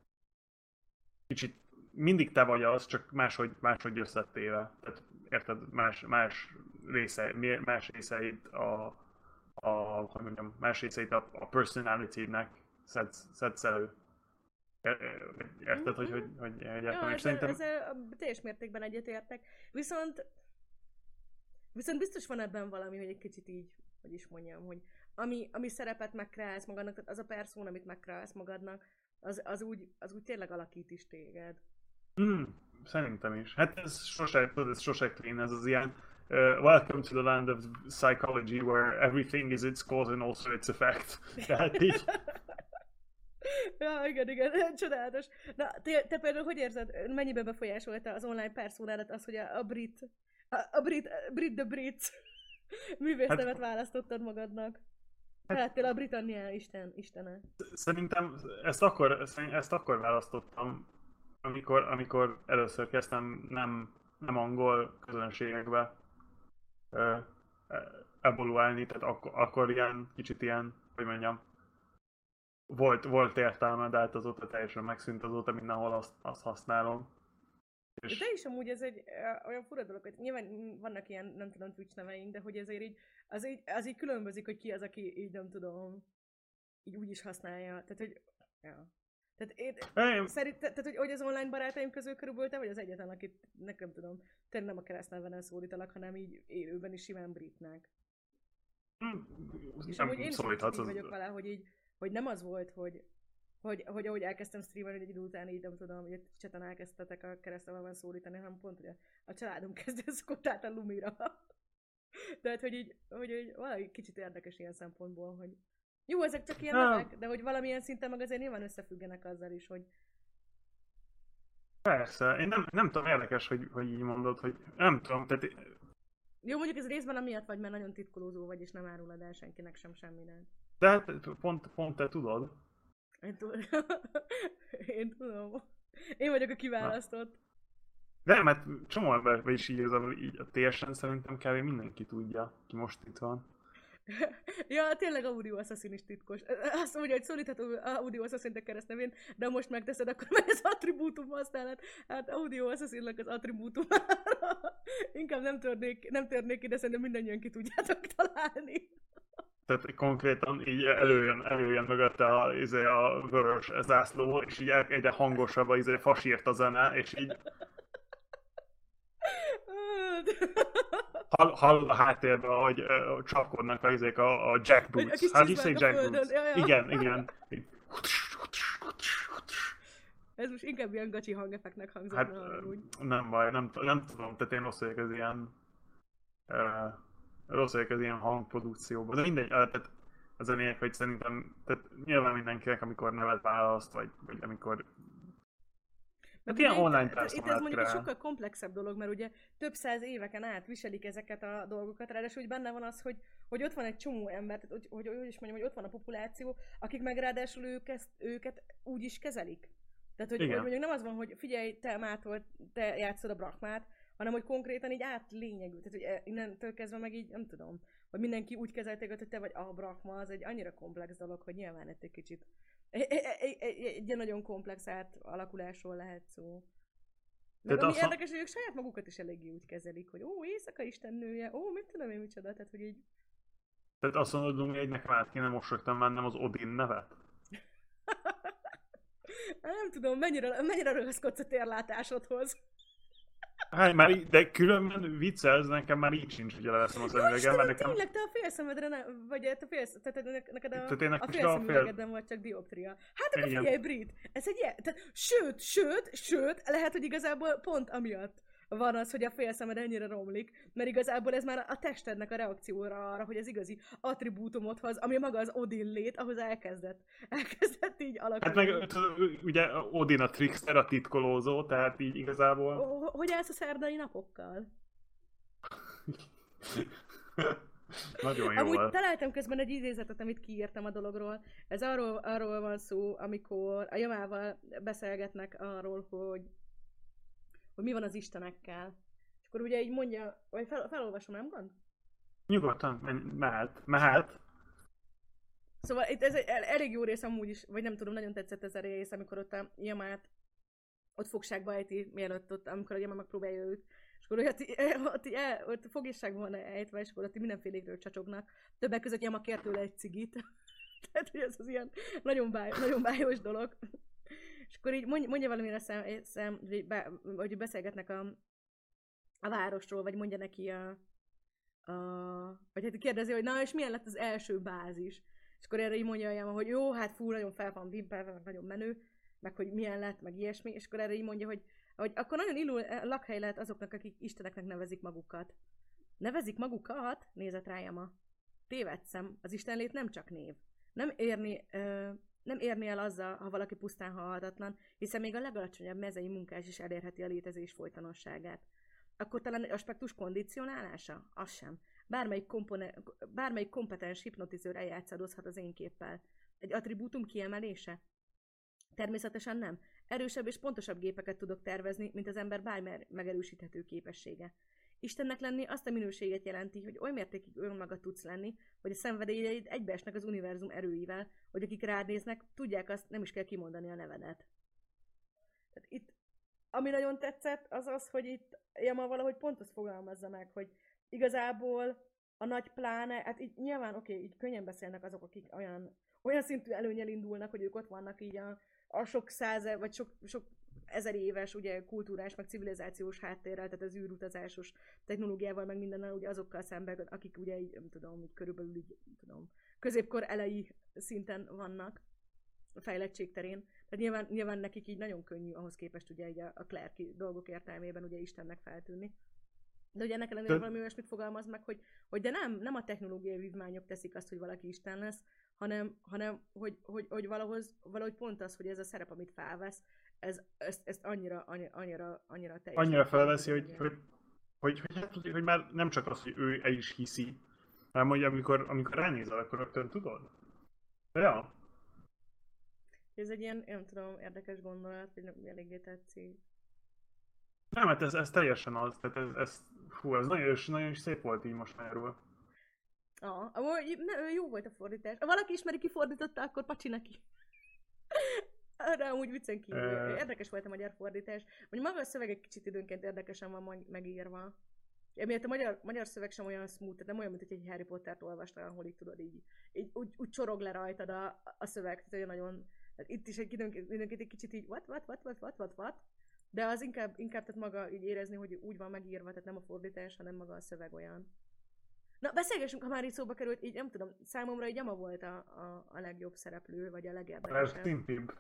mindig te vagy az, csak máshogy összetéve. Tehát érted, más részeit hogy mondjam, más részeit a personality-nek szedsz elő. Érted, hogy értem, és szerintem... Ezzel teljes mértékben egyetértek. Viszont biztos van ebben valami, hogy egy kicsit így, hogy is mondjam, hogy ami szerepet megkreálsz magadnak, tehát az a persona, amit megkreálsz magadnak, az úgy tényleg alakít is téged. Szerintem is. Hát ez sose clean, ez az ilyen welcome to the land of psychology where everything is its cause and also its effect. Tehát így... Ja, igen, csodálatos. Na, te például hogy érzed, mennyiben befolyásolta az online personádat az, hogy a Brit the Brit művésznevet választottad magadnak? Lettél a Britannia istene. Szerintem ezt akkor választottam, amikor először kezdtem nem angol közönségekbe evoluálni, tehát akkor ilyen, kicsit ilyen, hogy mondjam, volt értelme, de hát azóta teljesen megszűnt, azóta mindenhol azt használom. És... De is amúgy ez egy olyan fura dolog, hogy nyilván vannak ilyen, nem tudom, Twitch neveink, de hogy ezért így, az így különbözik, hogy ki az, aki így nem tudom, így úgy is használja. Tehát, hogy, ja. Tehát, hogy az online barátaim közül körülbelül te vagy az egyetlen, akit nem tudom, tényleg nem a keresztnevenen szólítalak, hanem így élőben is simán Britnek. És amúgy én is így vagyok vele, hogy nem az volt, hogy ahogy elkezdtem streamelni egy idő után, így nem tudom, hogy cseten elkezdtetek a keresztnevben szólítani, hanem pont, hogy a családom kezdő szokott át a Lumira. Tehát, hogy valami kicsit érdekes ilyen szempontból, hogy jó, ezek csak ilyen nevek, de hogy valamilyen szinten meg azért nyilván összefüggenek azzal is, hogy... Persze, én nem tudom, érdekes, hogy így mondod, hogy nem tudom, tehát... Jó, mondjuk ez részben amiatt vagy, mert nagyon titkolózó vagy, és nem árulod el senkinek sem semmire. De hát pont te tudod. Én tudom. Én vagyok a kiválasztott. De mert csomó emberben is így a TSN szerintem kb. Mindenki tudja, ki most itt van. Ja, tényleg Audio Assassin is titkos. Azt mondja, hogy szólítható Audio Assassin-te keresztnevén, de most megteszed, akkor meg az attribútum használat. Hát Audio Assassin-nek az attribútumára. Inkább nem törnék ide, szerintem mindannyian ki tudjátok találni. Tehát konkrétan így előjön mögötte a vörös zászló, és így egyre hangosabb a fasírt a zene, és így... Hallod a háttérben, hogy csapkodnak a jackboots. Hát is egy jackboots. Igen. Ez most inkább ilyen gacsi hangeffektnek hangzott. Hát nem baj, nem tudom, tehát én rossz vagyok az ilyen hangprodukcióban. De mindegy, tehát az a lényeg, hogy szerintem, tehát nyilván mindenkinek, amikor nevet választ, vagy amikor... Hát ilyen online personát itt ez mondjuk egy sokkal komplexebb dolog, mert ugye több száz éveken át viselik ezeket a dolgokat, ráadásul úgy benne van az, hogy ott van egy csomó ember, tehát hogy is mondjam, hogy ott van a populáció, akik meg ráadásul őket úgy is kezelik. Tehát, hogy mondjuk nem az van, hogy figyelj, te mától, te játszod a Brahmát, hanem hogy konkrétan így átlényegül. Tehát, hogy innentől kezdve meg így, nem tudom, hogy mindenki úgy kezelték, hogy te vagy a Brahma, az egy annyira komplex dolog, hogy nyilván egy kicsit egy nagyon komplex átalakulásról lehet szó. Meg ami érdekes, hogy ők saját magukat is eléggé úgy kezelik, hogy éjszaka istennője, mit tudom én micsoda, tehát hogy így... Tehát azt mondod, hogy nekem át kéne mosolyogtam vennem az Odin nevet? Nem tudom, mennyire ragaszkodsz a térlátásodhoz. Hát már, de különben viccelsz, nekem már így sincs, hogy leveszem a szemüvegem, mert nekem... Tényleg, te a félszemedre nem, vagy te neked Tehát én a nekem csak a félszemüvegedben vagy csak dioptria. Hát akkor Igen. figyelj, Brit, ez egy ilyen, tehát, sőt, lehet, hogy igazából pont amiatt van az, hogy a félszemed ennyire romlik, mert igazából ez már a testednek a reakcióra arra, hogy az igazi attribútumot hoz, ami maga az Odin lét, ahhoz elkezdett így alakulni. Hát meg ugye Odin a trickster, a titkolózó, tehát így igazából... Hogy állsz a szerdai napokkal? Nagyon jó. Amúgy találtam közben egy idézetet, amit kiírtam a dologról. Ez arról van szó, amikor a Jamával beszélgetnek arról, hogy mi van az istenekkel. És akkor ugye így mondja, vagy felolvasom, nem gond? Nyugodtan, mehet. Szóval itt ez egy elég jó rész amúgy is, vagy nem tudom, nagyon tetszett ez a rész, amikor ott a Jamát ott fogságba ejti, mielőtt ott, amikor a Yama megpróbálja őt. És akkor ott fogésságban van ejtve, és akkor ott mindenfélékről csacsognak. Többek között Yama kért tőle egy cigit. Tehát, hogy ez az ilyen nagyon bájos dolog. És akkor így mondja valamire hogy beszélgetnek a városról, vagy mondja neki vagy hát kérdezi, hogy na és milyen lett az első bázis. És akkor erre így mondja a Yama, hogy jó, hát fú, nagyon fel van vimpelve, meg nagyon menő, meg hogy milyen lett, meg ilyesmi, és akkor erre így mondja, hogy akkor nagyon illő lakhely lehet azoknak, akik isteneknek nevezik magukat. Nevezik magukat? Nézett rá Yama. Tévedszem, az istenlét nem csak név. Nem érni el azzal, ha valaki pusztán halhatatlan, hiszen még a legalacsonyabb mezei munkás is elérheti a létezés folytonosságát. Akkor talán egy aspektus kondicionálása? Az sem. Bármelyik kompetens hipnotizőr eljátszadozhat az én képpel. Egy attribútum kiemelése? Természetesen nem. Erősebb és pontosabb gépeket tudok tervezni, mint az ember bármely megerősíthető képessége. Istennek lenni azt a minőséget jelenti, hogy oly mértékig önmaga tudsz lenni, hogy a szenvedélyeid egybeesnek az univerzum erőivel, hogy akik rád néznek, tudják azt, nem is kell kimondani a nevedet. Tehát itt, ami nagyon tetszett, az az, hogy itt Yama valahogy pont azt fogalmazza meg, hogy igazából a nagy pláne, hát így nyilván így könnyen beszélnek azok, akik olyan szintű előnnyel indulnak, hogy ők ott vannak így a sok vagy sok ezer éves ugye, kultúrás, meg civilizációs háttérrel, tehát az űrutazásos technológiával, meg mindennel, ugye azokkal szemben, akik ugye így, nem tudom, így körülbelül így, nem tudom, középkor elejé szinten vannak a fejlettség terén. Tehát nyilván nekik így nagyon könnyű ahhoz képest ugye így a Clarke-i dolgok értelmében ugye Istennek feltűnni. De ugye ennek ellenére valami olyasmit fogalmaz meg, hogy de nem a technológiai vívmányok teszik azt, hogy valaki Isten lesz, hanem hogy valahogy pont az, hogy ez a szerep, amit felvesz, ezt annyira teljesen... Annyira felveszi, hogy már nem csak az, hogy ő el is hiszi, hanem hogy amikor ránézel, akkor rögtön tudod. De ja. Ez egy ilyen, nem tudom, érdekes gondolat, hogy eléggé tetszik. Nem, hát ez teljesen az, tehát ez nagyon is szép volt így most magyarul. Jó volt a fordítás. Ha valaki ismeri, ki fordította, akkor pacsi neki. De amúgy viccen kívül. Érdekes volt a magyar fordítás. Vagy maga a szöveg egy kicsit időnként érdekesen van megírva. Emiatt a magyar szöveg sem olyan smooth, tehát nem olyan, mint hogy egy Harry Pottert olvastál, ahol így tudod, így úgy csorog le rajtad a szöveg. Tehát nagyon... Tehát itt is időnként egy kicsit így what? De az inkább tehát maga így érezni, hogy úgy van megírva, tehát nem a fordítás, hanem maga a szöveg olyan. Na, beszélgessünk, ha már így szóba került, így nem tudom, számomra így Yama volt a legjobb szereplő, vagy a legérdekesebb. Ez szimpibb.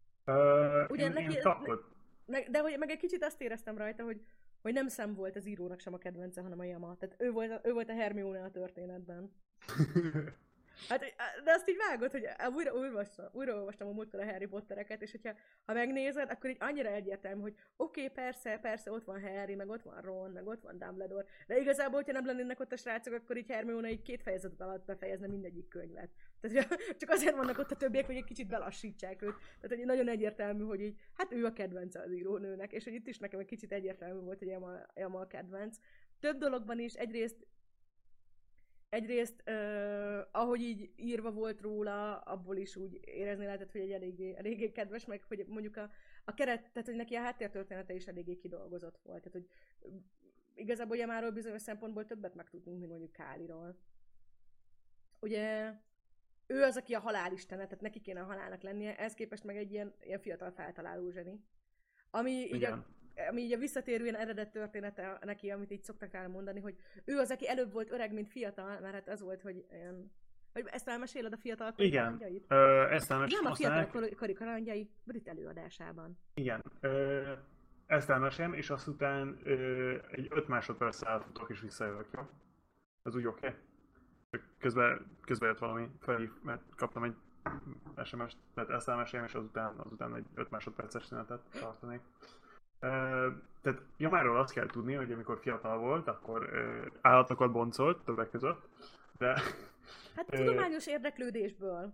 De hogy meg egy kicsit azt éreztem rajta, hogy nem Sam volt az írónak sem a kedvence, hanem a Yama. Tehát ő volt a Hermione a történetben. Hát, de azt így vágod, hogy újra olvastam a múltkor a Harry Pottereket, és ha megnézed, akkor így annyira egyértelmű, hogy oké, persze, ott van Harry, meg ott van Ron, meg ott van Dumbledore, de igazából, hogyha nem lennének ott a srácok, akkor így Hermione így 2 fejezetet alatt befejezne mindegyik könyvet. Tehát csak azért vannak ott a többiek, hogy egy kicsit belassítsák őt. Tehát hogy nagyon egyértelmű, hogy így, hát ő a kedvence az írónőnek, és hogy itt is nekem egy kicsit egyértelmű volt, hogy Yama a kedvenc. Több dologban is, Egyrészt, ahogy így írva volt róla, abból is úgy érezni lehetett, hogy egy eléggé kedves, meg hogy mondjuk a keret, tehát hogy neki a háttértörténete is eléggé kidolgozott volt. Tehát, hogy igazából Yamáról bizonyos szempontból többet megtudtunk, mint mondjuk Káliról. Ugye ő az, aki a halálistene, tehát neki kéne a halálnak lennie, ehhez képest meg egy ilyen fiatal feltaláló zseni. Ami így ami így a visszatérő ilyen eredet története neki, amit így szoktak rá mondani, hogy ő az, aki előbb volt öreg, mint fiatal, mert hát az volt, hogy olyan... Hogy ezt elmeséled a fiatalkori kalandjait? Ezt elmesélem. Nem a fiatalkori kalandjai brit előadásában. Igen. Ezt elmesélem, és azután egy 5 másodperc átfutok és visszajövök, jó? Ez úgy oké? Közben jött valami felhív, mert kaptam egy SMS-t, tehát ezt elmesélem, és azután egy 5 másodperces szünetet tartanék. Tehát Yamáról azt kell tudni, hogy amikor fiatal volt, akkor állatokat boncolt többek között, de... Hát tudományos érdeklődésből.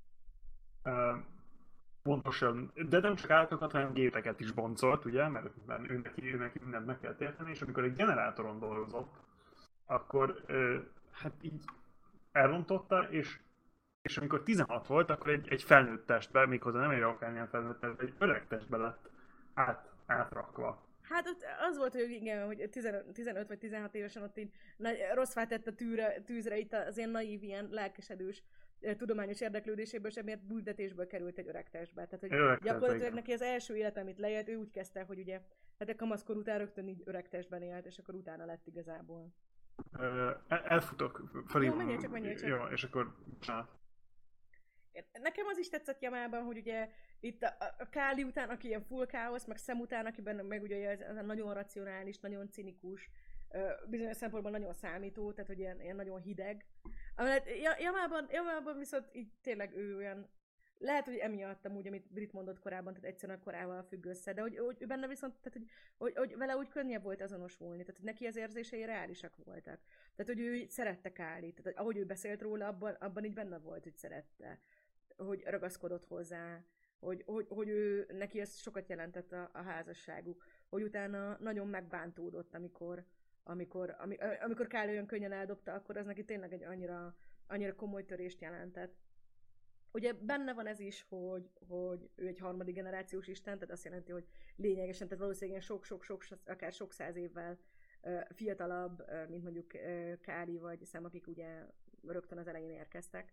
Pontosan, de nem csak állatokat, hanem gépeket is boncolt, ugye, mert ő neki mindent meg kell érteni, és amikor egy generátoron dolgozott, akkor hát így elrontotta, és amikor 16 volt, akkor egy felnőtt testbe, méghozzá nem egy akármilyen felnőtt testbe, egy öreg testbe lett átrakva. Hát ott az volt, hogy igen, hogy 15 vagy 16 évesen ott így rossz fát tett a tűzre itt az ilyen naív, ilyen lelkesedős tudományos érdeklődéséből, és emiatt büntetésből került egy öreg testbe. Tehát, hogy gyakorlatilag neki az első élet, amit leélt, ő úgy kezdte, hogy ugye, hát a kamaszkor után rögtön így öreg testben élt, és akkor utána lett igazából. Elfutok, felhívom. Jó, menjél csak. Jó, és akkor bocsánat. Nekem az is tetszett Yamában, hogy ugye itt a Káli után, aki ilyen full káosz, meg Sam után, akiben meg ugye ez nagyon racionális, nagyon cinikus, bizonyos szempontból nagyon számító, tehát hogy ilyen nagyon hideg. Yamában viszont így tényleg ő olyan, lehet, hogy emiatt amúgy, amit Brit mondott korábban, tehát egyszerűen a korával függ össze, de hogy benne viszont, tehát hogy vele úgy könnyebb volt azonosulni, tehát hogy neki az érzései reálisak voltak. Tehát hogy ő szerette Kálit, tehát ahogy ő beszélt róla, abban így benne volt, hogy szerette, hogy ragaszkodott hozzá, hogy ő, neki ez sokat jelentett a házasságuk, hogy utána nagyon megbántódott, amikor Kyle olyan könnyen eldobta, akkor az neki tényleg egy annyira komoly törést jelentett. Ugye benne van ez is, hogy ő egy harmadik generációs isten, tehát azt jelenti, hogy lényegesen, tehát valószínűleg sok, akár sok száz évvel fiatalabb, mint mondjuk Káli vagy Sam, akik ugye rögtön az elején érkeztek.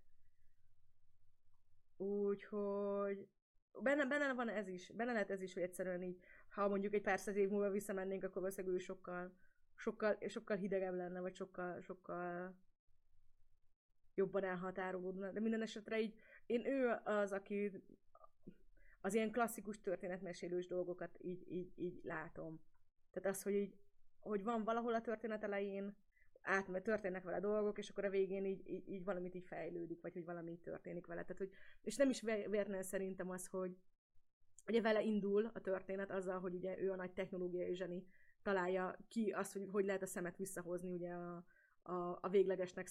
Úgyhogy benne van ez is, benne lehet ez is, hogy egyszerűen így, ha mondjuk egy pár száz év múlva visszamennénk, akkor valószínűleg ő sokkal hidegebb lenne, vagy sokkal jobban elhatárolódna. De minden esetre így, ő az, aki az ilyen klasszikus történetmesélős dolgokat így látom. Tehát az, hogy van valahol a történet elején, történnek vele dolgok, és akkor a végén így valamit így fejlődik, vagy hogy valami történik vele. Tehát, és nem is véletlen szerintem az, hogy ugye vele indul a történet azzal, hogy ugye ő a nagy technológiai zseni találja ki azt, hogy lehet a szemet visszahozni ugye a véglegesnek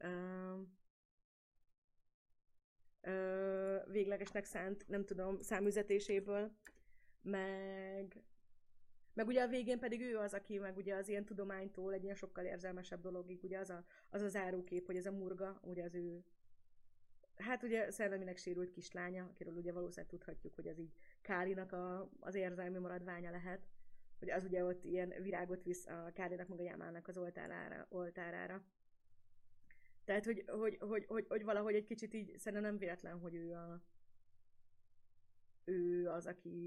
szánt, nem tudom, számüzetéséből, meg ugye a végén pedig ő az, aki meg ugye az ilyen tudománytól egy ilyen sokkal érzelmesebb dologig, ugye az a zárókép, hogy ez a Murga, ugye az ő, hát ugye szellemileg sérült kislánya, akiről ugye valószínűleg tudhatjuk, hogy ez így Kálinak az érzelmi maradványa lehet, hogy az ugye ott ilyen virágot visz a Kálinak meg a Yamának az oltárára. Tehát, hogy valahogy egy kicsit így, szerintem nem véletlen, hogy ő az,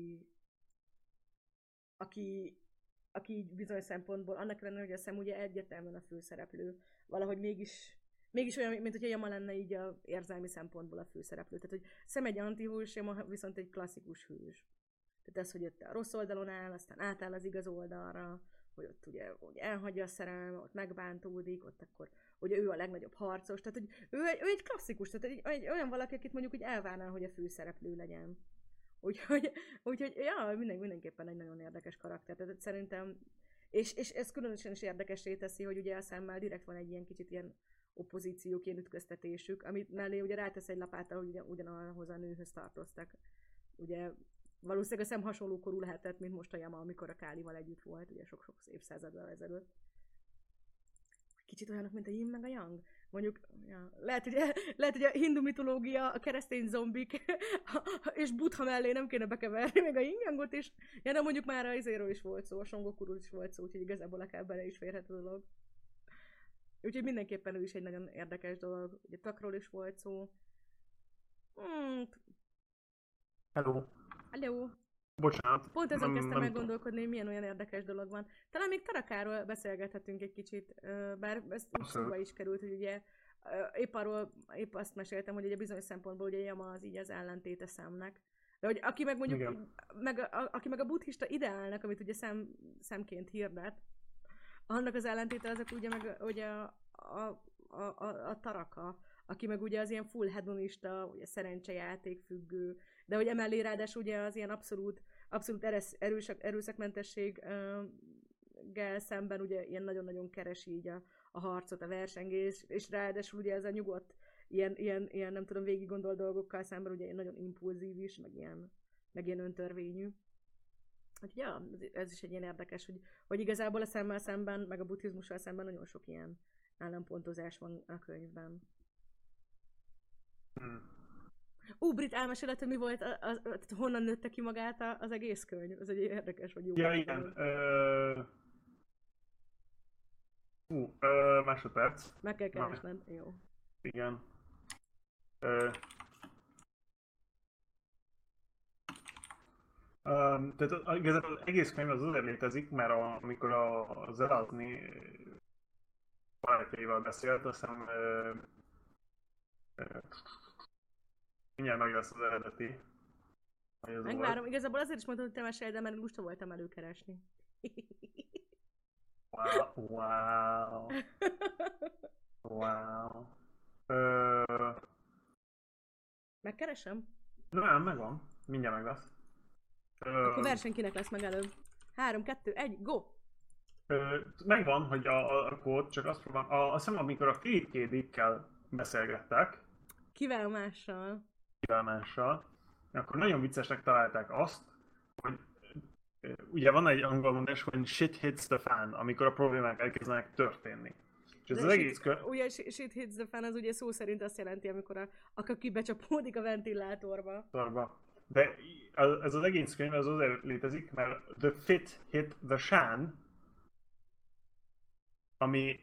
aki bizonyos szempontból, annak ellenére, hogy a Sam ugye egyértelműen a főszereplő, valahogy mégis olyan, mint hogyha Yama lenne így a érzelmi szempontból a főszereplő. Tehát, hogy Sam egy antihős, Yama viszont egy klasszikus hős. Tehát ez, hogy ott a rossz oldalon áll, aztán átáll az igaz oldalra, hogy ott ugye hogy elhagyja a szerelme, ott megbántódik, ott akkor ugye ő a legnagyobb harcos. Tehát, hogy ő egy klasszikus, tehát egy olyan valaki, akit mondjuk úgy elvárnál, hogy a főszereplő legyen. Úgyhogy ja, mindenképpen egy nagyon érdekes karakter. Tehát szerintem, és ez különösen is érdekessé teszi, hogy ugye a Sammel direkt van egy ilyen kicsit ilyen opozíciók, ilyen ütköztetésük, amit mellé ugye rátesz egy lapáttal, hogy ugyanahoz a nőhöz tartoztak. Ugye valószínűleg a Sam hasonló korú lehetett, mint most a Yama, amikor a Kálival együtt volt, ugye sok-sok évszázaddal ezelőtt. Kicsit olyanok, mint a Yin meg a Yang. Mondjuk, ja, lehet, hogy a hindu mitológia, a keresztény zombik és Buddha mellé nem kéne bekeverni még a Yin-Yangot is. Ja, de mondjuk már a izéről is volt szó, a Songokuról is volt szó, úgyhogy igazából akár bele is férhet a dolog. Úgyhogy mindenképpen ő is egy nagyon érdekes dolog. Ugye Takról is volt szó. Hello. Hello. Bocsánat. Pont ezen kezdtem nem meggondolkodni, hogy milyen olyan érdekes dolog van. Talán még Tarakáról beszélgethetünk egy kicsit, bár ez úgy szóba is került, hogy ugye épp azt meséltem, hogy ugye bizonyos szempontból ugye Yama az így az ellentéte Samnek. De hogy aki meg mondjuk, aki meg a buddhista ideálnak, amit ugye szemként hirdet, annak az ellentéte azok ugye meg ugye a Taraka, aki meg ugye az ilyen full hedonista, ugye szerencsejáték függő, de hogy emellé ráadásul ugye az ilyen abszolút erőszakmentességgel szemben ugye ilyen nagyon-nagyon keresi így a harcot, a versengés, és ráadásul ugye ez a nyugodt, ilyen nem tudom, végig gondol dolgokkal szemben ugye nagyon impulzív is, meg ilyen öntörvényű. Úgyhogy ja, ez is egy ilyen érdekes, hogy igazából a szemmel szemben, meg a buddhizmussal szemben nagyon sok ilyen ellenpontozás van a könyvben. Brit, elmesélet, hogy mi volt, honnan nőtte ki magát az egész könyv? Ez egy érdekes, vagy jó. Ja, igen. Másodperc. Meg kell keresned, jó. Igen. Tehát igazából az egész könyv az azért létezik, mert amikor az Zelazny barátjaival beszélt, azt hiszem mindjárt meg lesz az eredeti. Megvárom, igazából azért is mondtam, hogy te mesélj, de mert lusta voltam előkeresni. Wow. Wow. Megkeresem? Nem, megvan. Mindjárt meg lesz. Akkor verseny kinek lesz meg előbb? 3, 2, 1, go! Megvan, hogy a kód, csak azt próbálom, azt hiszem, amikor a Philip K. Dickkel beszélgettek, Kivel mással? Akkor nagyon viccesnek találták azt, hogy ugye van egy angol mondás, hogy shit hits the fan, amikor a problémák elkezdenek történni. És ez az egész ugye shit hits the fan az ugye szó szerint azt jelenti, amikor a kaki becsapódik a ventilátorba. De ez az egész könyv az azért létezik, mert the fit hit the shan, ami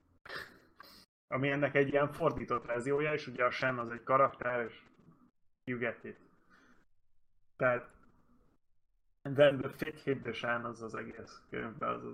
ennek egy ilyen fordított verziója, és ugye a shan az egy karakter, és you get it. Tehát then the fit hit the shan az egész könyvben,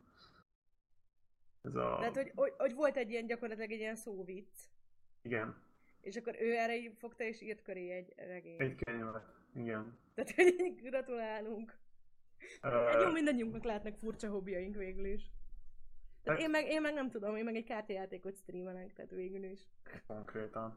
Tehát, hogy volt egy ilyen gyakorlatilag egy ilyen szóvicc. Igen. És akkor ő erre fogta és írt köré egy regényt. Egy könyvet, igen. Tehát, hogy gratulálunk. Jó, mindannyiunknak lehetnek furcsa hobbiaink végül is. Tehát én meg nem tudom, én meg egy kártyajátékot streamelek, tehát végül is. Konkrétan.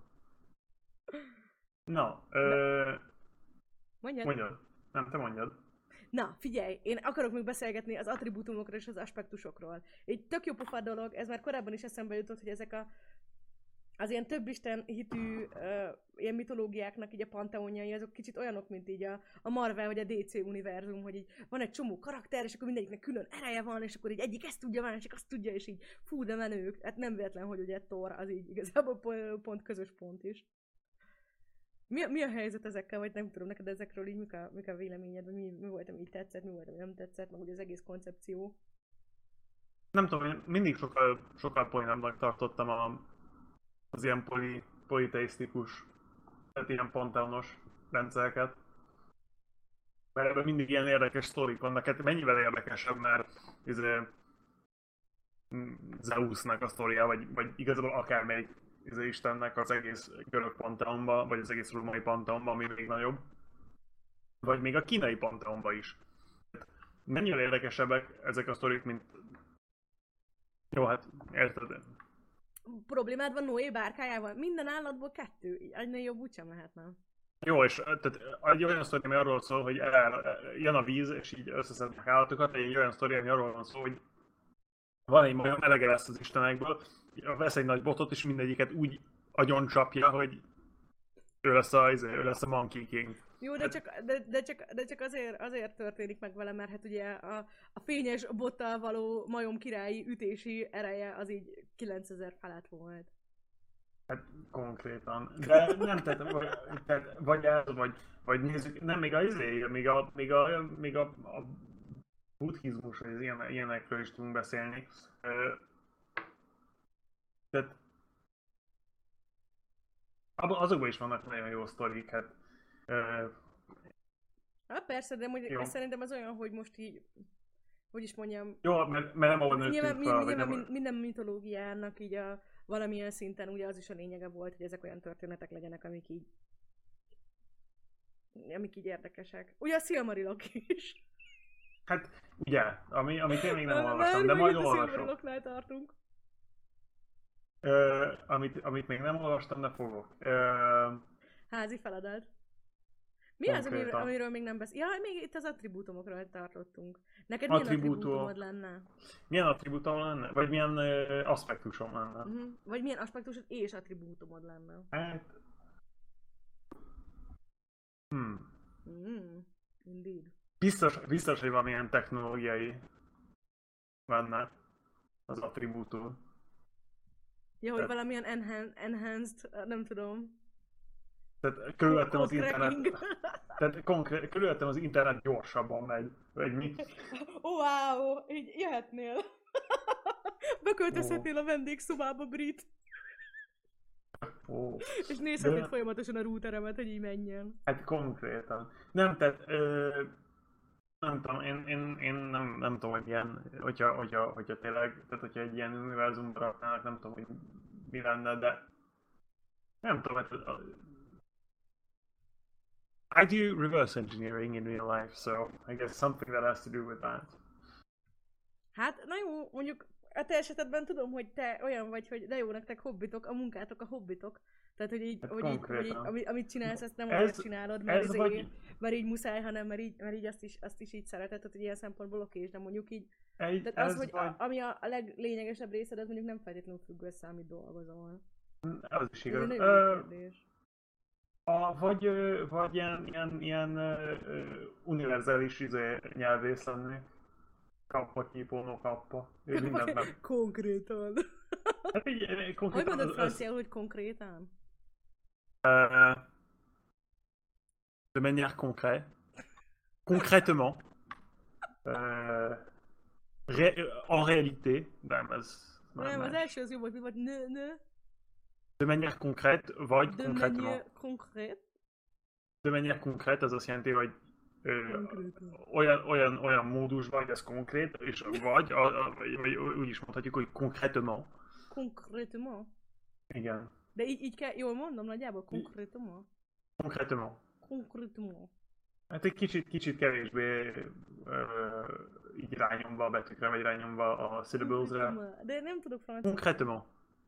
No, Mondjad. Nem, te mondjad. Na, figyelj, én akarok még beszélgetni az attribútumokról és az aspektusokról. Egy tök jó pofa dolog, ez már korábban is eszembe jutott, hogy ezek az ilyen többisten hitű ilyen mitológiáknak így a panteonjai, azok kicsit olyanok, mint így a Marvel vagy a DC univerzum, hogy így van egy csomó karakter, és akkor mindegyiknek külön ereje van, és akkor így egyik ezt tudja, másik azt tudja, és így fú, de menők. Hát nem véletlen, hogy ugye Thor az így igazából pont közös pont is. Mi a helyzet ezekkel, vagy nem tudom, neked ezekről így mik a véleményed, vagy mi volt, ami így tetszett, mi volt, ami nem tetszett, meg ugye az egész koncepció? Nem tudom, én mindig sokkal poénabbnak tartottam az ilyen politeisztikus, tehát ilyen panteonos rendszereket. Mert ebben mindig ilyen érdekes sztorik vannak, hát mennyivel érdekesebb, mert Zeusnak a sztoria, vagy igazából akármelyik istennek az egész görög panteonba, vagy az egész római panteonba, ami még nagyobb. Vagy még a kínai panteonba is. Mennyire érdekesebbek ezek a sztorik, mint... Jó, hát érted. Problémád van Noé bárkájával? Minden állatból 2, egynél jobb úgysem lehetne. Jó, és tehát egy olyan sztori, ami arról szól, hogy jön a víz, és így összeszednek állatokat, egy olyan sztori, ami arról van szó, hogy van egy majom, elege lesz az istenekből, vesz egy nagy botot, és mindegyiket úgy agyoncsapja, hogy ő lesz a Monkey King. Jó, de csak azért történik meg vele, mert hát ugye a fényes bottal való majom királyi ütési ereje az így 9000 felett volt. Hát konkrétan. De nem, vagy ez, vagy nézzük, nem, még a buddhizmus, vagy ilyenekről is tudunk beszélni. Tehát azokban is vannak nagyon jó sztorik, hát Hát persze, de mondjuk szerintem az olyan, hogy most így, hogy is mondjam... Jó, mert nem ahol nőttünk fel, vagy nem... Minden mitológiának így valamilyen szinten ugye az is a lényege volt, hogy ezek olyan történetek legyenek, amik így érdekesek. Ugye a Silmarilok is. Hát, ugye, amit én még nem olvastam, de majd olvasom. A Silmariloknál tartunk. Amit még nem olvastam, de fogok. Házi feladat. Mi az, amiről még nem beszél? Ja, még itt az attribútumokról tartottunk. Neked milyen attribútumod lenne? Milyen attribútum lenne? Vagy milyen aspektusom lenne? Vagy milyen aspektusod és attribútumod lenne? Hát... Indeed. Biztos, hogy valamilyen technológiai lenne az attribútum. Ja, hogy valamilyen enhanced, nem tudom. Tehát körülöttem az internet... Tehát körülöttem az internet gyorsabban megy. Vagy mit? Wow, így jöhetnél. Beköltözhetnél a vendégszobába, Brit. És nézhetnéd folyamatosan a routeremet, hogy így menjen. Hát konkrétan. Nem, tehát... nem tudom, én nem tudom, hogy ilyen, hogyha tényleg, tehát hogyha egy ilyen univerzumra raknának, nem tudom, hogy mi lenne, de nem tudom, hát I do reverse engineering in real life, so I guess something that has to do with that. Hát, na jó, mondjuk a te esetedben tudom, hogy te olyan vagy, hogy de jó, nektek hobbitok, a munkátok a hobbitok. Tehát, hogy így, hát amit csinálsz, ezt nem azért csinálod, mert így muszáj, hanem mert így azt is így szereted, tehát hogy ilyen szempontból oké, de mondjuk így. Tehát az, hogy ami a leglényegesebb részed, az mondjuk nem feltétlenül függ össze, amit dolgozol. Az is igaz. Vagy ilyen univerzális nyelvész lenni. Kappa, kipónó, kappa. Én mindenben. Konkrétan. Hát így, konkrétan. Hogy mondod franciául, hogy konkrétan? De manière concrète. Concrètement. En réalité. Nem, az első az jó volt, mi volt? Nö. De manière concrète, vagy concrètement. De manière concrète, az azt jelenti, hogy olyan módusban, hogy ez konkrét, és vagy úgy is mondhatjuk, hogy concrètement. Concrètement? Igen. De így kell, jól mondom nagyjából? Concrètement? Concrètement. Hát egy kicsit kevésbé így rányomva a betűkre, vagy rányomva a syllablesre. De nem tudok francia. Concrètement.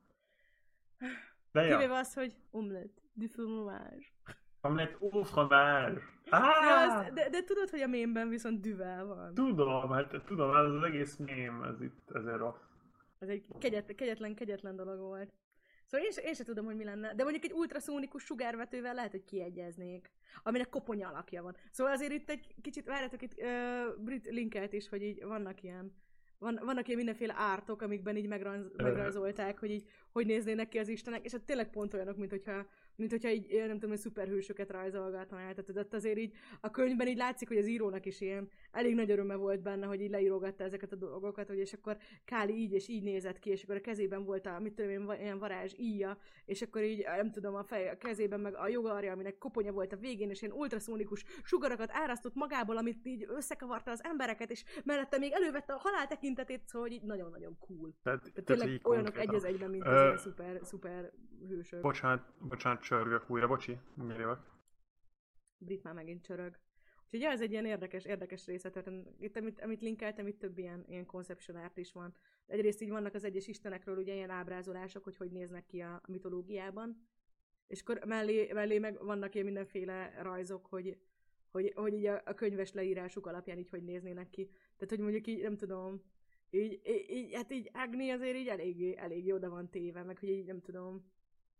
Kivéve az, hogy omelette du fromage. Omelette au fromage. De tudod, hogy a mémben viszont düvel van. Tudom, ez az egész mém, ez itt ezért rossz. Ez egy kegyetlen dolog volt. Szóval én sem tudom, hogy mi lenne. De mondjuk egy ultraszónikus sugárvetővel lehet, hogy kiegyeznék. Aminek koponya alakja van. Szóval azért itt egy kicsit, várjátok, itt Brit linkelt is, hogy így vannak ilyen mindenféle ártok, amikben így megrajzolták, hogy így hogy néznének ki az istenek, és hát tényleg pont olyanok, mint hogyha így, nem tudom, hogy szuperhősöket rajzolgatnál. Tehát azért így a könyvben így látszik, hogy az írónak is ilyen elég nagy öröme volt benne, hogy így leírogatta ezeket a dolgokat, hogy és akkor Káli így és így nézett ki, és akkor a kezében volt ilyen varázs íja, és akkor így, nem tudom, a kezében meg a jogarja, aminek koponya volt a végén, és ilyen ultraszónikus sugarakat árasztott magából, amit így összekavarta az embereket, és mellette még elővette a halál tekintetét, szóval így nagyon-nagyon cool. Tehát tényleg olyanok egy az egyben, mint az szuper hősök. Bocsánat, csörgök újra, bocsi, mindjárt jövök. Brit már megint csörög. Úgyhogy ez egy ilyen érdekes része, tehát itt, amit linkeltem, itt több ilyen conception art is van. Egyrészt így vannak az egyes istenekről ugye ilyen ábrázolások, hogy néznek ki a mitológiában, és akkor mellé meg vannak ilyen mindenféle rajzok, hogy így a könyves leírásuk alapján így hogy néznének ki. Tehát, hogy mondjuk így, nem tudom, hát így Agni azért így elég oda van téve, meg hogy így nem tudom.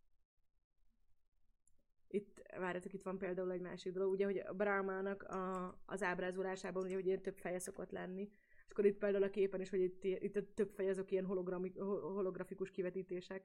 Várjátok, itt van például egy másik dolog, ugye, hogy a Brahmának az ábrázolásában ugye, hogy ilyen több feje szokott lenni. És akkor itt például a képen is, hogy itt a több fej azok ilyen holografikus kivetítések.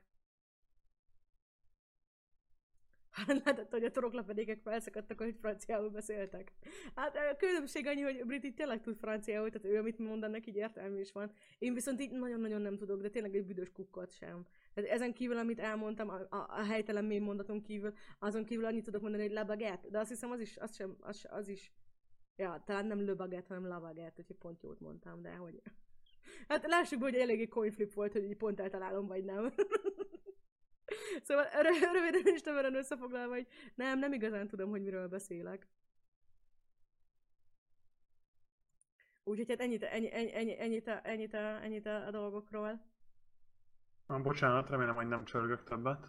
Lehetett, hogy a toroklapedékek felszakadtak, hogy franciául beszéltek. Hát a különbség annyi, hogy Brit így tényleg tud franciául, tehát ő, amit mondanak, így értelmű is van. Én viszont így nagyon-nagyon nem tudok, de tényleg egy büdös kukkot sem. Tehát ezen kívül, amit elmondtam, a helytelen mém mondaton kívül, azon kívül annyit tudok mondani, hogy la baguette, de azt hiszem az is Ja, talán nem Le Baguette, hanem La Baguette, úgyhogy pont jót mondtam, de hogy... Hát lássuk be, hogy eléggé coin flip volt, hogy így pont eltalálom, vagy nem. Szóval röviden és tömören összefoglalva, hogy nem igazán tudom, hogy miről beszélek. Úgyhogy hát ennyit a dolgokról. Bocsánat, remélem, hogy nem csörgök többet.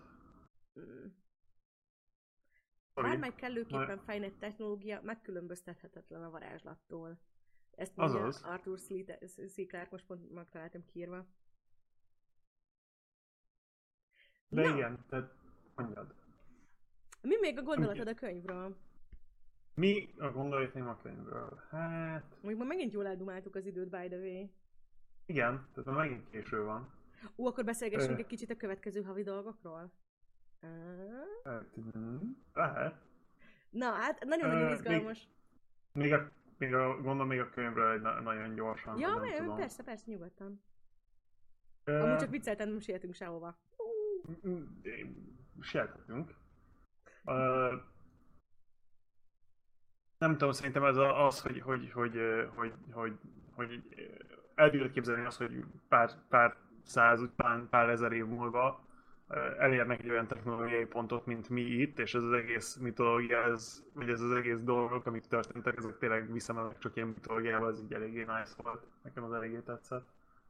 Bármely kellőképpen fejlett technológia megkülönböztethetetlen a varázslattól. Ezt mondja Arthur C. Clarke, most pont megtaláltam kiírva. De igen, tehát mondjad. Mi még a gondolatod a könyvről? Mi a gondolatom a könyvről? Hát... Mondjuk ma megint jól eldumáltuk az időt, by the way. Igen, tehát már megint késő van. Akkor beszélgessünk egy kicsit a következő havi dolgokról? Lehet. Na, hát nagyon-nagyon izgalmas. Gondolom még a könyvről nagyon gyorsan. Ja, persze, nyugodtan. Amúgy csak vicceltem, nem sietünk sehova. Siethetünk. Nem tudom, szerintem ez az, hogy el tudod képzelni azt, hogy pár száz, pár ezer év múlva elérnek egy olyan technológiai pontot, mint mi itt, és ez az egész mitológia, vagy ez az egész dolgok, amik történtek, ezek tényleg visszamennek csak ilyen mitológiával, az így eléggé nice volt. Nekem az eléggé tetszett.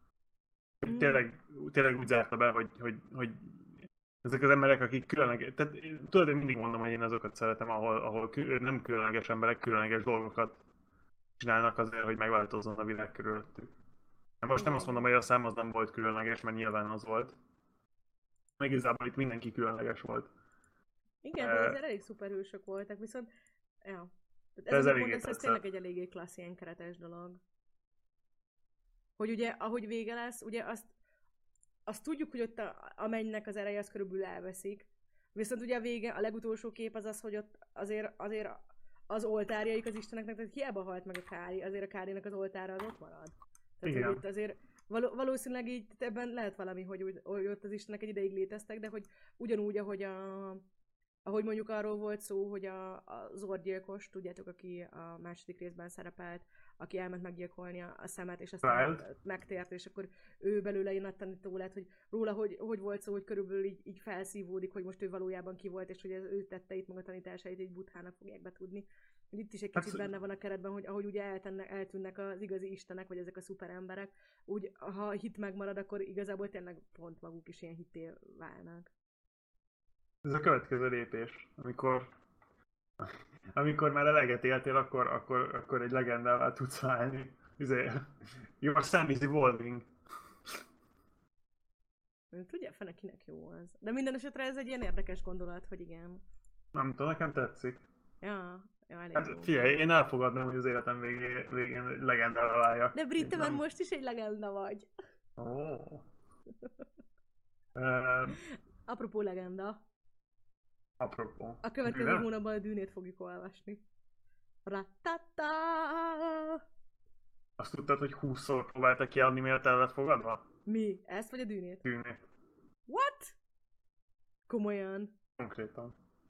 Tényleg úgy zárta be, hogy ezek az emberek, akik különleges, tehát tudod, én mindig mondom, hogy én azokat szeretem, ahol nem különleges emberek különleges dolgokat csinálnak azért, hogy megváltozzon a világ körülöttük. Most nem azt mondom, hogy a szám az nem volt különleges, mert nyilván az volt. Meg igazából itt mindenki különleges volt. Igen, de ezért elég szuperhősök voltak, viszont... Ja. Ez tényleg egy eléggé klassz, ilyen keretes dolog. Hogy ugye, ahogy vége lesz, ugye azt tudjuk, hogy ott a mennynek az ereje az körülbelül elveszik. Viszont ugye a vége, a legutolsó kép az, hogy ott azért az oltárjaik az isteneknek, tehát hiába halt meg a Kári, azért a Kárinak az oltára az ott marad. Tehát hogy itt azért valószínűleg így ebben lehet valami, hogy ott az istenek egy ideig léteztek, de hogy ugyanúgy, ahogy mondjuk arról volt szó, hogy a Zord-gyilkos, tudjátok, aki a második részben szerepelt, aki elment meggyilkolni a szemet, és aztán megtért, és akkor ő belőle ilyen nagy tanító lett, hogy róla hogy volt szó, hogy körülbelül így felszívódik, hogy most ő valójában ki volt, és hogy ő tetteit, meg a tanításait egy Buthának fogják betudni. Itt is egy kicsit benne van a keretben, hogy ahogy ugye eltűnnek az igazi istenek, vagy ezek a szuperemberek, úgy ha a hit megmarad, akkor igazából tényleg pont maguk is ilyen hitté válnak. Ez a következő lépés, amikor már eleget éltél, akkor egy legendával tudsz válni. Your Sam is evolving. Tudja, fene kinek jó az. De minden esetre ez egy ilyen érdekes gondolat, hogy igen. Nem tudom, nekem tetszik. Ja, elég hát jó. Figyelj, én elfogadnám, hogy az életem végén legendával váljak. De Britta, már most is egy legenda vagy. Apropó legenda. Apropó. A következő hónapban a Dűnét fogjuk olvasni. Ratata! Azt tudtad, hogy 20-szor próbáltak kiadni, miért el lett fogadva? Mi? Ezt vagy a Dűnét? Dűnét. What? Komolyan? Konkrétan.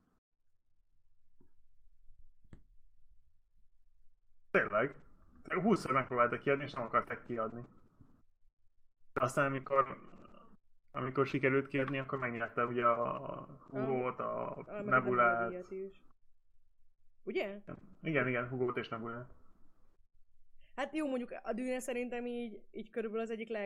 Tényleg. 20-szor megpróbáltak kiadni, és nem akarták kiadni. De aztán amikor sikerült kiadni, akkor megnyerte ugye a Hugót, a Nebulát. Ugye? Igen, Hugót és Nebulát. Hát jó, mondjuk a Dűne szerintem így körülbelül az egyik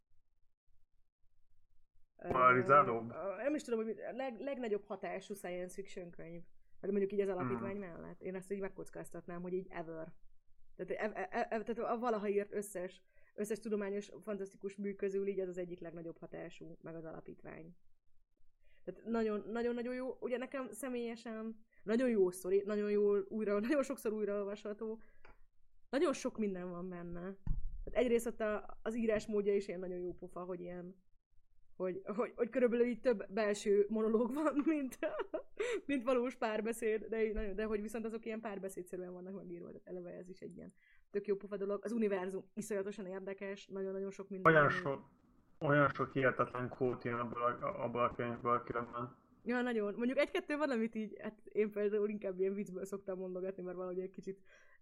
polarizálóbb? Nem is tudom, hogy legnagyobb hatású science fiction könyv. Vagy mondjuk így az alapítvány mellett. Én ezt így megkockáztatnám, hogy így ever. Tehát valaha írt összes tudományos, fantasztikus mű közül így ez az egyik legnagyobb hatású, meg az alapítvány. Tehát nagyon-nagyon jó. Ugye nekem személyesen nagyon jó sztori, nagyon sokszor újraolvasható. Nagyon sok minden van benne. Tehát egyrészt ott az írásmódja is ilyen nagyon jó pofa, hogy ilyen hogy körülbelül így több belső monológ van, mint valós párbeszéd, de hogy viszont azok ilyen párbeszédszerűen vannak megírva, tehát eleve ez is egy ilyen tök jó pofa dolog. Az univerzum iszonyatosan érdekes, nagyon-nagyon sok minden. Olyan sok hihetetlen quote jön abból a könyvből különben. Ja, nagyon. Mondjuk egy-kettő van, amit így, hát én például inkább ilyen viccből szoktam mondogatni, mert valahogy egy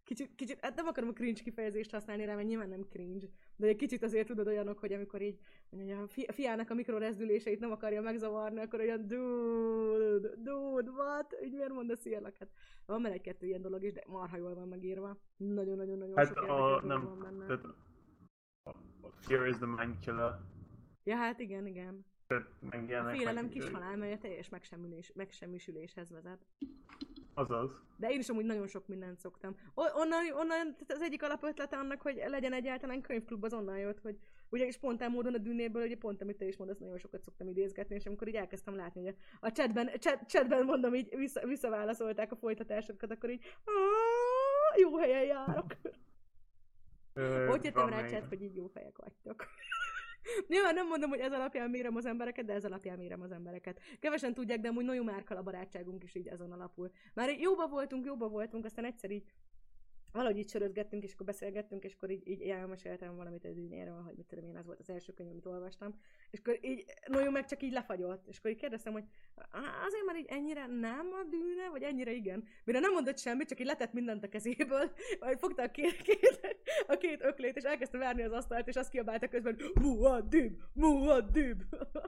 kicsit, hát nem akarom a cringe kifejezést használni rá, mert nyilván nem cringe, de egy kicsit azért tudod olyanok, hogy amikor így mondja, a fiának a mikrorezdüléseit nem akarja megzavarni, akkor olyan dude, what? Így miért mondasz ilyenek? Hát van már egy-kettő ilyen dolog is, de marha jól van megírva. Nagyon-nagyon Hát sok érdekes dolog van nem, benne. tehát a fear is the mind killer. Ja, hát igen. A félelem kis halál, mely a teljes megsemmisüléshez vezet. Azaz. De én is amúgy nagyon sok mindent szoktam. Onnan az egyik alapötlete annak, hogy legyen egyáltalán könyvklub, az onnan jött, hogy ugye spontán módon a Dűnéből, ugye pont amit te is mondasz, nagyon sokat szoktam idézgetni, és amikor így elkezdtem látni, hogy a chatben mondom, így visszaválaszolták a folytatásokat, akkor így jó helyen járok. Úgy jöttem rá chat, hogy így jó fejek vagytok. Nyilván nem mondom, hogy ez alapján mérem az embereket, de ez alapján mérem az embereket. Kevesen tudják, de amúgy nagyon márkal a barátságunk is így ezen alapul. Már jóba voltunk, aztán egyszer így valahogy így sörözgettünk, és akkor beszélgettünk, és akkor így elmeséltem valamit az Dűnéről, hogy mit tudom én, az volt az első könyv, amit olvastam. És akkor így nagyon meg csak így lefagyott. És akkor így kérdeztem, hogy azért már így ennyire nem a Dűne, vagy ennyire igen. Mire nem mondott semmit, csak így letett mindent a kezéből, majd fogta a két öklét, és elkezdte verni az asztalt, és azt kiabálta közben, Muad'Dib!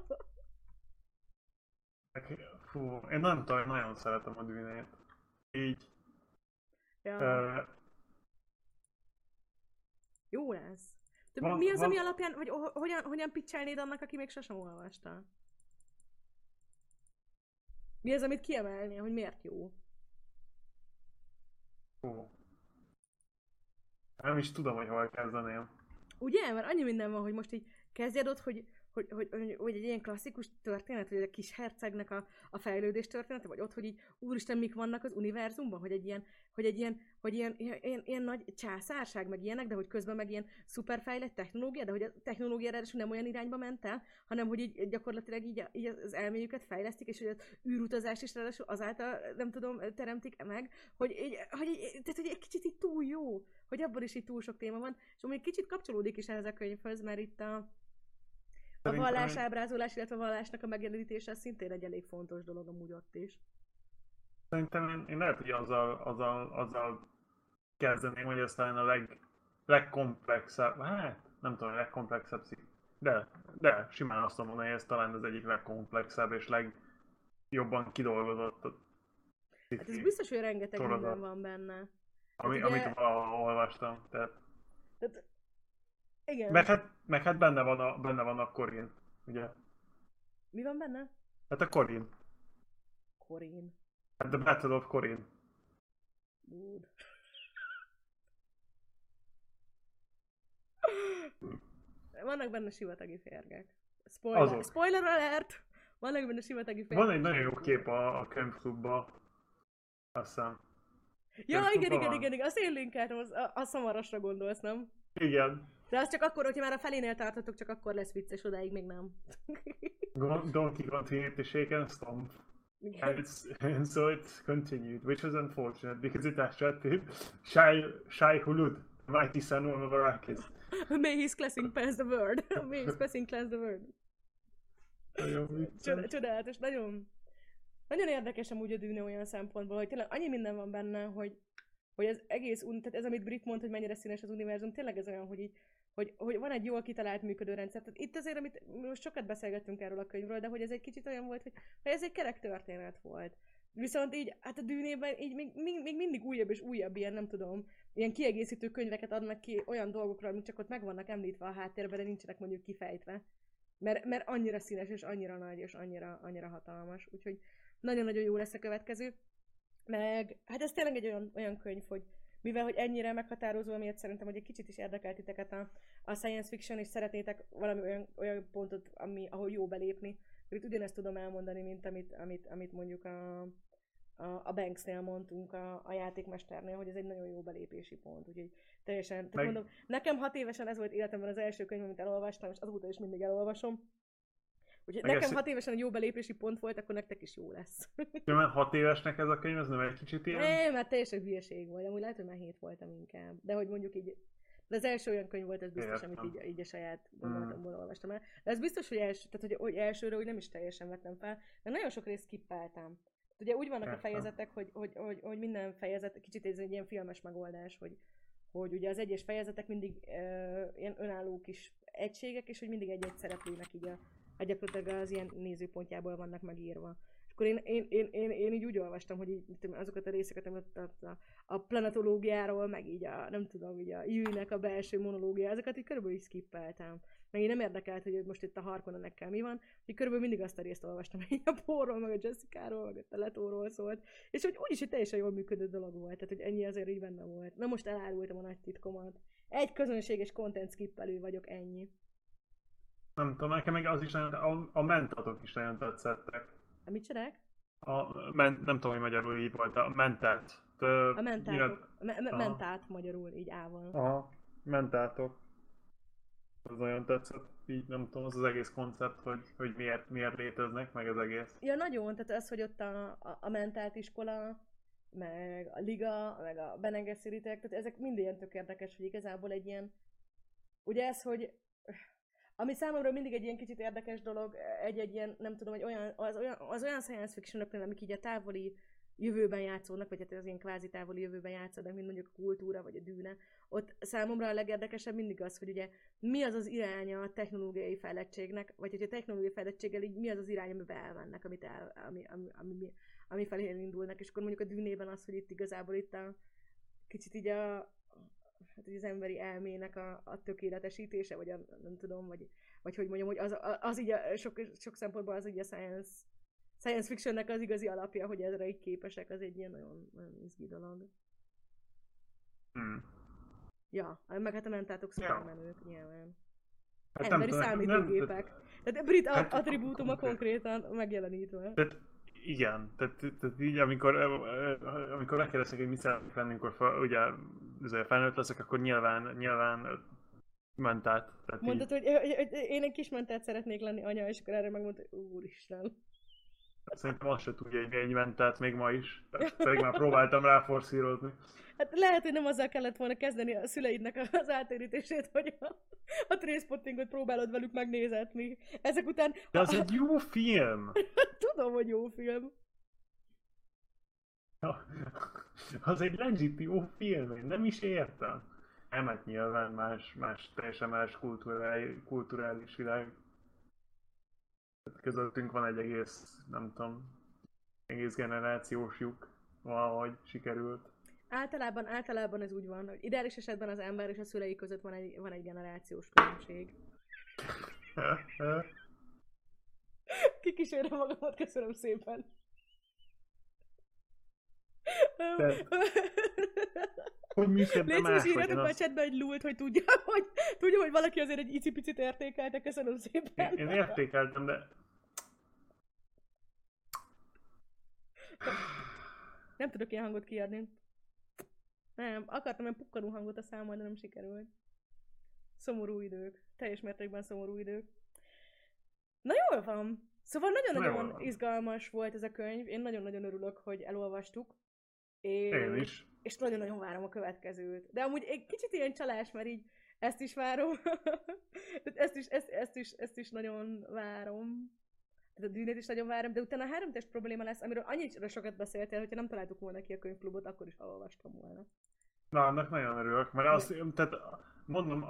Fú, én nem tudom, nagyon szeretem a Dűnét. Így. Ja. Jó lesz. Mi az, ami alapján, vagy hogyan pitchelnéd annak, aki még sosem olvasta? Mi az, amit kiemelnél, hogy miért jó? Nem is tudom, hogy hol kezdeném. Ugye? Mert annyi minden van, hogy most így kezdjed ott, hogy egy ilyen klasszikus történet, hogy a kis hercegnek a fejlődés története, vagy ott, hogy így úristen, mik vannak az univerzumban, hogy ilyen nagy császárság, meg ilyenek, de hogy közben meg ilyen szuperfejlett technológia, de hogy a technológia ráadásul nem olyan irányba ment el, hanem hogy így gyakorlatilag így az elméjüket fejlesztik, és hogy az űrutazást is ráadásul azáltal, nem tudom, teremtik meg, hogy egy kicsit így túl jó, hogy abban is így túl sok téma van, és amúgy egy kicsit kapcsolódik is ehhez a könyvhöz, mert itt a vallásábrázolás, illetve a vallásnak a megjelenítése szintén egy elég fontos dolog amúgy ott is. Szerintem én lehet, hogy azzal kezdeném, hogy ez talán a legkomplexebb, hát nem tudom, a legkomplexebb de simán azt mondom, hogy ez talán az egyik legkomplexebb és legjobban kidolgozott. Hát ez biztos, hogy rengeteg minden van benne. Amit olvastam, tehát... Igen. Meg hát benne van a Corin, ugye? Mi van benne? Hát a Corin. Corin. Hát The Battle of Corin. Good. Vannak benne sivatagi férgek. Spoiler alert! Vannak benne sivatagi férgek. Van egy nagyon jó kép a könyvklubban. Azt hiszem. Ja, igen. Azt én linkeltem, a szamarasra gondolsz, nem? Igen. De az csak akkor, hogyha már a felénél tartotok, csak akkor lesz vicces, odáig még nem. Donkey continued to shake and stomp. And so it continued, which was unfortunate because it attracted Shai Hulud, mighty son of Arrakis. May his classing pass the word. May his passing class the word. Csodálatos, nagyon érdekes amúgy a Dűne olyan szempontból, hogy tényleg annyi minden van benne, hogy az egész, tehát ez amit Brit mond, hogy mennyire színes az univerzum, tényleg ez olyan, hogy van egy jól kitalált működő rendszer. Tehát itt azért, amit most sokat beszélgettünk erről a könyvről, de hogy ez egy kicsit olyan volt, hogy ez egy kerek történet volt. Viszont így, hát a Dűnében így még mindig újabb és újabb ilyen, nem tudom, ilyen kiegészítő könyveket adnak ki olyan dolgokra, amik csak ott meg vannak említve a háttérben, de nincsenek mondjuk kifejtve. Mert annyira színes, és annyira nagy, és annyira hatalmas. Úgyhogy nagyon-nagyon jó lesz a következő. Meg, hát ez tényleg egy olyan könyv, hogy mivel hogy ennyire meghatározó, amiért szerintem, hogy egy kicsit is érdekelt titeket a science fiction, és szeretnétek valami olyan pontot, ahol jó belépni. Itt ugyanezt tudom elmondani, mint amit mondjuk a Banksnél mondtunk a játékmesternél, hogy ez egy nagyon jó belépési pont. Úgyhogy teljesen, tehát mondom, nekem 6 évesen ez volt életemben az első könyv, amit elolvastam, és azóta is mindig elolvasom. Úgyhogy nekem 6 évesen egy jó belépési pont volt, akkor nektek is jó lesz. Ja, mert 6 évesnek ez a könyv, ez nem egy kicsit ilyen? Nem, mert teljesen hülyeség volt. Amúgy lehet, hogy már 7 voltam inkább. De hogy mondjuk így... De az első olyan könyv volt, ez biztos, amit így a saját gondolatomból olvastam el. De ez biztos, hogy, hogy elsőre úgy nem is teljesen vettem fel, de nagyon sok részt skippeltem. Ugye úgy vannak a fejezetek, hogy minden fejezet, kicsit ez egy ilyen filmes megoldás, hogy ugye az egyes fejezetek mindig ilyen önálló kis egységek, és hogy mindig egy-egy szereplőnek így gyakorlatilag az ilyen nézőpontjából vannak megírva. És akkor én így úgy olvastam, hogy így, azokat a részeket, amit a planetológiáról, meg így nem tudom, így a Yui-nek a belső monológia, ezeket így körülbelül is skippeltem. Meg én nem érdekelt, hogy most itt a Harkonnenekkel mi van, hogy körülbelül mindig azt a részt olvastam, hogy a Paulról, meg a Jessica-ról, meg a Teletóról szólt, és hogy úgyis egy teljesen jól működő dolog volt, tehát hogy ennyi azért így benne volt. Na most elárultam a nagy titkomat. Egy közönséges content skippelő vagyok, ennyi. Nem tudom, nekem meg az is nagyon, a mentatok is nagyon tetszettek. A mit csinálják? Nem tudom, hogy magyarul így volt, a mentát. A mentátok. Mentát magyarul, így ával. Aha, mentátok. Az nagyon tetszett, így nem tudom, az egész koncept, hogy miért léteznek, meg az egész. Ja, nagyon, tehát az, hogy ott a mentált iskola, meg a liga, meg a Bene Gesserit-ek, tehát ezek mind ilyen tök érdekes, hogy igazából egy ilyen, ugye ez, hogy ami számomra mindig egy ilyen kicsit érdekes dolog, egy ilyen, nem tudom, hogy az olyan science fiction-öknél, amik így a távoli jövőben játszódnak, vagy hát az ilyen kvázi távoli jövőben játszódnak, mint mondjuk a kultúra, vagy a dűne, ott számomra a legérdekesebb mindig az, hogy ugye mi az az iránya a technológiai fejlettségnek, vagy hogy a technológiai fejlettséggel így mi az az irány, amiben elmennek, ami felé elindulnak, és akkor mondjuk a dűnében az, hogy itt igazából itt a kicsit így hát az emberi elmének a tökéletesítése, vagy nem tudom, vagy hogy mondjam, hogy az így sok szempontból az így a science fictionnek az igazi alapja, hogy ezre így képesek, az egy ilyen nagyon, nagyon izgi dolog. Ja, meg hát a mentátok szupermenők nyilván. Hát emberi számítógépek. Tehát brit attribútum a konkrétan megjelenítve. Igen, tehát így amikor megkérdeztek, hogy mit szeretnék lenni, amikor ugye felnőtt leszek, akkor nyilván mentát. Mondtad, hogy én egy kis mentát szeretnék lenni, anya, és akkor erre megmondta, hogy úristen. Szerintem azt se tudja, hogy egy mentát még ma is. Pedig már próbáltam ráforszírozni. Hát lehet, hogy nem azzal kellett volna kezdeni a szüleidnek az átérítését, hogy a Trainspottingot próbálod velük megnézetni. Ezek után... De az egy jó film! Tudom, hogy jó film. Az egy legit jó film, én nem is értem. Emet nyilván teljesen más kulturális világ. Közöttünk van egy egész, nem tudom, egész generációs lyuk, valahogy sikerült. Általában ez úgy van, hogy ideális esetben az ember és a szülei között van egy generációs különbség. Kikísérem magamat, köszönöm szépen. Hogy működne más? Légy írjatok a chatbe egy lult, hogy tudja, hogy valaki azért egy icipicit értékelte, köszönöm szépen. Én értékeltem, de... Nem tudok ilyen hangot kiadni. Nem, akartam egy pukkanó hangot a számmal, de nem sikerült. Szomorú idők. Teljes mértékben szomorú idők. Na jól van. Szóval nagyon-nagyon izgalmas volt ez a könyv. Én nagyon-nagyon örülök, hogy elolvastuk. Én is. És nagyon-nagyon várom a következőt. De amúgy egy kicsit ilyen csalás, mert így ezt is várom. ezt is nagyon várom. A dűnét is nagyon várom, de utána a 3 test probléma lesz, amiről annyira sokat beszéltél, hogyha nem találtuk volna ki a könyvklubot, akkor is elolvastam volna. Na, annak nagyon örülök, mert azt, tehát mondom,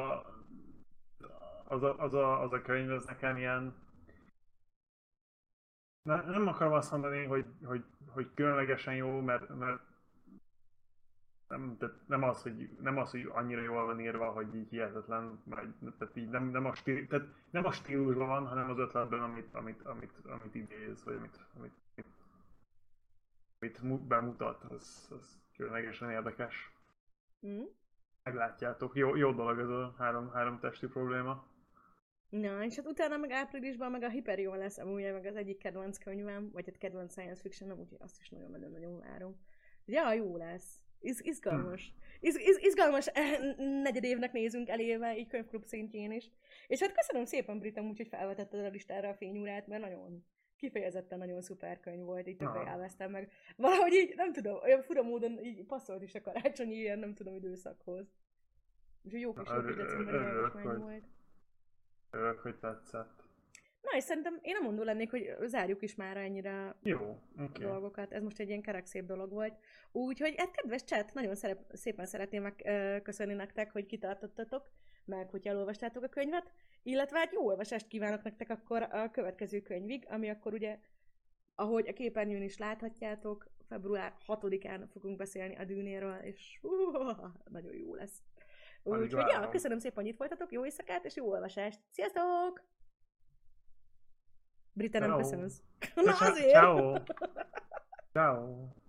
az a könyv, az nekem ilyen... Nem akarom azt mondani, hogy különlegesen jó, mert nem az, hogy annyira jól van írva, hogy így hihetetlen, tehát így nem a stílusban van, hanem az ötletben, amit idéz, vagy amit bemutat, az különlegesen érdekes. Meglátjátok, jó dolog ez a három testi probléma. Na, és hát utána meg áprilisban meg a Hyperion lesz amúgy meg az egyik kedvenc könyvem, vagy hát kedvenc science fiction, úgyhogy azt is nagyon-nagyon várom. Ja, jó lesz. Izgalmas. Izgalmas negyedévnek nézünk eléve, így könyvklub szintjén is. És hát köszönöm szépen, Britam, úgyhogy felvetetted a listára a fényúrát, mert nagyon kifejezetten nagyon szuper könyv volt, így tökre élveztem meg. Valahogy így, nem tudom, olyan fura módon így passzolt is a karácsonyi ilyen, nem tudom, időszakhoz. Úgyhogy jó kis decemberi olvasmány volt. Örülök, hogy tetszett. Na és szerintem én nem mondó lennék, hogy zárjuk is már ennyire Jó, oké. dolgokat. Ez most egy ilyen kerek szép dolog volt. Úgyhogy hát kedves chat, nagyon szépen szeretném megköszönni nektek, hogy kitartottatok, meg hogy elolvastátok a könyvet, illetve hát jó olvasást kívánok nektek akkor a következő könyvig, ami akkor ugye, ahogy a képernyőn is láthatjátok, február 6-án fogunk beszélni a Dűnéről, és nagyon jó lesz. Úgyhogy ja, köszönöm szépen, hogy itt voltatok, jó éjszakát és jó olvasást! Sziasztok! Brita, nem köszönöz. Na azért! Ciao. Ciao.